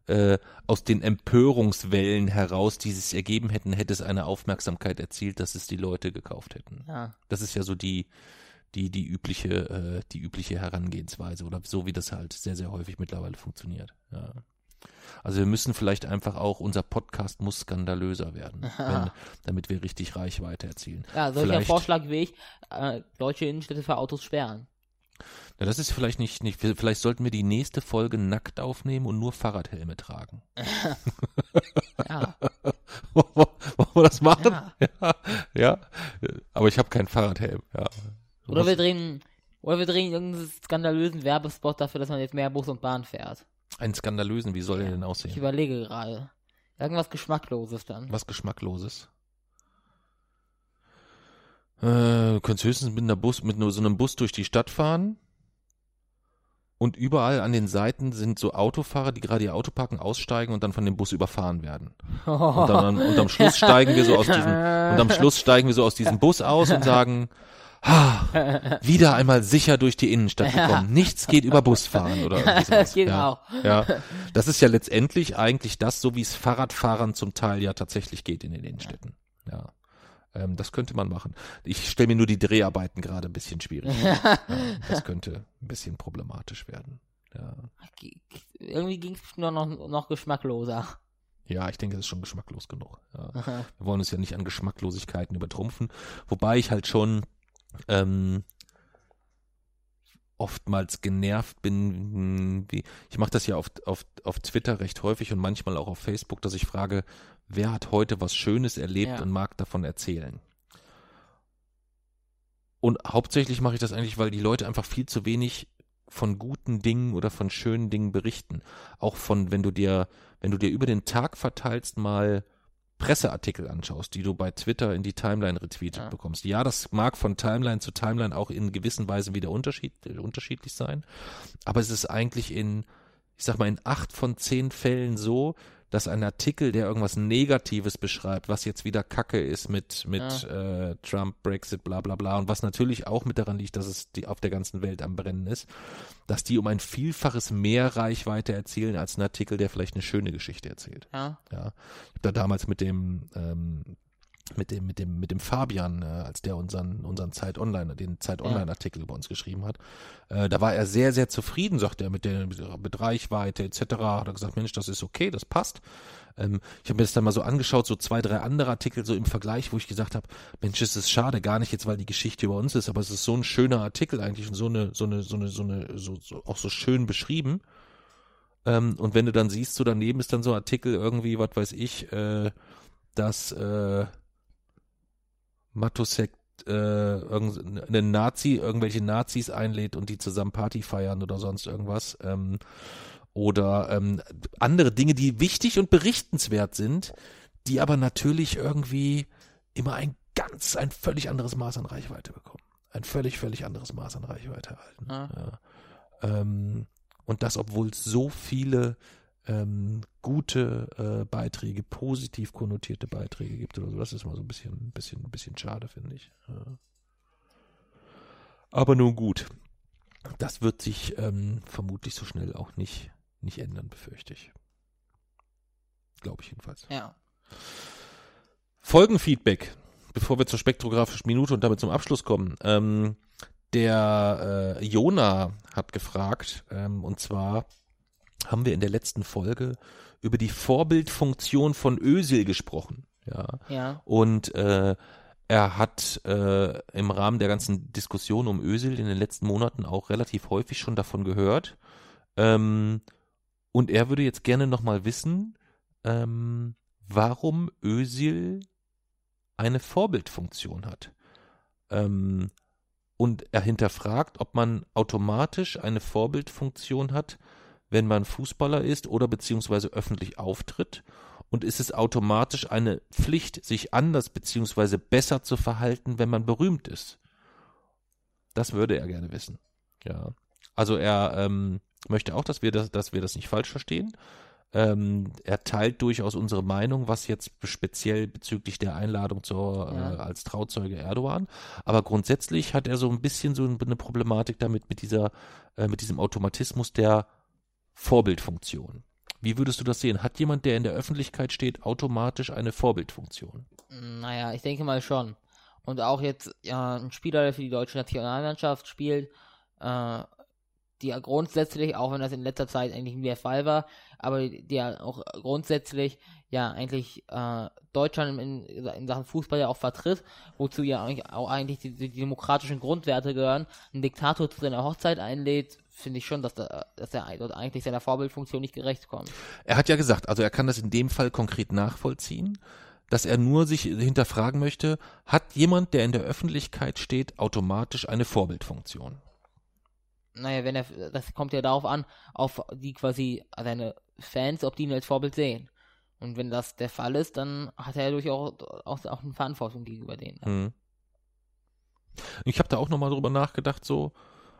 Empörungswellen heraus, die sich ergeben hätten, hätte es eine Aufmerksamkeit erzielt, dass es die Leute gekauft hätten. Ja. Das ist ja so die übliche Herangehensweise oder so, wie das halt sehr, sehr häufig mittlerweile funktioniert. Ja. Also wir müssen vielleicht einfach auch, unser Podcast muss skandalöser werden, damit wir richtig Reichweite erzielen. Ja, solcher Vorschlag wie ich, deutsche Innenstädte für Autos sperren. Ja, das ist vielleicht nicht, vielleicht sollten wir die nächste Folge nackt aufnehmen und nur Fahrradhelme tragen. Ja. Wollen wir das machen? Ja. Aber ich habe keinen Fahrradhelm. Ja. Oder wir drehen irgendeinen skandalösen Werbespot dafür, dass man jetzt mehr Bus und Bahn fährt. Einen skandalösen, wie soll der denn aussehen? Ich überlege gerade. Irgendwas Geschmackloses dann. Was Geschmackloses? Du könntest höchstens mit so einem Bus durch die Stadt fahren und überall an den Seiten sind so Autofahrer, die gerade ihr Auto parken, aussteigen und dann von dem Bus überfahren werden. Und am Schluss steigen wir so aus diesem Bus aus und sagen, wieder einmal sicher durch die Innenstadt gekommen. Nichts geht über Busfahren oder irgendwie sowas. Das geht auch. Ja. Das ist ja letztendlich eigentlich das, so wie es Fahrradfahrern zum Teil ja tatsächlich geht in den Innenstädten. Ja. Das könnte man machen. Ich stelle mir nur die Dreharbeiten gerade ein bisschen schwierig vor. Das könnte ein bisschen problematisch werden. Ja. Irgendwie ging es noch geschmackloser. Ja, ich denke, es ist schon geschmacklos genug. Ja. Wir wollen uns ja nicht an Geschmacklosigkeiten übertrumpfen. Wobei ich halt schon oftmals genervt bin. Ich mache das ja auf Twitter recht häufig und manchmal auch auf Facebook, dass ich frage, wer hat heute was Schönes erlebt und mag davon erzählen? Und hauptsächlich mache ich das eigentlich, weil die Leute einfach viel zu wenig von guten Dingen oder von schönen Dingen berichten. Auch wenn du dir über den Tag verteilst mal Presseartikel anschaust, die du bei Twitter in die Timeline retweetet bekommst. Ja, das mag von Timeline zu Timeline auch in gewissen Weisen wieder unterschiedlich sein, aber es ist eigentlich in 8 von 10 Fällen so, dass ein Artikel, der irgendwas Negatives beschreibt, was jetzt wieder Kacke ist mit Trump, Brexit, bla bla bla, und was natürlich auch mit daran liegt, dass es auf der ganzen Welt am Brennen ist, dass die um ein Vielfaches mehr Reichweite erzielen als ein Artikel, der vielleicht eine schöne Geschichte erzählt. Ja. Ich habe da damals mit dem Fabian, als der unseren Zeit Online Artikel über uns geschrieben hat, da war er sehr, sehr zufrieden, sagt er, mit Reichweite etc. Hat er gesagt, Mensch, das ist okay, das passt. Ich habe mir das dann mal so angeschaut, so 2, 3 andere Artikel so im Vergleich, wo ich gesagt habe, Mensch, es ist schade, gar nicht jetzt, weil die Geschichte über uns ist, aber es ist so ein schöner Artikel eigentlich und auch so schön beschrieben. Und wenn du dann siehst, so daneben ist dann so ein Artikel irgendwie, was weiß ich, dass Matusek irgendwelche Nazis einlädt und die zusammen Party feiern oder sonst irgendwas. Oder andere Dinge, die wichtig und berichtenswert sind, die aber natürlich irgendwie immer ein völlig anderes Maß an Reichweite bekommen. Ein völlig anderes Maß an Reichweite erhalten. Ja. Und das, obwohl es so viele gute Beiträge, positiv konnotierte Beiträge gibt oder so. Das ist mal so ein bisschen schade, finde ich. Ja. Aber nun gut. Das wird sich vermutlich so schnell auch nicht ändern, befürchte ich. Glaube ich jedenfalls. Ja. Folgenfeedback, bevor wir zur spektrographischen Minute und damit zum Abschluss kommen. Der Jona hat gefragt, und zwar haben wir in der letzten Folge über die Vorbildfunktion von Özil gesprochen. Ja. Und er hat im Rahmen der ganzen Diskussion um Özil in den letzten Monaten auch relativ häufig schon davon gehört. Und er würde jetzt gerne nochmal wissen, warum Özil eine Vorbildfunktion hat. Und er hinterfragt, ob man automatisch eine Vorbildfunktion hat, wenn man Fußballer ist oder beziehungsweise öffentlich auftritt, und ist es automatisch eine Pflicht, sich anders beziehungsweise besser zu verhalten, wenn man berühmt ist? Das würde er gerne wissen. Ja. Also er möchte auch, dass wir das nicht falsch verstehen. Er teilt durchaus unsere Meinung, was jetzt speziell bezüglich der Einladung als Trauzeuge Erdogan. Aber grundsätzlich hat er so ein bisschen so eine Problematik damit mit diesem Automatismus der Vorbildfunktion. Wie würdest du das sehen? Hat jemand, der in der Öffentlichkeit steht, automatisch eine Vorbildfunktion? Naja, ich denke mal schon. Und auch jetzt ein Spieler, der für die deutsche Nationalmannschaft spielt, die ja grundsätzlich, auch wenn das in letzter Zeit eigentlich nie der Fall war, aber die ja auch grundsätzlich ja eigentlich Deutschland in Sachen Fußball ja auch vertritt, wozu ja eigentlich die demokratischen Grundwerte gehören, einen Diktator zu seiner Hochzeit einlädt, finde ich schon, dass er dort eigentlich seiner Vorbildfunktion nicht gerecht kommt. Er hat ja gesagt, also er kann das in dem Fall konkret nachvollziehen, dass er nur sich hinterfragen möchte, hat jemand, der in der Öffentlichkeit steht, automatisch eine Vorbildfunktion? Naja, das kommt ja darauf an, auf die quasi seine Fans, ob die ihn als Vorbild sehen. Und wenn das der Fall ist, dann hat er ja durchaus auch eine Verantwortung gegenüber denen. Hm. Ich habe da auch nochmal drüber nachgedacht, so,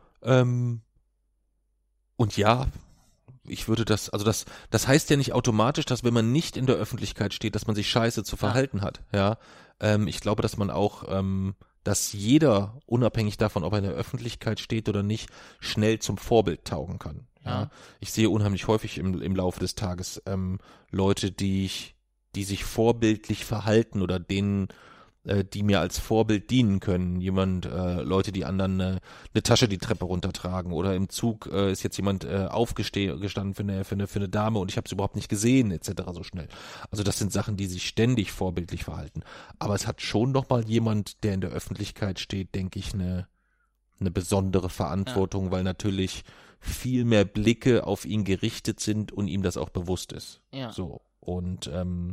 und ja, ich würde das heißt ja nicht automatisch, dass wenn man nicht in der Öffentlichkeit steht, dass man sich scheiße zu verhalten hat, ja. Ich glaube, dass man auch, dass jeder, unabhängig davon, ob er in der Öffentlichkeit steht oder nicht, schnell zum Vorbild taugen kann. Ja. Ich sehe unheimlich häufig im Laufe des Tages Leute, die sich vorbildlich verhalten oder denen die mir als Vorbild dienen können. Leute, die anderen eine Tasche die Treppe runtertragen, oder im Zug ist jetzt jemand aufgestanden für eine Dame und ich habe es überhaupt nicht gesehen, etc. so schnell. Also das sind Sachen, die sich ständig vorbildlich verhalten. Aber es hat schon noch mal jemand, der in der Öffentlichkeit steht, denke ich, eine besondere Verantwortung, weil natürlich viel mehr Blicke auf ihn gerichtet sind und ihm das auch bewusst ist. Ja. So. Und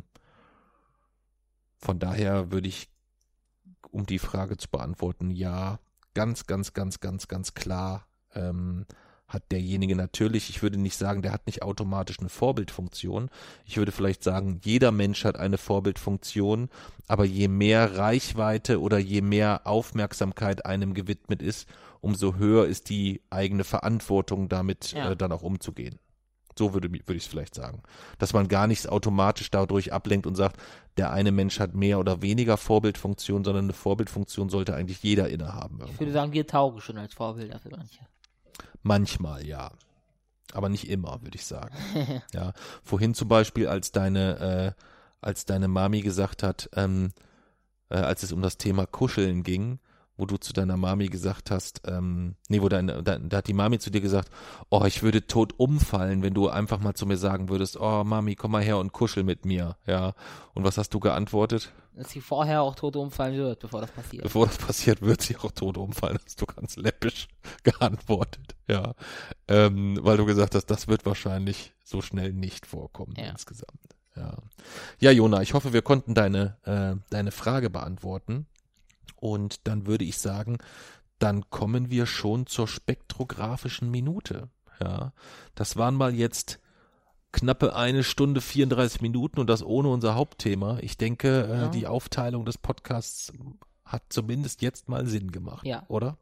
von daher würde ich, um die Frage zu beantworten, ja, ganz klar hat derjenige natürlich, ich würde nicht sagen, der hat nicht automatisch eine Vorbildfunktion. Ich würde vielleicht sagen, jeder Mensch hat eine Vorbildfunktion, aber je mehr Reichweite oder je mehr Aufmerksamkeit einem gewidmet ist, umso höher ist die eigene Verantwortung, damit dann auch umzugehen. So würde ich es vielleicht sagen. Dass man gar nichts automatisch dadurch ablenkt und sagt, der eine Mensch hat mehr oder weniger Vorbildfunktion, sondern eine Vorbildfunktion sollte eigentlich jeder innehaben. Ich würde sagen, wir taugen schon als Vorbilder für manche. Manchmal, ja. Aber nicht immer, würde ich sagen. Ja. Vorhin zum Beispiel, als deine Mami gesagt hat, als es um das Thema Kuscheln ging, wo du zu deiner Mami gesagt hast, da hat die Mami zu dir gesagt, oh, ich würde tot umfallen, wenn du einfach mal zu mir sagen würdest, oh, Mami, komm mal her und kuschel mit mir, ja. Und was hast du geantwortet? Dass sie vorher auch tot umfallen wird, bevor das passiert. Bevor das passiert, wird sie auch tot umfallen, hast du ganz läppisch geantwortet, ja. Weil du gesagt hast, das wird wahrscheinlich so schnell nicht vorkommen insgesamt, ja. Ja, Jona, ich hoffe, wir konnten deine Frage beantworten. Und dann würde ich sagen, dann kommen wir schon zur spektrographischen Minute. Ja, das waren mal jetzt knappe 1 Stunde 34 Minuten und das ohne unser Hauptthema. Ich denke, die Aufteilung des Podcasts hat zumindest jetzt mal Sinn gemacht, oder?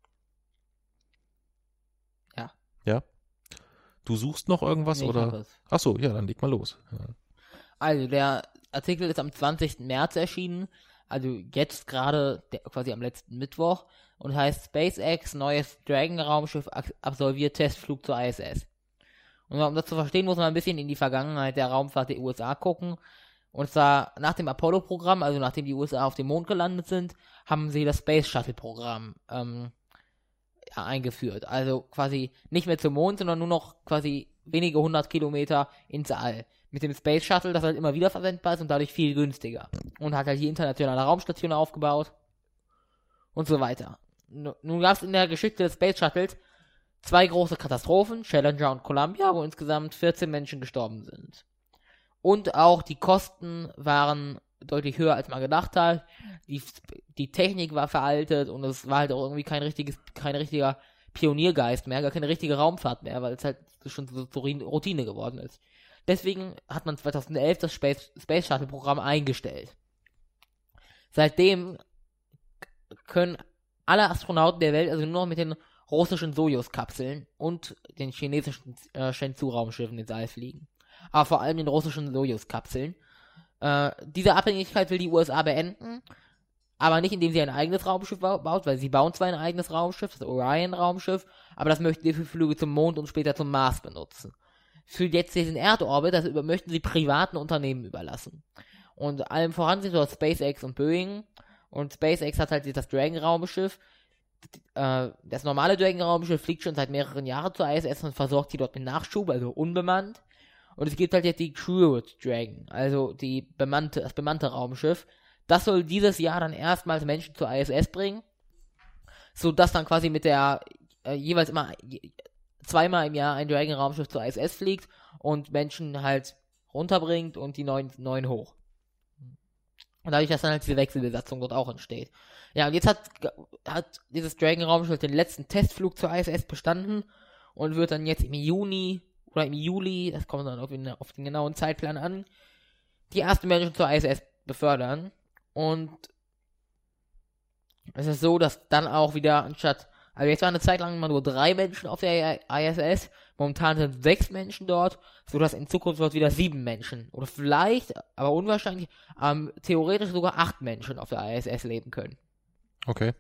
Ja. Ja? Du suchst noch irgendwas, Nee, oder? Ach so, ja, dann leg mal los. Ja. Also, der Artikel ist am 20. März erschienen. Also jetzt gerade quasi am letzten Mittwoch und heißt SpaceX neues Dragon-Raumschiff absolviert Testflug zur ISS. Und um das zu verstehen, muss man ein bisschen in die Vergangenheit der Raumfahrt der USA gucken. Und zwar nach dem Apollo-Programm, also nachdem die USA auf dem Mond gelandet sind, haben sie das Space Shuttle-Programm eingeführt. Also quasi nicht mehr zum Mond, sondern nur noch quasi wenige 100 Kilometer ins All. Mit dem Space Shuttle, das halt immer wieder verwendbar ist und dadurch viel günstiger. Und hat halt die internationale Raumstation aufgebaut und so weiter. Nun gab es in der Geschichte des Space Shuttles 2 große Katastrophen, Challenger und Columbia, wo insgesamt 14 Menschen gestorben sind. Und auch die Kosten waren deutlich höher, als man gedacht hat. Die Technik war veraltet und es war halt auch irgendwie kein richtiger Pioniergeist mehr, gar keine richtige Raumfahrt mehr, weil es halt schon so Routine geworden ist. Deswegen hat man 2011 das Space Shuttle Programm eingestellt. Seitdem können alle Astronauten der Welt also nur noch mit den russischen Sojus-Kapseln und den chinesischen Shenzhou-Raumschiffen ins All fliegen. Aber vor allem den russischen Sojus-Kapseln. Diese Abhängigkeit will die USA beenden, aber nicht indem sie ein eigenes Raumschiff baut, weil sie bauen zwar ein eigenes Raumschiff, das Orion-Raumschiff, aber das möchten sie für Flüge zum Mond und später zum Mars benutzen. Für jetzt diesen Erdorbit, das möchten sie privaten Unternehmen überlassen. Und allem voran sind dort SpaceX und Boeing. Und SpaceX hat halt das Dragon-Raumschiff. Das normale Dragon-Raumschiff fliegt schon seit mehreren Jahren zur ISS und versorgt die dort mit Nachschub, also unbemannt. Und es gibt halt jetzt die Crewed Dragon, also das bemannte Raumschiff. Das soll dieses Jahr dann erstmals Menschen zur ISS bringen, sodass dann quasi mit der jeweils immer zweimal im Jahr ein Dragon-Raumschiff zur ISS fliegt und Menschen halt runterbringt und die neuen hoch. Und dadurch, dass dann halt diese Wechselbesatzung dort auch entsteht. Ja, und jetzt hat dieses Dragon-Raumschiff den letzten Testflug zur ISS bestanden und wird dann jetzt im Juni oder im Juli, das kommt dann auf den genauen Zeitplan an, die ersten Menschen zur ISS befördern. Und es ist so, dass dann auch wieder also jetzt war eine Zeit lang immer nur 3 Menschen auf der ISS, momentan sind 6 Menschen dort, sodass in Zukunft dort wieder 7 Menschen, oder vielleicht, aber unwahrscheinlich, theoretisch sogar 8 Menschen auf der ISS leben können. Okay.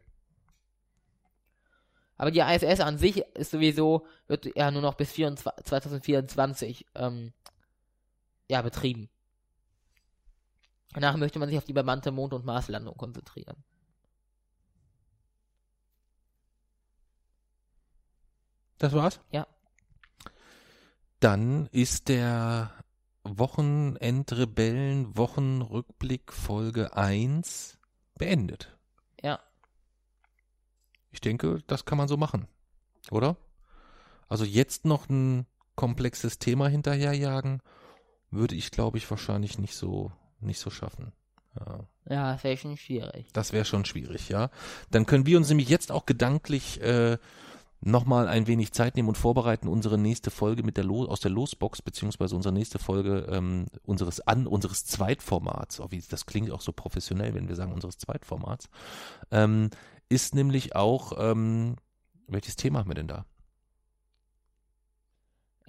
Aber die ISS an sich ist wird ja nur noch bis 2024 betrieben. Danach möchte man sich auf die bemannte Mond- und Marslandung konzentrieren. Das war's? Ja. Dann ist der Wochenendrebellen-Wochenrückblick Folge 1 beendet. Ja. Ich denke, das kann man so machen, oder? Also jetzt noch ein komplexes Thema hinterherjagen, würde ich, glaube ich, wahrscheinlich nicht so schaffen. Ja, das wäre schon schwierig. Das wäre schon schwierig, ja. Dann können wir uns nämlich jetzt auch gedanklich nochmal ein wenig Zeit nehmen und vorbereiten, unsere nächste Folge aus der Losbox, beziehungsweise unsere nächste Folge unseres Zweitformats, das klingt auch so professionell, wenn wir sagen unseres Zweitformats, ist nämlich auch, welches Thema haben wir denn da?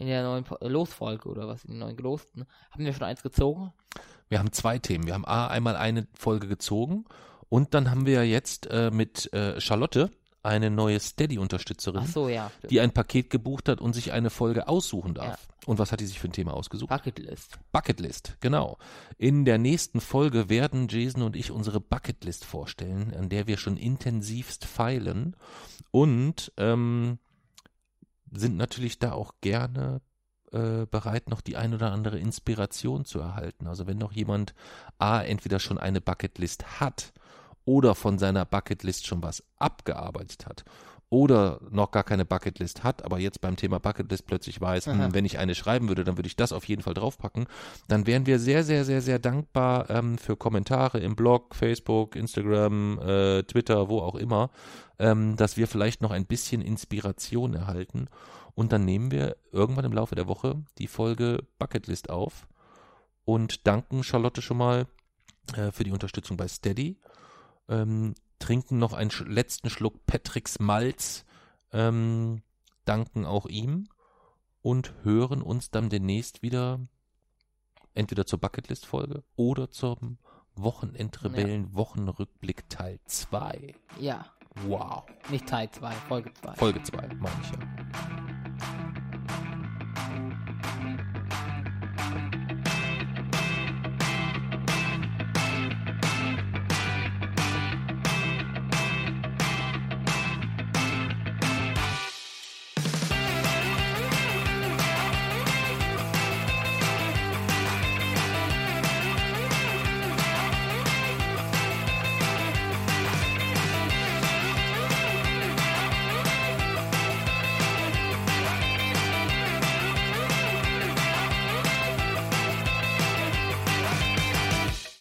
in der neuen Losfolge oder was, in den neuen Gelosten, haben wir schon eins gezogen? Wir haben 2 Themen. Wir haben einmal eine Folge gezogen und dann haben wir ja jetzt mit Charlotte eine neue Steady-Unterstützerin, Ach so, ja, stimmt. die ein Paket gebucht hat und sich eine Folge aussuchen darf. Ja. Und was hat die sich für ein Thema ausgesucht? Bucketlist. Bucketlist, genau. In der nächsten Folge werden Jason und ich unsere Bucketlist vorstellen, an der wir schon intensivst feilen und sind natürlich da auch gerne bereit, noch die ein oder andere Inspiration zu erhalten. Also wenn noch jemand entweder schon eine Bucketlist hat oder von seiner Bucketlist schon was abgearbeitet hat oder noch gar keine Bucketlist hat, aber jetzt beim Thema Bucketlist plötzlich weiß, wenn ich eine schreiben würde, dann würde ich das auf jeden Fall draufpacken, dann wären wir sehr, sehr, sehr, sehr dankbar für Kommentare im Blog, Facebook, Instagram, Twitter, wo auch immer, dass wir vielleicht noch ein bisschen Inspiration erhalten und dann nehmen wir irgendwann im Laufe der Woche die Folge Bucketlist auf und danken Charlotte schon mal für die Unterstützung bei Steady. Trinken noch einen letzten Schluck Patricks Malz, danken auch ihm und hören uns dann demnächst wieder entweder zur Bucketlist-Folge oder zum Wochenendrebellen-Wochenrückblick Teil 2. Ja. Wow. Nicht Teil 2, Folge 2. Folge 2, meine ich ja.